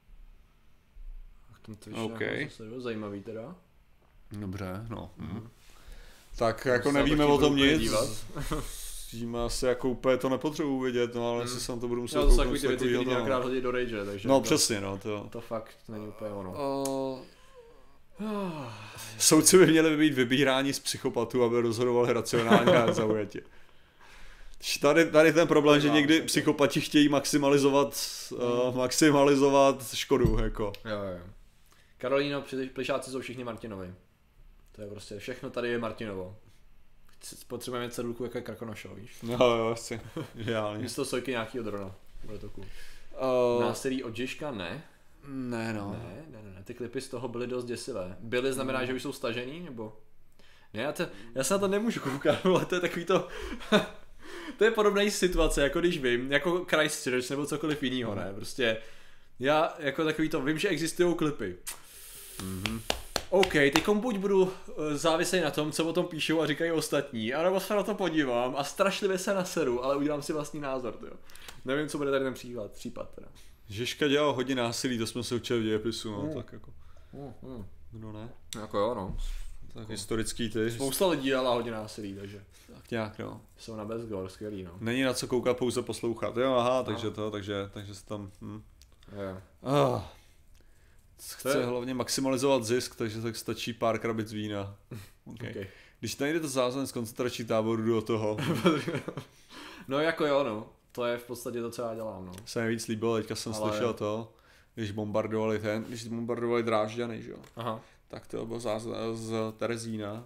Ten Twitch okay. je zajímavý teda. Dobře, no. Mm. Tak jako nevíme o tom nic. Tím asi jako úplně to nepotřebuji vidět, no ale mm. si se to budu muset kouknout. No to jsou takový ty věci, které nějakkrát hodí do rage, takže... No to, přesně, no to... To fakt není úplně ono. Uh... Soudci by měli být vybíráni z psychopatů, aby rozhodovali racionálně a zaujatě. Tady, tady ten problém, že někdy psychopati chtějí maximalizovat, uh, maximalizovat škodu, jako. Jo, jo. Karolíno, plišáci jsou všichni Martinovi. To je prostě, všechno tady je Martinovo. Potřebujeme cedulku, jako je Krakonošov, víš? No jo, asi, ideálně. Místo sojky nějakýho drona, bude to cool. Uh... Násilí od Žižka ne? Ne, no. Ne, ne, ne, ty klipy z toho byly dost děsivé. Byly znamená, no. že už jsou stažený, nebo? Ne, já, to, já se na to nemůžu koukat, ale to je takový to... To je podobná situace, jako když vím, jako Christchurch nebo cokoliv jiného, ne, prostě já jako takový to, vím, že existují klipy. Mm-hmm. OK, teďkom buď budu závislý na tom, co o tom píšou a říkají ostatní, anebo se na to podívám a strašlivě se naseru, ale udělám si vlastní názor, jo. Nevím, co bude tady ten příklad, případ teda. Žižka dělal hodně násilí, to jsme se učili v dějepisu, no, mm. tak jako. Mm, mm. No ne? Jako jo, no. Tak jako historický ty. Spousta lidí dělala hodně násilí, takže. Tak nějak, no. Jsou na Bezgor, skvělý, no. Není na co koukat, pouze poslouchat, jo, aha, takže to, takže, takže se tam, hm. Yeah. Ah. Chce je... hlavně maximalizovat zisk, takže tak stačí pár krabic vína. Okay. Okay. Když najdete záznam z koncentračních táborů do toho. No jako jo, no. To je v podstatě to, co já dělám, no. Se mi víc líbilo, teďka jsem Ale... slyšel to, když bombardovali ten, když bombardovali Drážďany, že jo. Aha. Tak to byl záznam z Terezína.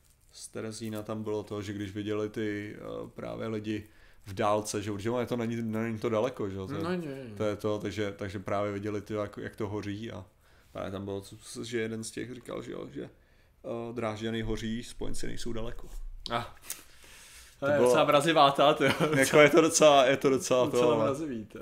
Z Terezína tam bylo to, že když viděli ty uh, právě lidi v dálce, že určitě to není, není to daleko, že jo. To, no, ne, ne. to je to, takže, takže právě viděli ty, jak, jak to hoří a právě tam bylo, že jeden z těch říkal, že jo, že uh, Drážďany hoří, spojenci nejsou daleko. Ah. To, to je bylo, docela mrazivá ta, to jako je to docela, je to docela, docela to, mrazivý, to.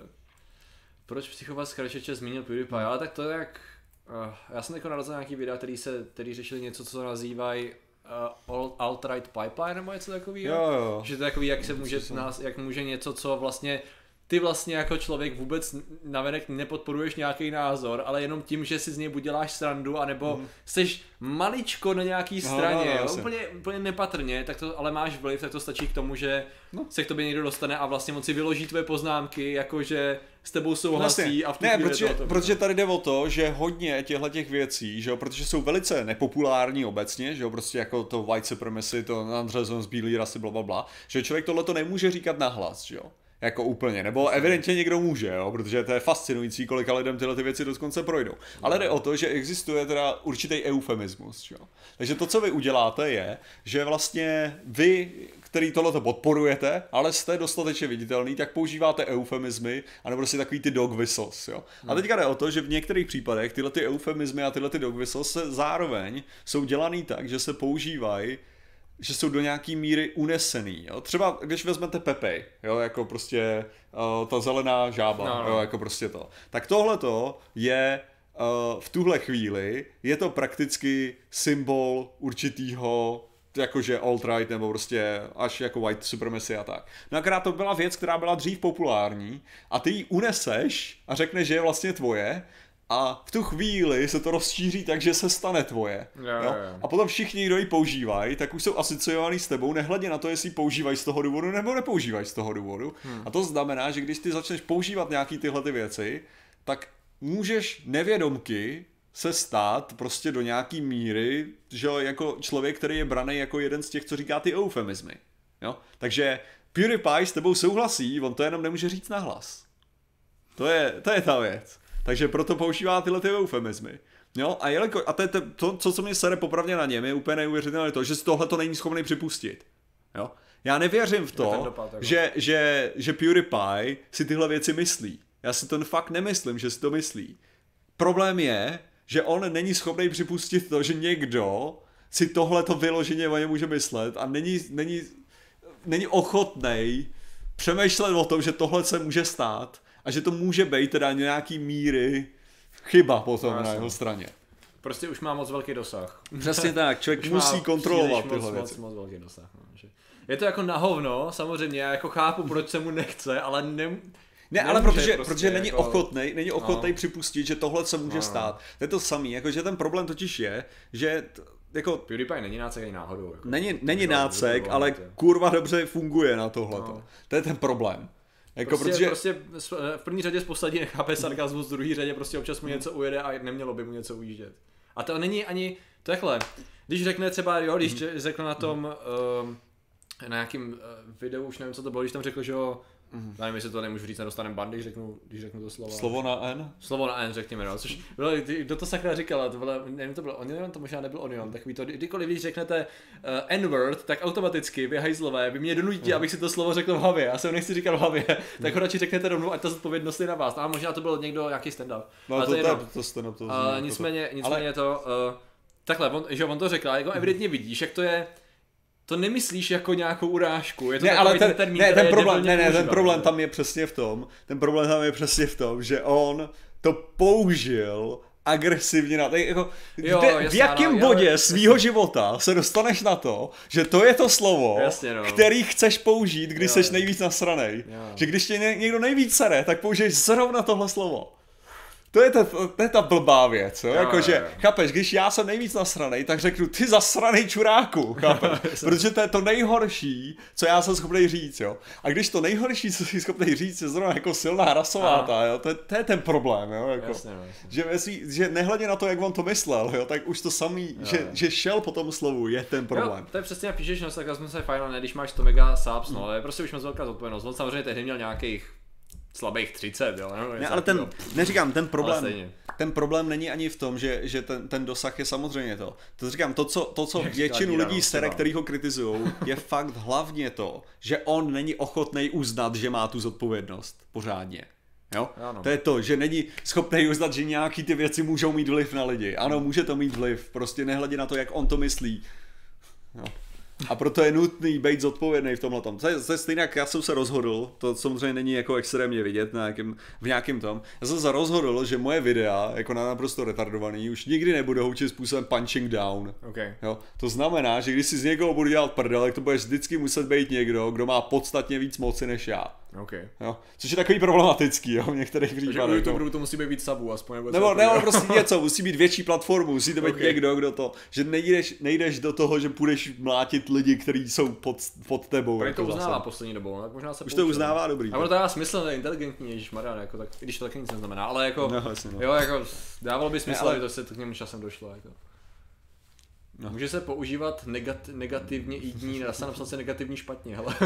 Proč psychopat z Kračeče zmínil PewDiePie, ale tak to je jak, uh, já jsem jako narazil na nějaký videa, který se, který řešili něco, co nazývají uh, alt-right pipeline nebo něco takového. Jo, jo. Že to je takový, jak se může, nás, jak může něco, co vlastně ty vlastně jako člověk vůbec navenek nepodporuješ nějaký názor, ale jenom tím, že si z něj buď děláš srandu, anebo hmm. seš maličko na nějaký straně, no, no, no, úplně, úplně nepatrně, tak to, ale máš vliv, tak to stačí k tomu, že no. se k tobě někdo dostane a vlastně on si vyloží tvoje poznámky, jakože s tebou souhlasí vlastně. A v tu ne, protože, to protože tady jde o to, že hodně těchto těch věcí, že jo, protože jsou velice nepopulární obecně, že jo, prostě jako to white supremacy, to nadřazenost bílý rasy, blablabla, že člověk tohle to nemůže říkat nahlas, že jo. Jako úplně, nebo evidentně někdo může, jo, protože to je fascinující, kolika lidem tyhle ty věci dokonce projdou. Ale jde o to, že existuje teda určitý eufemismus, jo. Takže to, co vy uděláte, je, že vlastně vy, který tohleto podporujete, ale jste dostatečně viditelný, tak používáte eufemismy, anebo prostě takový ty dog whistles, jo. A teďka jde o to, že v některých případech tyhle ty eufemismy a tyhle ty dog whistles se zároveň jsou dělaný tak, že se používají, že jsou do nějaký míry unesený, jo. Třeba když vezmete Pepe, jo, jako prostě uh, ta zelená žába, no, no. Jo, jako prostě to. Tak tohleto je uh, v tuhle chvíli, je to prakticky symbol určitýho, jakože alt-right nebo prostě až jako white supremacy a tak. No akorát to byla věc, která byla dřív populární a ty ji uneseš a řekneš, že je vlastně tvoje, a v tu chvíli se to rozšíří tak, že se stane tvoje. Jo, jo. Jo. A potom všichni, kdo ji používají, tak už jsou asociovaní s tebou, nehledě na to, jestli ji používají z toho důvodu nebo nepoužívají z toho důvodu. Hmm. A to znamená, že když ty začneš používat nějaký tyhle ty věci, tak můžeš nevědomky se stát prostě do nějaký míry, že jako člověk, který je braný jako jeden z těch, co říká ty eufemizmy. Jo? Takže PewDiePie s tebou souhlasí, on to jenom nemůže říct nahlas. To je, to je ta věc. Takže proto používá tyhle ty eufemizmy. Jo? A, jeliko, a to, je to, co, co mě sere popravdě na něm, je úplně neuvěřitelné to, že z tohle to není schopný připustit. Jo? Já nevěřím v Je to, ten dopad, jako. že, že, že PewDiePie si tyhle věci myslí. Já si to fakt nemyslím, že si to myslí. Problém je, že on není schopný připustit to, že někdo si tohleto vyloženě o něm může myslet a není, není, není ochotnej přemýšlet o tom, že tohle se může stát a že to může být teda nějaký míry chyba potom no, na jeho straně. Prostě už má moc velký dosah. Přesně tak, člověk už musí kontrolovat tyhle moc, věci. Moc, moc velký dosah. No, že... Je to jako na hovno, samozřejmě, já jako chápu, proč se mu nechce, ale ne... Ne, ale protože, prostě protože není jako... ochotnej, není ochotnej no. připustit, že tohle se může no. stát. To je to samý, jakože ten problém totiž je, že t, jako... PewDiePie není nácek ani náhodou. Jako, není není nácek, ale to. kurva dobře funguje na tohleto. No. To je ten problém. Jako prostě, protože... prostě v první řadě z poslední nechápe sarkazmus, v druhé řadě prostě občas mu něco ujede a nemělo by mu něco ujíždět. A to není ani takhle. Když řekne třeba, jo, když řekl na tom, um, na nějakým uh, videu, už nevím, co to bylo, když tam řekl, že jo, mm. nevím, jestli to nemůžu říct, nedostanem bandy, když řeknu, když řeknu to slovo. Slovo na N? Slovo na N, řekněme, no, což bylo, kdo to sakra říkal, to bylo, nevím, to bylo Onion, to možná nebyl Onion, takový to, kdykoliv, když řeknete uh, N-word, tak automaticky vy hajzlové, vy mě donutí, mm. abych si to slovo řekl v hlavě, já se ho nechci říkat v hlavě, mm. tak ho radši řeknete rovnou, ať ta zodpovědnost je na vás, no, a možná to byl někdo, nějaký stand-up. No ale to, to, to, to stand-up, to uh, nicméně, nicméně ale... to, uh, takhle, on, že on to řekl, jako evidentně vidíš, jak to je. To nemyslíš jako nějakou urážku, je to ne, ale ten, ten termín, ne, ten je problém, ne, ne, používat, ten problém tam je přesně v tom, ten problém tam je přesně v tom, že on to použil agresivně na to, jako, jo, kde, jasná, v jakém no, bodě ale... svýho života se dostaneš na to, že to je to slovo, jasně, no. který chceš použít, když jo. seš nejvíc nasranej. Jo. Že když tě někdo nejvíc sere, tak použiješ zrovna tohle slovo. To je, ta, to je ta blbá věc, jo? Jakože, chápeš, když já jsem nejvíc nasranej, tak řeknu, ty zasranej čuráku, chápeš? Protože to je to nejhorší, co já jsem schopný říct, jo? A když to nejhorší, co jsi schopný říct, je zrovna jako silná rasováta, jo? To, je, to je ten problém, jo? Jako, jasně, jasně. Že, myslí, že nehledě na to, jak on to myslel, jo? Tak už to samý, jo, že, jo. že šel po tom slovu, je ten problém. Jo, to je přesně, píšeš, no, tak jsme se fajn, ne, když máš to mega subs, no, ale prostě už moc velká zodpovědnost. On samozřejmě tehdy měl nějakých slabých třicet, jo. Ne, ale ten, neříkám, ten problém, ten problém není ani v tom, že, že ten, ten dosah je samozřejmě to. To říkám, to, co, to, co většinu lidí sere, který ho kritizujou, je fakt hlavně to, že on není ochotný uznat, že má tu zodpovědnost pořádně. Jo? Ano. To je to, že není schopný uznat, že nějaký ty věci můžou mít vliv na lidi. Ano, může to mít vliv, prostě nehledě na to, jak on to myslí. Jo. A proto je nutný být zodpovědný v tomhle tom. To je, to je stejně, jak já jsem se rozhodl, to samozřejmě není jako extrémně vidět na nějakým, v nějakém tom. Já jsem se rozhodl, že moje videa, jako na naprosto retardovaný, už nikdy nebudou určitým způsobem punching down. Okay. Jo? To znamená, že když si z někoho budu dělat prdel, tak to budeš vždycky muset být někdo, kdo má podstatně víc moci než já. Okay. Jo? Což je takový problematický, jo, v některých případech. Takže u YouTuberu to musí být víc sabů, aspoň. Nebo, nebo, nebo prostě něco, musí být větší platformu, musí to být okay. někdo, kdo to, že nejdeš, nejdeš do toho, že půjdeš mlátit lidi, kteří jsou pod, pod tebou. Protože to uznává poslední dobou, tak možná se už to uznává, dobrý. A ono to dává smysl, to je inteligentní, ježišmarja, jako tak, když to taky nic neznamená, ale jako, no, vlastně, no. jo, jako dávalo by smysl, aby to se k němu časem došlo, jako. No. Může se používat negat, negativně i dní, dá se napsat se negativní špatně, hele.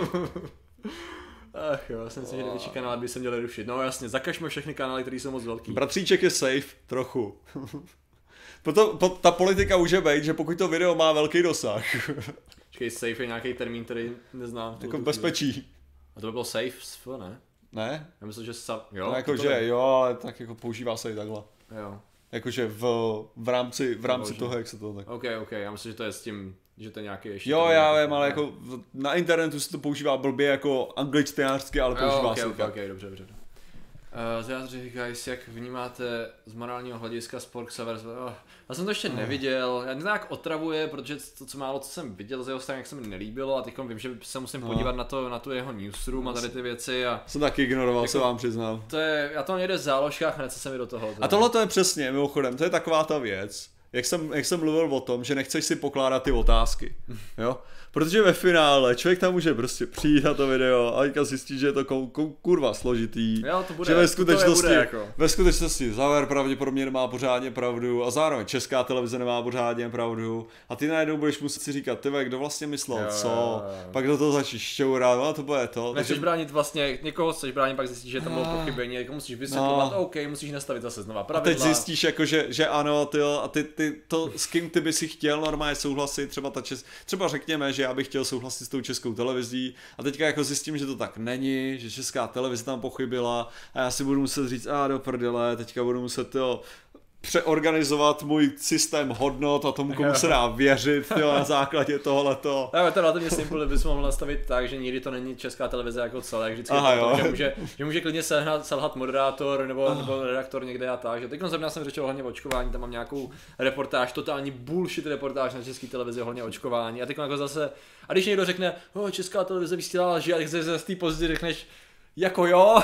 Ach jo, já si myslím, že největší kanály by se měly rušit. No jasně, zakažme všechny kanály, které jsou moc velký. Bratříček je safe, trochu. Proto, po, ta politika může být, že pokud to video má velký dosah. Počkej, safe je nějaký termín, který neznám. Jako bezpečí. A to by bylo safe, ne? Ne? Já myslím, že sa... jo. No, jako, že je. Jo, ale tak jako používá se i takhle. Jo. Jakože v, v rámci, v rámci toho, jak se to tak... Ok, ok, já myslím, že to je s tím, že to je nějaký ještě... Jo, já vím, ale jako na internetu se to používá blbě jako angličtinářsky, ale používá jo, okay, se okay, ok, dobře, dobře. Uh, Zjádři, guys, jak vnímáte z morálního hlediska Spork Savers? Oh, já jsem to ještě neviděl, já nějak otravuje, protože to, co málo, co jsem viděl z jeho strany, jak se mi nelíbilo a teď vím, že se musím no. podívat na, to, na tu jeho newsroom a tady ty věci a... Jsem taky ignoroval, jako, se vám přiznal. To je, já to mám někde v záložkách, hned se mi do toho. A tohle to je přesně, mimochodem, to je taková ta věc, jak jsem, jak jsem mluvil o tom, že nechceš si pokládat ty otázky, jo? Protože ve finále člověk tam může prostě přijít na to video a teďka zjistit, že je to kou, kou, kurva složitý, jo, to bude, že ve skutečnosti, to bude jako. ve skutečnosti Zawer pravděpodobně nemá pořádně pravdu a zároveň Česká televize nemá pořádně pravdu a ty najednou budeš muset si říkat, ty kdo vlastně myslel, jo, co, jo, jo. Pak do toho začneš šťourat, no to bude to. Nechceš takže... bránit vlastně, někoho chceš bránit, pak zjistíš, že tam bylo pochybení, jako musíš vysvětlovat, no. OK, musíš nastavit zase znova pravidla. A teď zjistíš jako, že, že ano, ty, a ty, ty ty, to, s kým ty by si chtěl normálně souhlasit, třeba ta čes, třeba řekněme, že já bych chtěl souhlasit s tou českou televizí a teďka jako zjistím, že to tak není, že česká televize tam pochybila a já si budu muset říct, a do prdele, teďka budu muset to přeorganizovat můj systém hodnot a tomu, komu se dá věřit, jo, na základě tohleto. Tak to relativně simple, bys mohl nastavit tak, že nikdy to není česká televize jako celé, vždycky Aha, je to, jo. že, může, že může klidně selhat, selhat moderátor nebo, oh. nebo redaktor někde a tak. Teď zrovna jsem řečil hlavně o očkování, tam mám nějakou reportáž, totální bullshit reportáž na české televizi ohledně očkování a teď jako zase, a když někdo řekne, oh, česká televize vysílala lži a z té pozici řekneš, jako jo,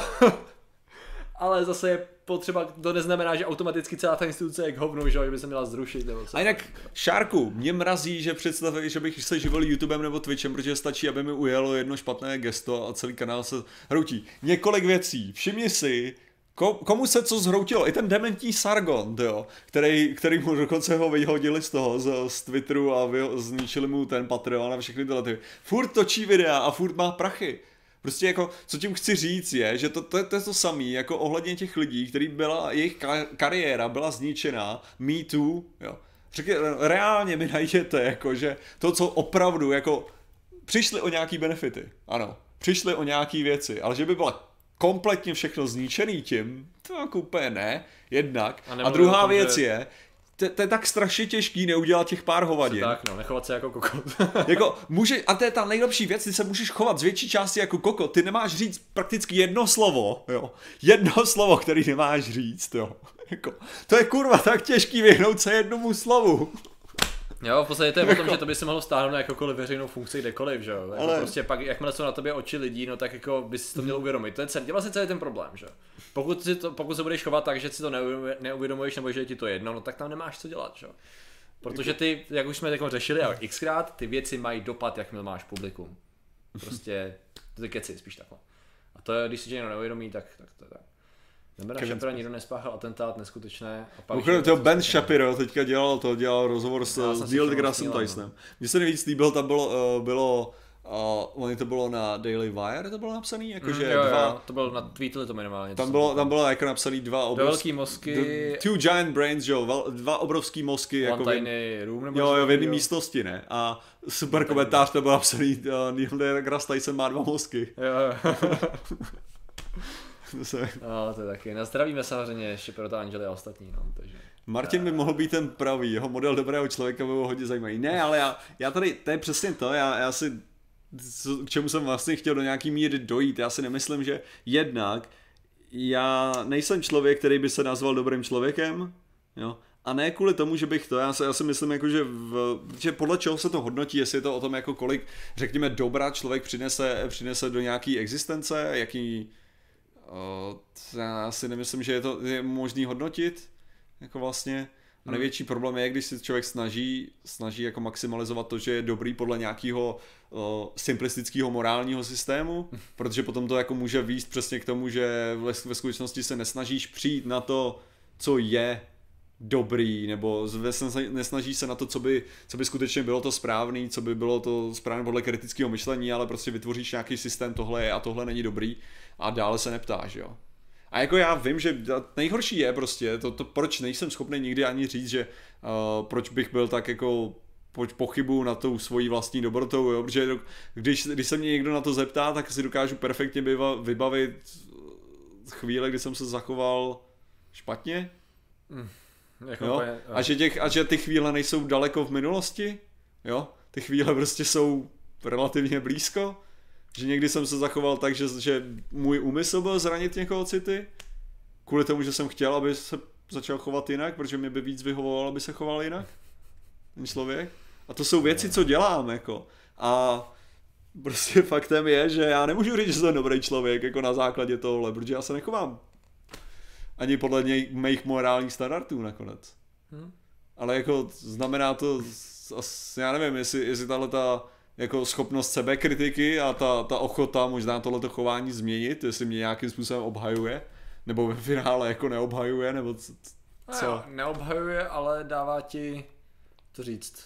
ale zase je potřeba, to neznamená, že automaticky celá ta instituce je k hovnu, že by se měla zrušit nebo co. A jinak, Šárku, mě mrazí, že představuji, že bych se živil YouTubem nebo Twitchem, protože stačí, aby mi ujelo jedno špatné gesto a celý kanál se hroutí. Několik věcí, všimni si, komu se co zhroutilo, i ten dementní Sargon, jo, který, který mu dokonce ho vyhodili z toho, z, z Twitteru a vy, zničili mu ten Patreon a všechny tyhle ty. Furt točí videa a furt má prachy. Prostě jako, co tím chci říct je, že to, to, to je to samý, jako ohledně těch lidí, který byla, jejich kariéra byla zničená, Me Too, jo. Řekně, reálně mi najdete, jako, že to, co opravdu, jako, přišli o nějaký benefity, ano, přišli o nějaký věci, ale že by byla kompletně všechno zničený tím, to jako úplně ne, jednak. A, a druhá tom, věc že... je, To, to je tak strašně těžký neudělat těch pár hovadin. Tak no, nechovat se jako kokot. Jako může, a to je ta nejlepší věc, ty se můžeš chovat z větší části jako kokot, ty nemáš říct prakticky jedno slovo, jo. Jedno slovo, který nemáš říct, jo. Jako, to je kurva tak těžký vyhnout se jednomu slovu. Jo, v podstatě to je o tom, že to by se mohlo stáhnout na jakoukoliv veřejnou funkci kdekoliv, že jo. Jako ale... prostě pak, jakmile jsou na tobě oči lidí, no tak jako bys si to měl uvědomit. To je celý, vlastně celý ten problém, že jo. Pokud, si to, pokud se budeš chovat tak, že si to neuvědomuješ nebo že je ti to jedno, no tak tam nemáš co dělat, že jo. Protože ty, jak už jsme jako řešili a xkrát, ty věci mají dopad, jakmile máš publikum. Prostě, to je keci, spíš takhle. A to je, když si tě někdo neuvědomí, tak, tak to je tak. Ben Shapiro nikdo nespáchal atentát, neskutečné. Mimochodem to Ben Shapiro teďka dělal to, dělal rozhovor s Neil deGrasse Tysonem. Mně se nejvíc líbil, tam bylo, uh, bylo uh, oni to bylo na Daily Wire, to bylo napsaný, jakože mm, jo, dva... Jo, to bylo na tweetli to minimálně. Tam bylo, tam bylo jako napsaný dva obrovský mozky... The two giant brains, jo, dva obrovský mozky. One jako tiny room nebo... Jo, jo, v jedné místnosti, ne? A super komentář to byl napsaný, uh, Neil deGrasse Tyson má dva mozky. Jo, jo. To se... No, to je taky. Nazdravíme samozřejmě Shapiro, Angely a ostatní, no, takže... Martin by mohl být ten pravý, jeho model dobrého člověka by byl hodně zajímavý. Ne, ale já, já tady, to je přesně to, já, já si, k čemu jsem vlastně chtěl do nějaký míry dojít, já si nemyslím, že jednak já nejsem člověk, který by se nazval dobrým člověkem, jo, a ne kvůli tomu, že bych to, já si, já si myslím, jako, že, v, že podle čeho se to hodnotí, jestli je to o tom, jako kolik, řekněme, dobra člověk přinese, přinese do nějaký existence, jaký... Uh, já si nemyslím, že je to je možný hodnotit, jako vlastně. A největší problém je, když si člověk snaží, snaží jako maximalizovat to, že je dobrý podle nějakého uh, simplistického morálního systému, protože potom to jako může vést přesně k tomu, že ve, ve skutečnosti se nesnažíš přijít na to, co je dobrý, nebo nesnaží se na to, co by, co by skutečně bylo to správný, co by bylo to správné podle kritického myšlení, ale prostě vytvoříš nějaký systém, tohle je a tohle není dobrý a dále se neptáš, jo. A jako já vím, že nejhorší je prostě to, to proč nejsem schopný nikdy ani říct, že uh, proč bych byl tak jako pochybu na tou svojí vlastní dobrotou, jo, protože když, když se mě někdo na to zeptá, tak si dokážu perfektně vybavit chvíle, kdy jsem se zachoval špatně. Mm. Jako jo? Úplně, a, že těch, a že ty chvíle nejsou daleko v minulosti, jo? Ty chvíle prostě jsou relativně blízko, že někdy jsem se zachoval tak, že, že můj úmysl byl zranit někoho city, kvůli tomu, že jsem chtěl, aby se začal chovat jinak, protože mě by víc vyhovovalo, aby se choval jinak, ten člověk. A to jsou věci, co dělám, jako. A prostě faktem je, že já nemůžu říct, že jsem dobrý člověk, jako na základě tohohle, protože já se nechovám ani podle něj, mých morálních standardů nakonec. Hmm. Ale jako znamená to, já nevím, jestli, jestli tahleta jako schopnost sebekritiky a ta, ta ochota možná tohleto chování změnit, jestli mě nějakým způsobem obhajuje, nebo ve finále jako neobhajuje, nebo co? co? Jo, neobhajuje, ale dává ti, to říct,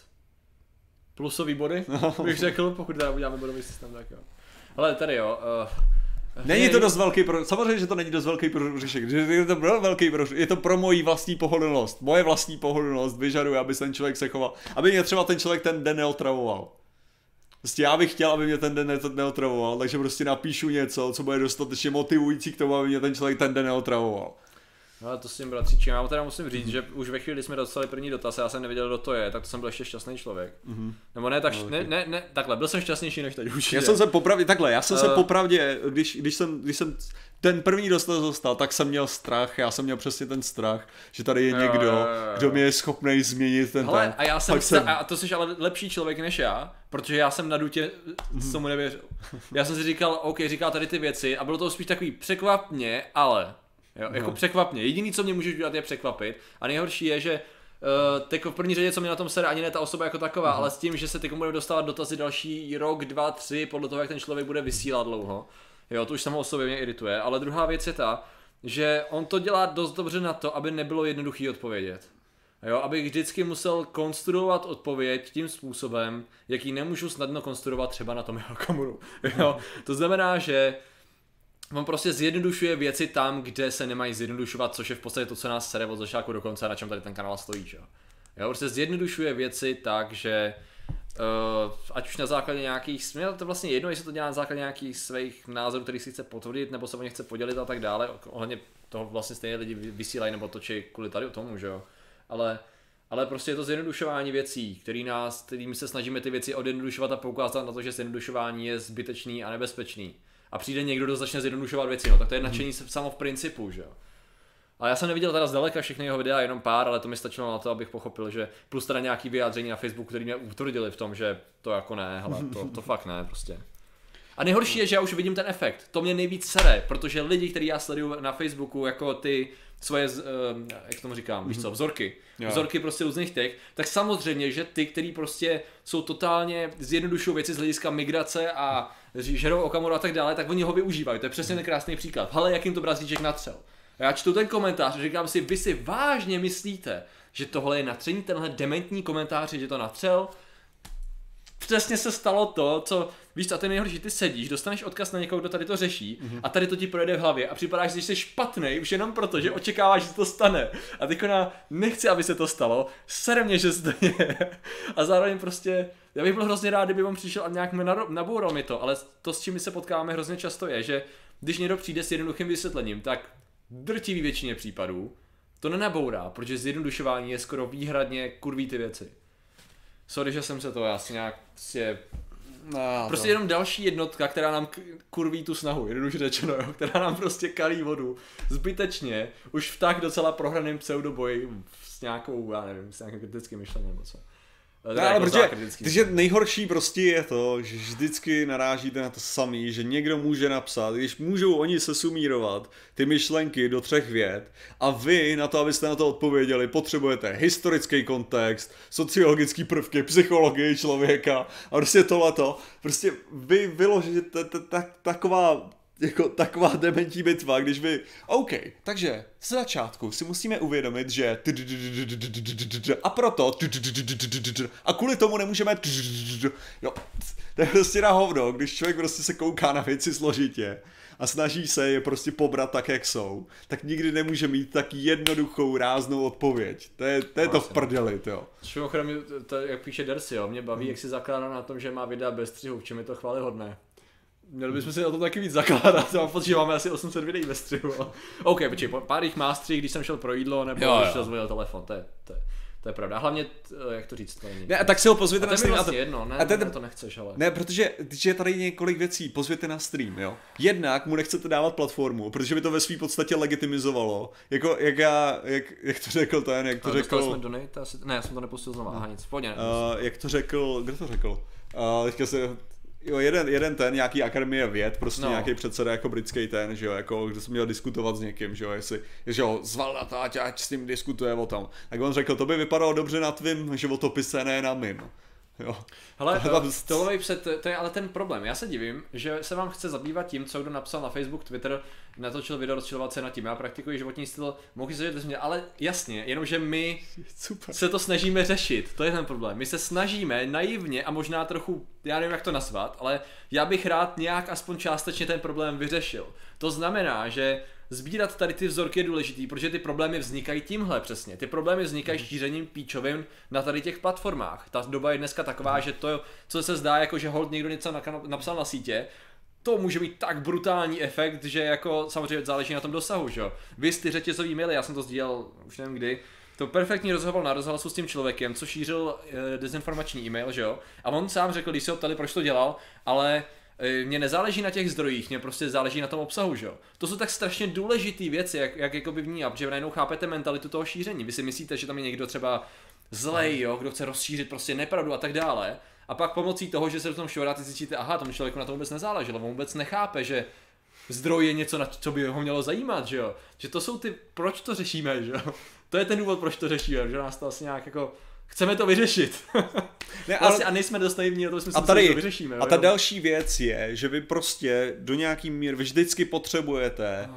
plusový body, no. Bych řekl, pokud uděláme bodový systém, tak jo. Ale tady jo, uh, Není to dost velký pro... Samozřejmě, že to není dost velký průšvih, je to pro velký průšvih, je to pro moji vlastní pohodlnost. Moje vlastní pohodlnost vyžaduje, aby ten člověk se choval, aby mě třeba ten člověk ten den neotravoval. Prostě já bych chtěl, aby mě ten den neotravoval, takže prostě napíšu něco, co bude dostatečně motivující k tomu, aby mě ten člověk ten den neotravoval. No ale to s tím bratříčím, já teda musím říct, že už ve chvíli, kdy jsme dostali první dotaz, já jsem nevěděl, kdo to je, tak to jsem byl ještě šťastný člověk. Mm-hmm. Nebo ne, tak no, ne, ne, ne, takhle, byl jsem šťastnější než teď už. Já jsem se popravdě, takhle, já jsem uh... se popravdě, když, když, jsem, když jsem ten první dotaz dostal, tak jsem měl strach, já jsem měl přesně ten strach, že tady je někdo, jo, jo, jo. kdo mě je schopný změnit ten Hele, ten. a já jsem, jsem... a to jsi ale lepší člověk než já, protože já jsem na dutě mm-hmm. tomu nevěřil. Já jsem si říkal, OK, říkal tady ty věci a bylo to spíš takový překvapně, ale... Jo, jako no. překvapně. Jediný, co mě můžeš udělat, je překvapit. A nejhorší je, že uh, teď v první řadě, co mi na tom sere, ani ne ta osoba jako taková, uh-huh. ale s tím, že se teď budeme dostávat dotazy další rok, dva, tři, podle toho, jak ten člověk bude vysílat dlouho. Jo, to už samo o sobě mě irituje. Ale druhá věc je ta, že on to dělá dost dobře na to, aby nebylo jednoduchý odpovědět. Jo, abych vždycky musel konstruovat odpověď tím způsobem, jaký nemůžu snadno konstruovat třeba na tom jeho kameru. Jo, to znamená, že on prostě zjednodušuje věci tam, kde se nemají zjednodušovat, což je v podstatě to, co nás sere od začátku do konce, na čem tady ten kanál stojí, že jo. Jo, prostě zjednodušuje věci tak, že uh, ať už na základě nějakých, mě to vlastně jedno, jestli to dělá na základě nějakých svých názorů, který si chce potvrdit, nebo se o ně chce podělit a tak dále, ohledně toho vlastně stejně lidi vysílají nebo točí kvůli tady o tomu, že jo. Ale, ale prostě je to zjednodušování věcí, který nás, kterými se snažíme ty věci odjednodušovat a poukázat na to, že zjednodušování je zbytečný a nebezpečný. A přijde někdo, kdo začne zjednodušovat věci, no tak to je nadšení mm. samo v principu, že jo. Ale já jsem neviděl teda zdaleka všechny jeho videa, jenom pár, ale to mi stačilo na to, abych pochopil, že plus teda nějaký vyjádření na Facebooku, který mě utvrdili v tom, že to jako ne, hele, to, to fakt ne, prostě. A nejhorší je, že já už vidím ten efekt, to mě nejvíc sere, protože lidi, který já sleduju na Facebooku, jako ty svoje, uh, jak tomu říkám, mm-hmm. víš co, vzorky, jo. vzorky prostě různých těch, tak samozřejmě, že ty, který prostě jsou totálně zjednodušují věci z hlediska migrace a žerou Okamuru a tak dále, tak oni ho využívají, to je přesně ten krásný příklad. Hele, jak jim to Brazíček natřel. A já čtu ten komentář a říkám si, vy si vážně myslíte, že tohle je natření, tenhle dementní komentář, že to natřel? Přesně se stalo to, co, víš co, a to je nejhorší, ty sedíš, dostaneš odkaz na někoho, kdo tady to řeší mm-hmm. a tady to ti projede v hlavě a připadáš, že jsi špatnej už jenom proto, že očekáváš, že to stane. A teď ona nechci, aby se to stalo, sere mě, že se to je. A zároveň prostě, já bych byl hrozně rád, kdyby on přišel a nějak naboural mi to, ale to, s čím my se potkáváme hrozně často je, že když někdo přijde s jednoduchým vysvětlením, tak drtivý většině případů to nenabourá, protože zjednodušování je skoro výhradně kurví ty věci. Sorry, že jsem se to asi nějak je... No, prostě to. Jenom další jednotka, která nám kurví tu snahu, jednoduše řečeno, jo, která nám prostě kalí vodu zbytečně, už v tak docela prohraném pseudoboji s nějakou, já nevím, s nějakým kritickým myšlením nebo co. No, ale protože, protože nejhorší prostě je to, že vždycky narážíte na to samý, že někdo může napsat, když můžou oni sesumírovat ty myšlenky do třech vět a vy na to, abyste na to odpověděli, potřebujete historický kontext, sociologický prvky, psychologii člověka a prostě tohleto. Prostě vy vyložíte taková... jako taková dementní bitva, když vy, OK, takže z začátku si musíme uvědomit, že a proto a kvůli tomu nemůžeme jo, to je prostě na hovno, když člověk prostě se kouká na věci složitě a snaží se je prostě pobrat tak, jak jsou, tak nikdy nemůže mít tak jednoduchou, ráznou odpověď. To je to, je to v prdeli, jo. Mimochodem, jak píše Dersi, jo, mě baví, jak si zakládá na tom, že má videa bez střihu, v čem je to chvályhodné. Měli bychom si o to taky víc zakládat, mám pocit, že máme asi osm set videí ve střihu. OK, počkej, pár jich má střih, když jsem šel pro jídlo, nebo jo, když rozvojil telefon, to je, to, je, to je pravda. A hlavně, jak to říct, to není. Ne, a tak si ho pozvěte na stream. A to je vlastně jedno, ne, a ten, ne, to nechceš, ale. Ne, protože je tady několik věcí, pozvěte na stream, jo. Jednak mu nechcete dávat platformu, protože by to ve své podstatě legitimizovalo. Jako, jak já, jak, jak to řekl ten, jak to ale řekl. Jsme donate, asi, ne, já jsem to nepustil znovu, aha, nic, pojď, ne. Uh, jak to řekl, kdo to řekl? Uh, teďka se... Jo, jeden, jeden ten, nějaký akademie věd, prostě no. Nějaký předseda jako britský ten, že jo, jako, kdo jsem měl diskutovat s někým, že jo, jestli, že jo, zval na to, ať, ať s tím diskutuje o tom. Tak on řekl, to by vypadalo dobře na tvým životopise, ne na mým. Jo. Hele, tohle to, to je ale ten problém. Já se divím, že se vám chce zabývat tím, co kdo napsal na Facebook, Twitter, natočil video, rozčilovat se nad tím. Já praktikuji životní styl, mohl se dělat, ale jasně, jenomže my Super. se to snažíme řešit. To je ten problém. My se snažíme naivně a možná trochu, já nevím jak to nazvat, ale já bych rád nějak aspoň částečně ten problém vyřešil. To znamená, že sbírat tady ty vzorky je důležitý, protože ty problémy vznikají tímhle přesně. Ty problémy vznikají šířením píčovin na tady těch platformách. Ta doba je dneska taková, že to, co se zdá jako, že hold někdo něco napsal na sítě, to může mít tak brutální efekt, že jako samozřejmě záleží na tom dosahu, že jo. Vy ty řetězový maily, já jsem to sdílel už nevím kdy, to perfektní rozhovor na rozhlasu s tím člověkem, co šířil e, dezinformační e-mail, že jo. A on sám řekl, když se ho ptali, proč to dělal, ale mně nezáleží na těch zdrojích, mně prostě záleží na tom obsahu, že jo. To jsou tak strašně důležité věci, jak, jak jakoby vnímat, protože najednou chápete mentalitu toho šíření. Vy si myslíte, že tam je někdo třeba zlej, jo, kdo chce rozšířit prostě nepravdu a tak dále. A pak pomocí toho, že se do tom šťouráte, zjistíte, aha, tomu člověku na to vůbec nezáleželo, on vůbec nechápe, že zdroj je něco, na co by ho mělo zajímat, že jo. Že to jsou ty, proč to řešíme, že jo. To je ten důvod, proč to řešíme, že nás to asi nějak jako chceme to vyřešit. Ne, ale... A nejsme dost naivní, to jsme si mysleli, že to vyřešíme. A ta jo? další věc je, že vy prostě do nějaký míry, vy vždycky potřebujete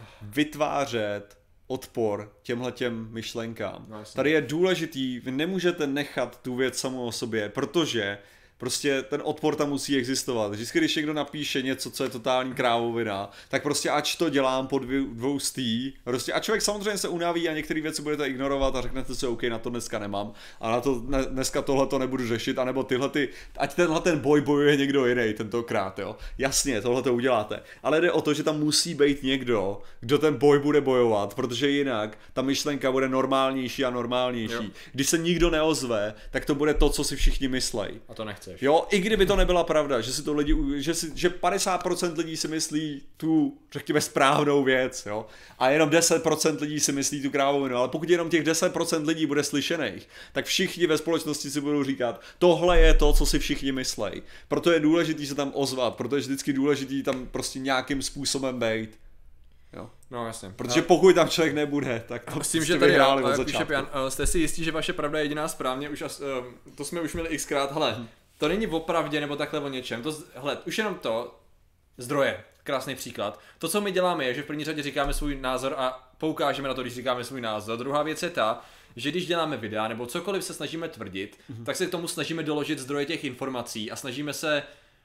vytvářet odpor těmhletěm myšlenkám. No, Tady je důležitý, vy nemůžete nechat tu věc samou o sobě, protože prostě ten odpor tam musí existovat. Vždycky, když někdo napíše něco, co je totální krávovina, tak prostě ač to dělám po dvou stý, prostě a člověk samozřejmě se unaví a některé věci budete ignorovat a řeknete si, OK, na to dneska nemám a na to dneska tohle to nebudu řešit, anebo tyhle ty, ať tenhle ten boj bojuje někdo jiný tentokrát, jo. Jasně, tohle to uděláte, ale jde o to, že tam musí být někdo, kdo ten boj bude bojovat, protože jinak ta myšlenka bude normálnější a normálnější. Jo. Když se nikdo neozve, tak to bude to, co si všichni myslejí. A to nechce. Jo, i kdyby to nebyla pravda, že si to lidi, že, si, že padesát procent lidí si myslí tu, řekněme, správnou věc, jo, a jenom deset procent lidí si myslí tu krávovinu, ale pokud jenom těch deset procent lidí bude slyšených, tak všichni ve společnosti si budou říkat, tohle je to, co si všichni myslejí. Proto je důležitý se tam ozvat, proto je vždycky důležitý tam prostě nějakým způsobem bejt. Jo. No jasně. Protože pokud tam člověk nebude, tak to myslím, že tady já, od začátku. Jan, jste si jistí, že vaše pravda je jediná správně, už as, to jsme už měli xkrát, hele, hmm. to není o pravdě nebo takhle o něčem, to, hele, už jenom to, zdroje, krásný příklad. To, co my děláme, je, že v první řadě říkáme svůj názor a poukážeme na to, když říkáme svůj názor. Druhá věc je ta, že když děláme videa nebo cokoliv se snažíme tvrdit, hmm. tak se k tomu snažíme doložit zdroje těch informací a snažíme se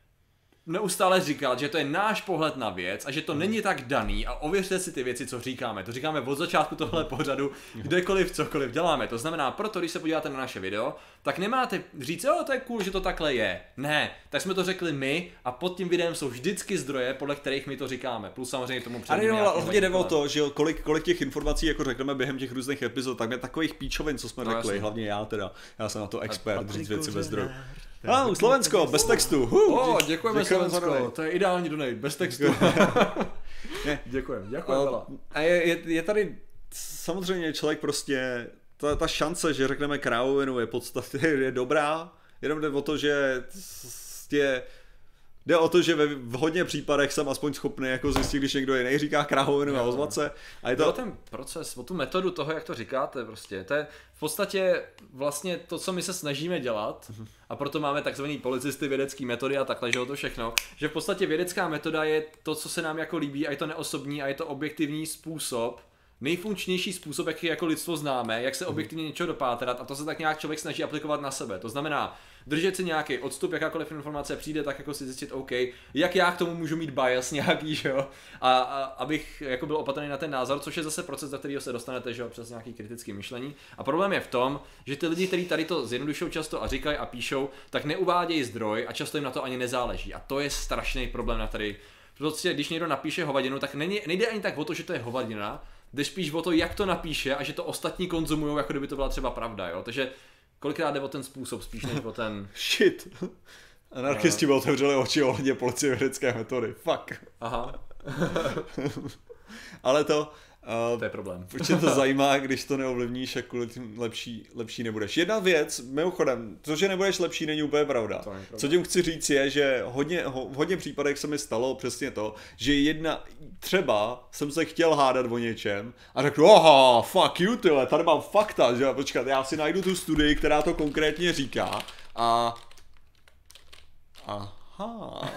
neustále říkat, že to je náš pohled na věc a že to hmm. není tak daný a ověřte si ty věci, co říkáme. To říkáme od začátku tohle pořadu, kdekoliv, cokoliv děláme. To znamená, proto když se podíváte na naše video, tak nemáte říct, jo, to je cool, že to takhle je. Ne, tak jsme to řekli my a pod tím videem jsou vždycky zdroje, podle kterých my to říkáme. Plus samozřejmě tomu předtím. Ale hlavně jde o to, že kolik, kolik těch informací jako řekneme během těch různých epizod, tak je takových píčovin, co jsme no, řekli, jasný. Hlavně já teda. Já jsem na to expert, říct věci bez zdrojů. Ah, Slovensko, bez textu. Uh, oh, děkujeme, děkujeme Slovensko, to je ideální donate, bez textu. Děkujeme, děkujeme. Uh, a je, je, je tady samozřejmě člověk prostě, ta, ta šance, že řekneme krávovinu je podstatně je dobrá, jenom jde o to, že je, jde o to, že ve v hodně případech jsem aspoň schopný jako zjistit, když někdo jiný říká krávovinu a ozvat se. A je to... o ten proces, o tu metodu toho, jak to říkáte prostě, to je v podstatě vlastně to, co my se snažíme dělat a proto máme takzvaný policisty, vědecký metody a takhle, že o to všechno, že v podstatě vědecká metoda je to, co se nám jako líbí a je to neosobní a je to objektivní způsob, nejfunkčnější způsob, jaký jako lidstvo známe, jak se objektivně něčeho dopátrat a to se tak nějak člověk snaží aplikovat na sebe. To znamená, držet si nějaký odstup, jakákoliv informace přijde, tak jako si zjistit, OK, jak já k tomu můžu mít bias nějaký, že jo, a, a abych jako byl opatrný na ten názor, což je zase proces, do kterého se dostanete, že jo, přes nějaký kritický myšlení. A problém je v tom, že ty lidi, kteří tady to zjednodušují často a říkají a píšou, tak neuvádějí zdroj a často jim na to ani nezáleží. A to je strašný problém na tady. Prostě když někdo napíše hovadinu, tak není, nejde ani tak o to, že to je hovadina, jde spíš o to, jak to napíše a že to ostatní konzumujou, jako kdyby to byla třeba pravda, jo. Takže kolikrát jde o ten způsob spíš než o ten... Shit. Anarchisti by otevřeli oči ohledně policie vědecké metody. Fuck. Aha. Ale to... Uh, to je problém. Určitě to zajímá, když to neovlivníš, jak kvůli tím lepší, lepší nebudeš. Jedna věc, mimochodem, to, že nebudeš lepší, není úplně pravda. Co tím chci říct je, že hodně, ho, v hodně případech se mi stalo přesně to, že jedna, třeba jsem se chtěl hádat o něčem a řekl, aha, fuck you, tyhle, tady mám fakta, že počkat, já si najdu tu studii, která to konkrétně říká a aha,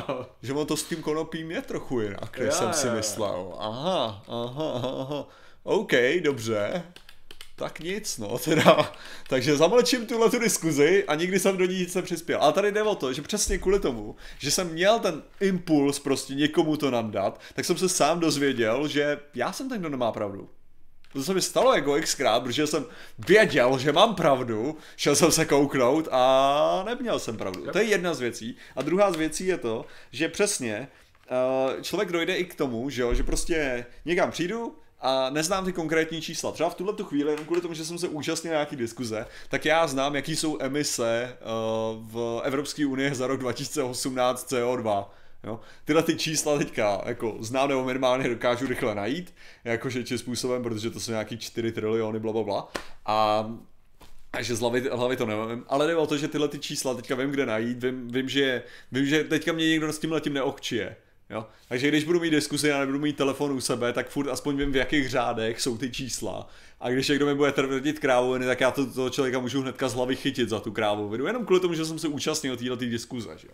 že on to s tím konopím je trochu jinak, než jsem si myslel. Aha, aha, aha, OK, dobře. Tak nic, no, teda. Takže zamlčím tuhle tu diskuzi a nikdy jsem do ní nic nepřispěl. Ale tady jde o to, že přesně kvůli tomu, že jsem měl ten impuls prostě někomu to nandat, tak jsem se sám dozvěděl, že já jsem ten, kdo nemá pravdu. To se mi stalo jako xkrát, protože jsem věděl, že mám pravdu, šel jsem se kouknout a neměl jsem pravdu. To je jedna z věcí. A druhá z věcí je to, že přesně uh, člověk dojde i k tomu, že, jo, že prostě někam přijdu, a neznám ty konkrétní čísla. Třeba v tuhle tu chvíli, jenom kvůli tomu, že jsem se účastnil nějaký diskuze, tak já znám, jaký jsou emise uh, v Evropské unii za rok dva tisíce osmnáct C O dva. Jo? Tyhle ty čísla teďka jako znám nebo minimálně dokážu rychle najít, jakože či způsobem, protože to jsou nějaký čtyři triliony blablabla. A takže z hlavy, hlavy to nevím, ale jde o to, že tyhle ty čísla teďka vím, kde najít, vím, vím, že, vím že teďka mě někdo s tímhletím neochčije. Jo? Takže když budu mít diskuzi a nebudu mít telefon u sebe, tak furt aspoň vím, v jakých řádech jsou ty čísla. A když někdo mi bude tvrdit krávoviny, tak já to, toho člověka můžu hnedka z hlavy chytit za tu krávovinu. Jenom kvůli tomu, že jsem se účastnil této diskuze. Že jo?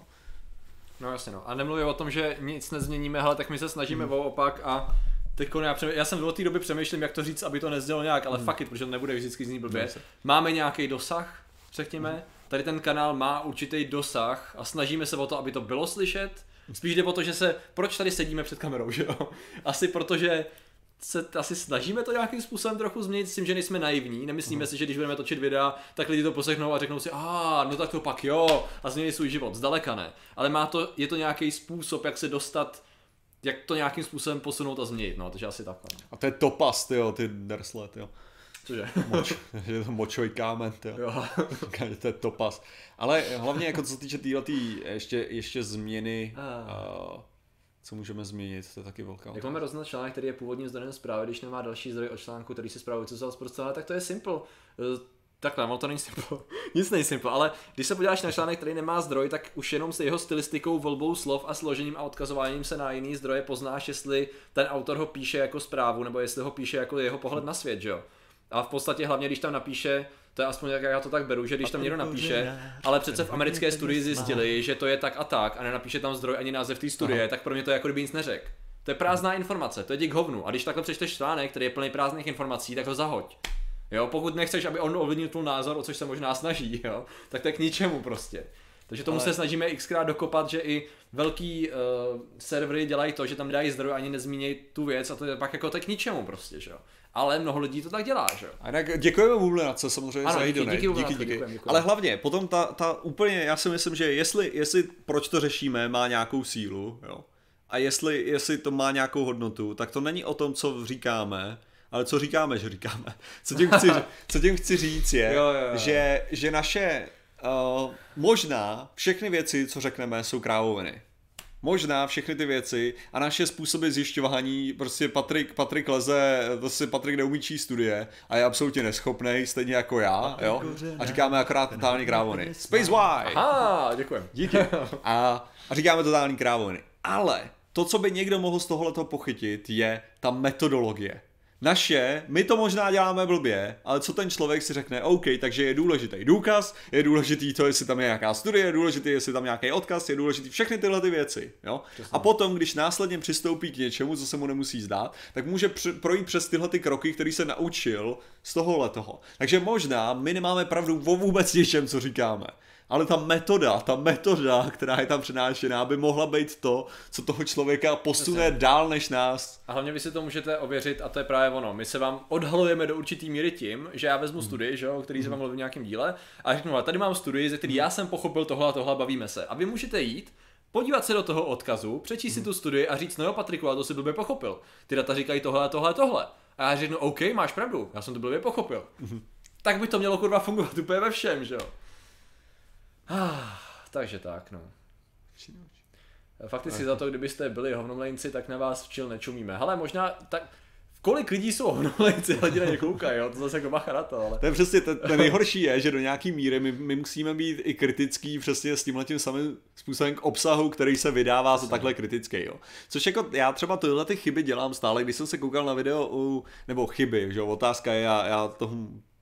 No jasně no. A nemluvím o tom, že nic nezměníme, hele, tak my se snažíme hmm. o opak a teďko já, přemý... já jsem do té doby přemýšlím, jak to říct, aby to nezdělo nějak, ale hmm. fuck it, protože to nebude vždycky znít blbě. No, máme nějaký dosah, řekněme. Hmm. Tady ten kanál má určitý dosah a snažíme se o to, aby to bylo slyšet. Spíš jde o to, že se, proč tady sedíme před kamerou, že jo? Asi protože se asi snažíme to nějakým způsobem trochu změnit s tím, že nejsme naivní. Nemyslíme uh-huh. si, že když budeme točit videa, tak lidi to poslechnou a řeknou si, a no tak to pak jo, a změní svůj život. Zdaleka ne. Ale má to, je to nějaký způsob, jak se dostat, jak to nějakým způsobem posunout a změnit, no, takže asi takhle. A to je topas, tyjo, ty dersle, tyjo. Cože? Moč, je to močový kámen, tyjo. Jo. To je topas. Ale hlavně jako co se týče týhletý ještě, ještě změny, uh, co můžeme změnit, to je taky velká. Jak máme roznat článek, který je původním zdrojem zprávy, když nemá další zdroj od článku, který si zprávu vycucal z prostoru, tak to je simple. Takhle, ale to není simple. Nic není simple, ale když se podíváš na článek, který nemá zdroj, tak už jenom s jeho stylistikou, volbou slov a složením a odkazováním se na jiný zdroje poznáš, jestli ten autor ho píše jako zprávu, nebo jestli ho píše jako jeho pohled na svět, že jo? A v podstatě hlavně, když tam napíše, to je aspoň jak já to tak beru, že když tam někdo napíše, ale přece v americké studii zjistili, že to je tak a tak a nenapíše tam zdroj ani název té studie, Aha. tak pro mě to je jako kdyby nic neřekl. To je prázdná informace, to je dík hovnu. A když takhle přečteš článek, který je plný prázdných informací, tak ho zahoď. Jo, pokud nechceš, aby on ovlivnil tvůj názor, o což se možná snaží, jo, tak to je k ničemu prostě. Takže tomu ale... se snažíme xkrát dokopat, že i velký uh, servery dělají to, že tam dají zdroj ani nezmínějí tu věc a to je pak jako tak k ničemu prostě, že jo. Ale mnoho lidí to tak dělá, že jo. A tak děkujeme Bublinace samozřejmě ano, za díky, díky, díky, díky, díky. Děkujem, děkujem. Ale hlavně, potom ta, ta úplně, já si myslím, že jestli, jestli proč to řešíme, má nějakou sílu, jo. A jestli, jestli to má nějakou hodnotu, tak to není o tom, co říkáme, ale co říkáme, že říkáme. Co tím chci, co tím chci říct je, jo, jo, jo. Že, že naše, uh, možná všechny věci, co řekneme, jsou krávoviny. Možná všechny ty věci a naše způsoby zjišťování, prostě Patrik, Patrik leze, prostě Patrik neumí číst studie a je absolutně neschopnej, stejně jako já, jo? A říkáme akorát totální krávoviny. Space Y! Aha, děkujem. Díky. A, a říkáme totální krávoviny. Ale to, co by někdo mohl z tohoto pochytit, je ta metodologie. Naše, my to možná děláme blbě, ale co ten člověk si řekne, OK, takže je důležitý důkaz, je důležitý to, jestli tam je nějaká studie, je důležitý, jestli tam nějaký odkaz, je důležitý všechny tyhle ty věci, jo? A potom, když následně přistoupí k něčemu, co se mu nemusí zdát, tak může pr- projít přes tyhle ty kroky, který se naučil z tohohle toho. Takže možná my nemáme pravdu o vůbec ničem, co říkáme. Ale ta metoda, ta metoda, která je tam přenášená, by mohla být to, co toho člověka posune Jasně. dál než nás. A hlavně vy si to můžete ověřit a to je právě ono. My se vám odhalujeme do určitý míry tím, že já vezmu studii, že jo, který se vám mluví v nějakém díle a řeknu, ale tady mám studii, ze který já jsem pochopil tohle a tohle, bavíme se. A vy můžete jít, podívat se do toho odkazu, přečíst si tu studii a říct, no jo Patriku, a to si blbě pochopil. Ty data říkají tohle a tohle a tohle. A já řeknu, OK, máš pravdu, já jsem to blbě pochopil. Tak by to mělo kurva fungovat úplně ve všem, že jo. Ah, takže tak, no. Fakticky za to, kdybyste byli hovnomlejnci, tak na vás včil nečumíme. Hele, možná, tak kolik lidí jsou hovnomlejnci, lidi na ně koukají, jo, to zase jako bacha na to, ale... To je přesně, to, to nejhorší je, že do nějaký míry my, my musíme být i kritický přesně s tímhletím samým způsobem k obsahu, který se vydává za takhle kritický, jo. Což jako já třeba tyhle ty chyby dělám stále, když jsem se koukal na video u, nebo chyby, že jo, otázka je, já, já toho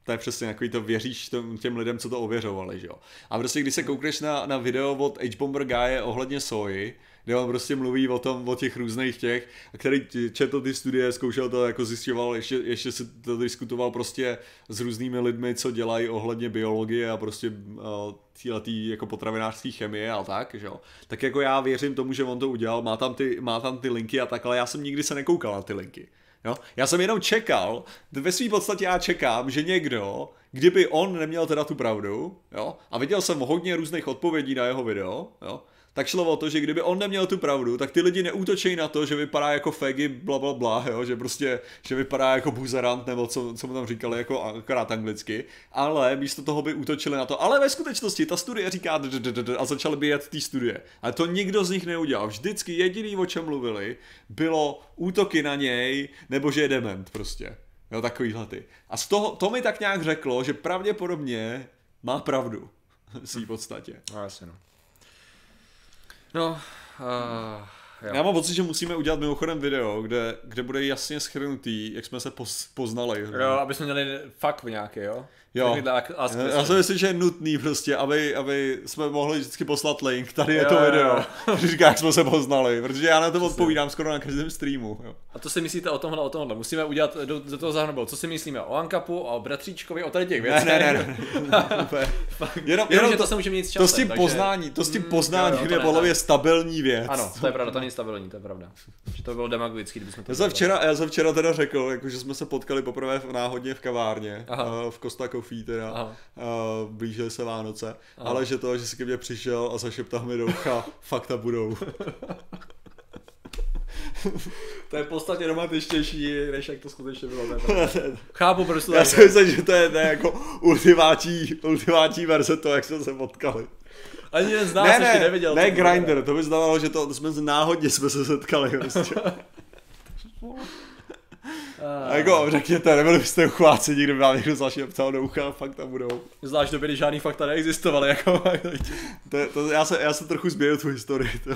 To je přesně takový to věříš těm lidem, co to ověřovali, že jo. A prostě když se koukneš na, na video od H-Bomber Guy ohledně soji, kde on prostě mluví o tom, o těch různých těch, který četl ty studie, zkoušel to, jako zjišťoval, ještě, ještě si to diskutoval prostě s různými lidmi, co dělají ohledně biologie a prostě uh, týhletý jako potravinářský chemie a tak, že jo. Tak jako já věřím tomu, že on to udělal, má tam ty, má tam ty linky a tak, ale já jsem nikdy se nekoukal na ty linky. Jo? Já jsem jenom čekal, ve své podstatě já čekám, že někdo, kdyby on neměl teda tu pravdu, jo, a viděl jsem hodně různých odpovědí na jeho video, jo, tak šlo o to, že kdyby on neměl tu pravdu, tak ty lidi neútočí na to, že vypadá jako Fegi, bla bla bla, jo, že prostě, že vypadá jako buzerant, nebo co, co mu tam říkali, jako akorát anglicky, ale místo toho by útočili na to, ale ve skutečnosti ta studie říká a začali by jet té studie. Ale to nikdo z nich neudělal. Vždycky jediný, o čem mluvili, bylo útoky na něj, nebo že je dement prostě. Jo, takovýhle ty. A z toho, to mi tak nějak řeklo, že pravděpodobně má pravdu v svý podstatě. No, jasně no. No, uh, jo. Já mám pocit, že musíme udělat mimochodem video, kde, kde bude jasně schrnutý, jak jsme se poz, poznali. Jo, aby jsme měli fakt nějaký, jo? Jo, já si myslím, že je nutný prostě, aby, aby jsme mohli vždycky poslat link, tady je jo, to video, že říká, jak jsme se poznali, protože já na to odpovídám skoro na každém streamu. Jo. A to si myslíte o tomhle, o tomhle, musíme udělat do, do toho zahrnout, co si myslíme o Ankapu, o bratříčkovi, o tady těch věcech. Ne, ne, ne, ne. jenom, jenom to, to se může mít s časem. To s tím takže... poznání, to s tím poznáním je podle mě stabilní věc. Ano, to je pravda, to není stabilní, to je pravda. Že to bylo demagogický, kdybychom to já jsem včera, já jsem včera teda řekl, jako, že jsme se potkali poprvé náhodně v kavárně, Aha. v Costa Coffee teda. Aha. Uh, blížily se Vánoce, Aha. ale že to, že si ke mně přišel a zašeptal mi do ucha, fakta budou. To je v podstatě romantičtější, než jak to skutečně bylo. Chápu, proč to Já si myslím, že to je ne, jako ultimátní, ultimátní verze toho, jak jsme se potkali. Ani jeden z nás ne, ještě ne, neviděl. Ne, Grindr, to by znamenalo, že to, to jsme náhodně jsme se setkali. Prostě. A jako řekněte, nebyli byste uchváceni, kdyby vám někdo zvláště ptal do ucha, fakta budou. Zvlášť doby, kdy žádný fakta neexistovaly, jako. to, to, já, se, já se trochu zběju tu historii, to. Jo,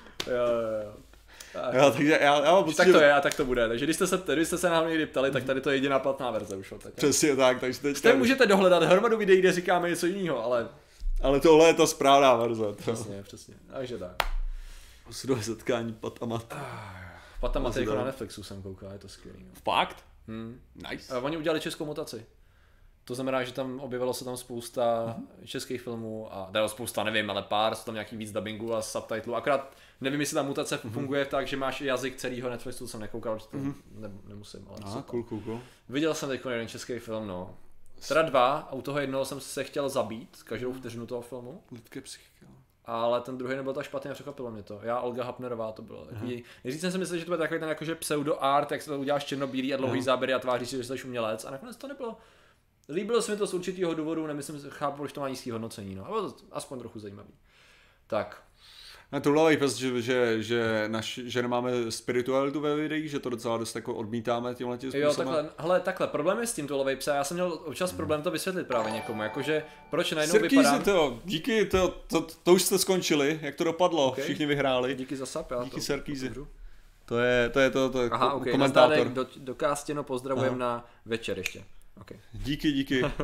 jo, jo. Tak. Jo, takže já, já mám pocit, tak to je a tak to bude, takže když jste se, když jste se náhodou někdy ptali, tak tady to je jediná platná verze už. Tak, přesně tak, takže teď... Jste můžete dohledat hromadu videí, kde říkáme něco jiného, ale... Ale tohle je ta správná verze. To. Přesně, přesně, takže tak. Osudové setkání Pat a Mat. Pat a Mat jako na Netflixu jsem koukal, je to skvělý. No. Fakt? Hmm. Nice. A oni udělali českou mutaci. To znamená, že tam objevilo se tam spousta mm-hmm. českých filmů a dalo spousta, nevím, ale pár, jsou tam nějaký víc dubbingů a subtitlů. Akorát nevím, jestli ta mutace mm-hmm. funguje tak, že máš jazyk celého Netflixu, jsem nekoukal, že to mm-hmm. ne, nemusím. Ale ah, cool, cool, cool. Viděl jsem teď jeden český film, no. Teda dva a u toho jednoho jsem se chtěl zabít, každou vteřinu toho filmu. Lidské psychika. Ale ten druhý nebyl tak špatný a překvapilo mě to. Já, Olga Hapnerová to bylo. Nejdřív jsem si myslel, že to bude takový ten jakože pseudo art, jak se to uděláš černobílý a dlouhý záběry a tváříš si, že jsi umělec. A nakonec to nebylo. Líbilo se mi to z určitého důvodu, nemyslím, že chápu, proč to má nízký hodnocení, no. Ale aspoň trochu zajímavý. Tak. Na to hlavě, že, že, že, naš, že nemáme spiritualitu ve videích, že to docela dost jako odmítáme tímhle tím způsobem. Jo, takhle, hele, takhle, problém je s tím tulovej psa, já jsem měl občas hmm. problém to vysvětlit právě někomu, jakože proč najednou vypadám... to, díky, to, to, to, to už jste skončili, jak to dopadlo, okay. Všichni vyhráli. Díky za sap, já díky Serkýzy. To je to, je to, to je Aha, ko- okay. komentátor. Do, do Kástěno pozdravujem na večer ještě. Okay. Díky, díky. um,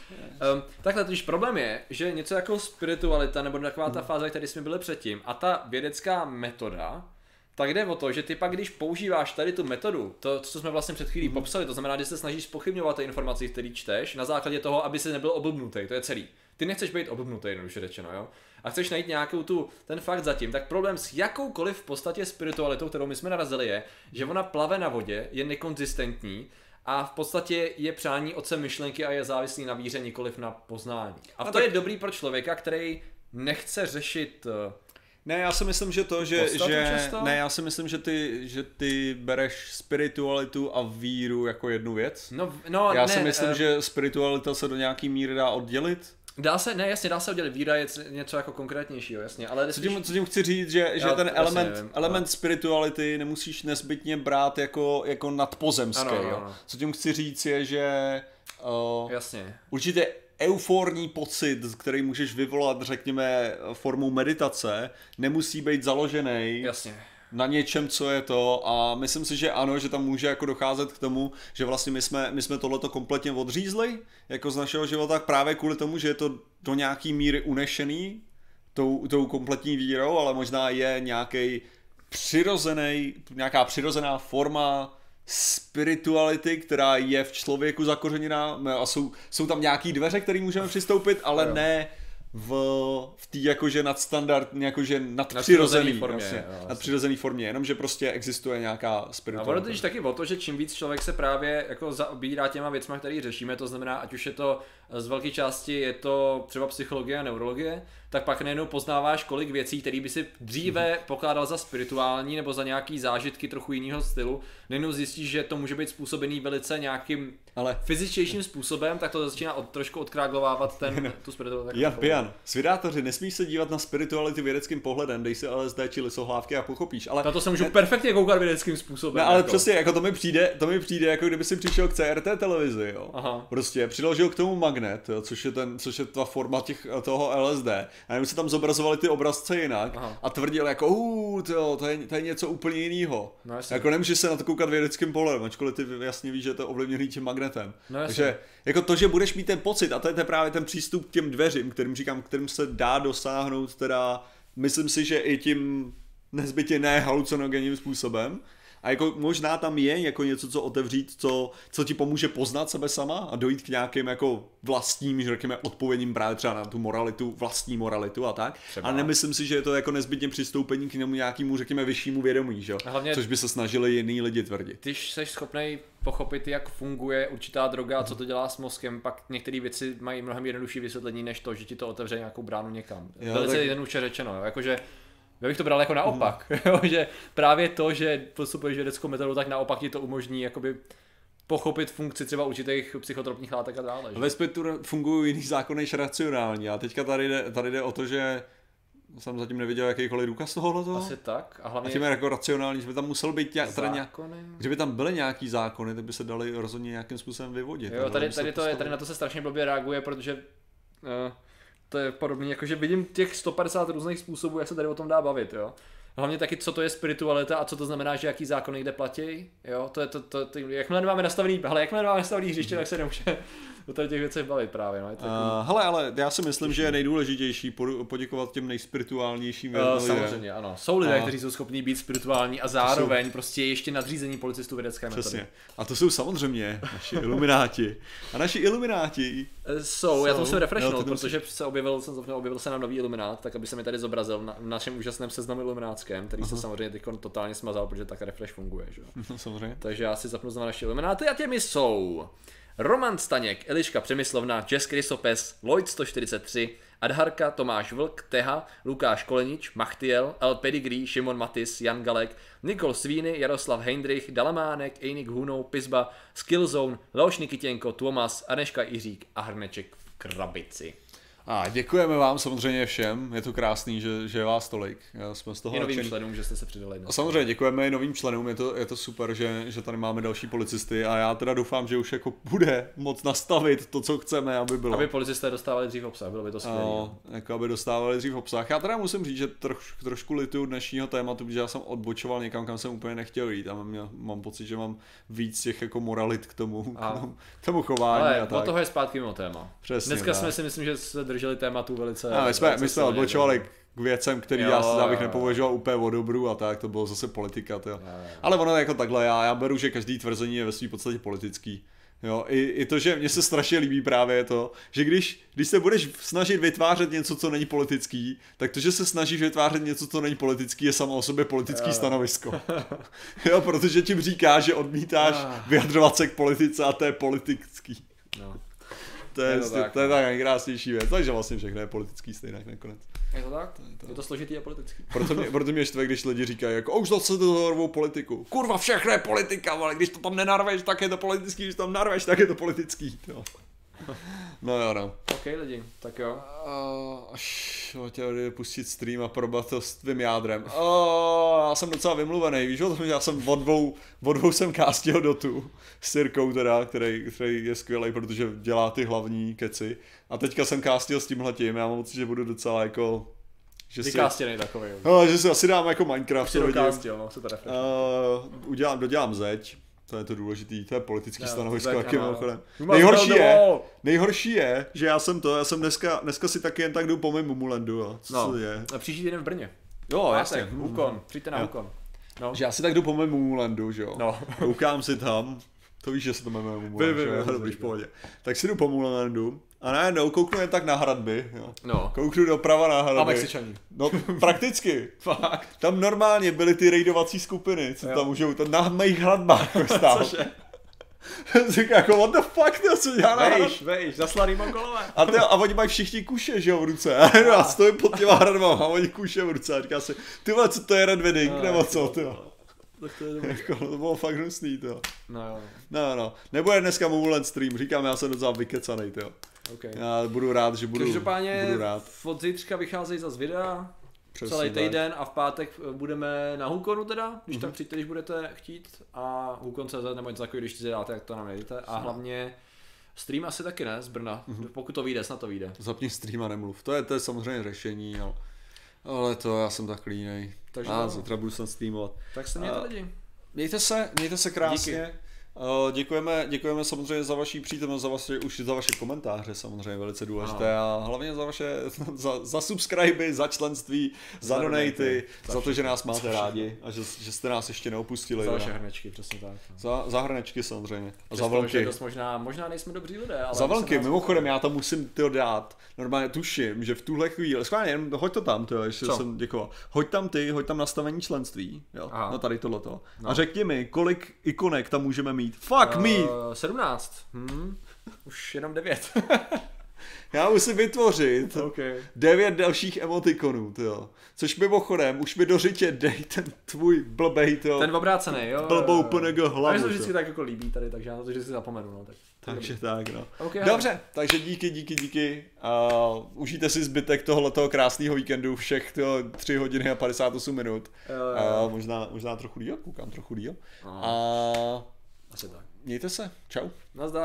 takhle, totiž problém je, že něco jako spiritualita nebo taková ta fáze, které jsme byli předtím a ta vědecká metoda, tak jde o to, že ty pak, když používáš tady tu metodu, to, co jsme vlastně před chvílí mm. popsali, to znamená, že se snažíš zpochybňovat ty informace, které čteš, na základě toho, aby se nebyl oblbnutý, to je celý. Ty nechceš být oblbnutý, jednoduše řečeno, jo? A chceš najít nějakou tu, ten fakt zatím, tak problém s jakoukoliv v podstatě spiritualitou, kterou my jsme narazili, je, že ona plave na vodě, je nekonzistentní, a v podstatě je přání otcem myšlenky a je závislý na víře, nikoliv na poznání. A, a to tak... je dobrý pro člověka, který nechce řešit... Ne, já si myslím, že to, že, že ne, já si myslím, že ty, že ty bereš spiritualitu a víru jako jednu věc. No, no já ne, si myslím, um... že spiritualita se do nějaký míry dá oddělit. Dá se, ne, jasně, dá se oddělit, víra je něco jako konkrétnějšího, jasně, ale... Co tím, co tím chci říct, že, že ten element, nevím, element ale... spirituality nemusíš nezbytně brát jako, jako nadpozemský, ano, jo. Ano. Co tím chci říct je, že uh, jasně. určitě euforní pocit, který můžeš vyvolat, řekněme, formou meditace, nemusí být založený jasně. na něčem, co je to a myslím si, že ano, že tam může jako docházet k tomu, že vlastně my jsme, my jsme tohleto kompletně odřízli jako z našeho života právě kvůli tomu, že je to do nějaký míry unešený tou, tou kompletní vírou, ale možná je nějaký přirozený, nějaká přirozená forma spirituality, která je v člověku zakořeněná a jsou, jsou tam nějaký dveře, které můžeme přistoupit, ale ne v, v té jakože nadstandardní, jakože nadpřirozený formě, vlastně, jo, nadpřirozený formě, jenomže prostě existuje nějaká spiritualita. A ono totiž taky o to, že čím víc člověk se právě jako zaobírá těma věcma, které řešíme, to znamená, ať už je to z velké části je to třeba psychologie a neurologie, tak pak najednou poznáváš kolik věcí, které by si dříve pokládal za spirituální nebo za nějaký zážitky trochu jiného stylu, najednou zjistíš, že to může být způsobený velice nějakým ale fyzičtějším způsobem, tak to začíná od, trošku odkráglovávat ten, tu spiritualitu. Jan Pijan, svědátoři, nesmíš se dívat na spirituality vědeckým pohledem, dej si L S D či lisohlávky a pochopíš. Ale na to se můžu ne... perfektně koukat vědeckým způsobem. No, ale jako. Přesně, jako to mi přijde, to mi přijde, jako kdyby si přišel k C R T televizi, jo. Aha. Prostě přiložil k tomu magnet, jo, což je ten, což je ta forma těch, toho L S D. A jenom se tam zobrazovali ty obrazce jinak. Aha. A tvrdil jako, uh, to, to, je, to je něco úplně jiného. No, jako nemůžeš se na to koukat vědeckým pohledem, ačkoliv ty jasně víš, že to je ovlivněný tím magnetem. No, takže jako to, že budeš mít ten pocit, a to je právě ten přístup k těm dveřím, kterým říkám, kterým se dá dosáhnout, teda myslím si, že i tím nezbytně ne halucinogenním způsobem. A jako možná tam je jako něco, co otevřít, co, co ti pomůže poznat sebe sama a dojít k nějakým jako vlastním, že řekněme, odpovědním právě třeba na tu moralitu, vlastní moralitu a tak. Třeba. A nemyslím si, že je to jako nezbytně přistoupení k němu nějakému, řekněme, vyššímu vědomí, že? Hlavně, což by se snažili jiný lidi tvrdit. Když jsi schopnej pochopit, jak funguje určitá droga a co to dělá s mozkem, pak některé věci mají mnohem jednodušší vysvětlení, než to, že ti to otevře nějakou bránu někam. Jo, velice tak... jednoduše řečeno, jo? Jakože já bych to bral jako naopak, mm. že právě to, že postupuješ vědeckou metodou, tak naopak ti to umožní jakoby pochopit funkci třeba určitých psychotropních látek a dále. Ve spektru fungují jiný zákony než racionální a teďka tady jde, tady jde o to, že jsem zatím neviděl jakýkoliv důkaz tohoto. Asi tak. A hlavně... A tím je jako racionální, že by tam musel být nějak, zákony. Kdyby tam byly nějaký zákony, tak by se dali rozhodně nějakým způsobem vyvodit. Jo, tady, tady, to je, tady na to se strašně blbě reaguje, protože uh, to je podobné, jakože vidím těch sto padesát různých způsobů, jak se tady o tom dá bavit, jo. Hlavně taky, co to je spiritualita a co to znamená, že jaký zákony kde platí, jo. To je to, to, to jakmile nemáme nastavený, hele, jakmile nemáme nastavený hřiště, tak se nemůže o tady těch věcech bavit právě, no. Je to uh, hele, ale já si myslím, že je nejdůležitější poděkovat těm nejspirituálnějším uh, samozřejmě, ano. Jsou lidé, uh. kteří jsou schopní být spirituální a zároveň jsou... prostě ještě nadřízení policistů vědecké metody. Přesně. A to jsou samozřejmě naši ilumináti. A naši ilumináti jsou, jsou... já to musím refreshnout, protože se objevil, jsem objevil se nám nový iluminát, tak aby se mi tady zobrazil na našem úžasném seznamu iluminátském, který uh-huh. se samozřejmě teď totálně smazal, protože tak refresh funguje, že? No, samozřejmě. Takže já si zapnu znova naši ilumináty a těmi jsou Roman Staněk, Eliška Přemyslovna, Jess Krysopes, Lloyd sto čtyřicet tři, Adharka, Tomáš Vlk, Teha, Lukáš Kolenič, Machtiel, El Pedigree, Šimon Matis, Jan Galek, Nikol Svíny, Jaroslav Heindrich, Dalamánek, Einik Hunou, Pizba, Skillzone, Leoš Nikitěnko, Tuomas, Aneška Jiřík a Hrneček v krabici. A děkujeme vám samozřejmě všem, je to krásný, že, že je vás tolik. Já jsme z toho i novým nadšen... členům, že jste se přidali. A samozřejmě děkujeme i novým členům, je to, je to super, že, že tady máme další policisty a já teda doufám, že už jako bude moc nastavit to, co chceme, aby bylo. Aby policisté dostávali dřív obsah, bylo by to skvělé. No, jako aby dostávali dřív obsah. Já teda musím říct, že troš, trošku lituju dnešního tématu, protože já jsem odbočoval někam, kam jsem úplně nechtěl jít a mám, mám pocit, že mám víc těch jako moralit k tomu, k tomu, k tomu chování. Ale a tak. Od toho je zpátky mimo téma. Přesně, dneska tak. Jsme si myslím, že se drželi tématu velice. No, my jsme, velice my jsme odbočovali k věcem, který jo, já, já bych nepovažoval úplně o dobru a tak, to bylo zase politika. Jo. Jo, jo. Ale ono je jako takhle, já, já beru, že každý tvrzení je ve své podstatě politický. Jo, i, i to, že mně se strašně líbí právě to, že když, když se budeš snažit vytvářet něco, co není politický, tak to, že se snažíš vytvářet něco, co není politický, je samo o sobě politický jo. stanovisko. Jo, protože tím říká, že odmítáš vyjadřovat se k politice a to je politický. No. To je, je to, tak, to je tak nejkrásnější věc, takže vlastně všechno je politický stejně nakonec. Je to tak? To je to, je to složitý a politický. Proto mě, proto mě štve, když lidi říkají, jako už zase to narvou politiku. Kurva, všechno je politika, ale když to tam nenarveš, tak je to politický, když to tam narveš, tak je to politický. Jo. No jo, no. Ok lidi, tak jo. Až chtěl pustit stream a probat to s tvým jádrem. Uh, já jsem docela vymluvený, víš o tom, že já jsem od dvou, od dvou jsem castil dotu s Sirkou teda, který, který je skvělý, protože dělá ty hlavní keci. A teďka jsem castil s tímhletím, já mám pocit, že budu docela jako Že si, vykástěnej takovej. no, že si asi dám jako Minecraft. Si dokástil, no, super refresh. Uh, udělám, dodělám zeď. To je to důležitý, to je politický no, stanovisko, jakým mimochodem. No. Nejhorší je, nejhorší je, že já jsem to, já jsem dneska, dneska si taky jen tak jdu po mém Mumulandu, jo. Co no. se je? A příští týden v Brně. Jo, jasně. Úkon, přijďte na Úkon. No. Že já si tak jdu po mém Mumulandu, že jo. No. Koukám si tam, to víš, že se to jmenuje Mumuland, že jo, dobrý, v pohodě. Tak si jdu po Mumulandu a najednou kouknu jen tak na hradby, jo. No. Kouknu doprava na hradby. A Mexičaní. No prakticky. Fakt. Tam normálně byly ty rejdovací skupiny, co jo. Tam můžou, to na mých hradbách stál. Cože? Říká jako what the fuck, to co dělá na Vejš, vejš, zaslaný mongolové. A, ty, a oni mají všichni kuše, že jo, v ruce. A já stojím pod těma hradbama a oni kuše v ruce a říká si, ty vole, co to je Red Wedding, no, nebo co, ty jo. Tak to je dobrý. Jako, to bylo fakt hnusný, to. No jo. No, no, nebude dneska Mumuland stream, říkám, já jsem docela vykecanej, ty jo. Okay. Já budu rád, že budu, Každopádně budu rád. od zítřka vycházejí zase videa. Přesně celý týden tak. A v pátek budeme na Hukonu teda, když mm-hmm. tak Mhm. přijďte, když budete chtít a Hukon tečka cé zet nebo něco takového, když si dáte, tak to nám nejdete a hlavně stream asi taky ne, z Brna, mm-hmm. pokud to vyjde, snad to vyjde. Zapni stream a nemluv, to je, to je samozřejmě řešení, ale, ale to já jsem tak línej. Takže a zítra budu snad streamovat. Tak se mějte lidi. Mějte se, mějte se krásně. Díky. Uh, děkujeme, děkujeme samozřejmě za vaši přítomnost, za vaše, už za vaše komentáře, samozřejmě velice důležité a hlavně za vaše, za, za subscriby, za členství, za, za donaty, za, za to, že nás máte rádi a že, že jste nás ještě neopustili. Za vaše hrnečky, přesně tak. Za, za hrnečky samozřejmě. A Přesto, za vlnky. Možná, možná nejsme dobří lidé, ale... Za vlnky, mimochodem já to musím tyho dát. Normálně tuším, že v tuhle chvíli, schválně, jenom hoď to tam, tyjo, ještě Co? jsem děkoval. Hoď tam ty, hoď tam nastavení členství, jo, Aha. no tady tohleto. No. A řekni mi, kolik ikonek tam můžeme mít. Fuck uh, me! sedmnáct. Hmm. Už jenom devět. Já musím vytvořit okay. devět dalších emotikonů, tyjo. Což mimochodem, už mi do řitě dej ten tvůj blbej, tyjo. Ten obrácený, jo. Blbou plného hlavu. A mě to vždycky tak jako líbí tady, takže já to vždycky zapomenu, no. Tak. Takže tak, no. Okay, dobře, ale. Takže díky, díky, díky. Uh, užijte si zbytek tohoto krásného víkendu, všech tyho tři hodiny a padesát osm minut. Uh, možná, možná trochu díl, koukám trochu díl. No. A asi tak. Mějte se, čau. Nazdar.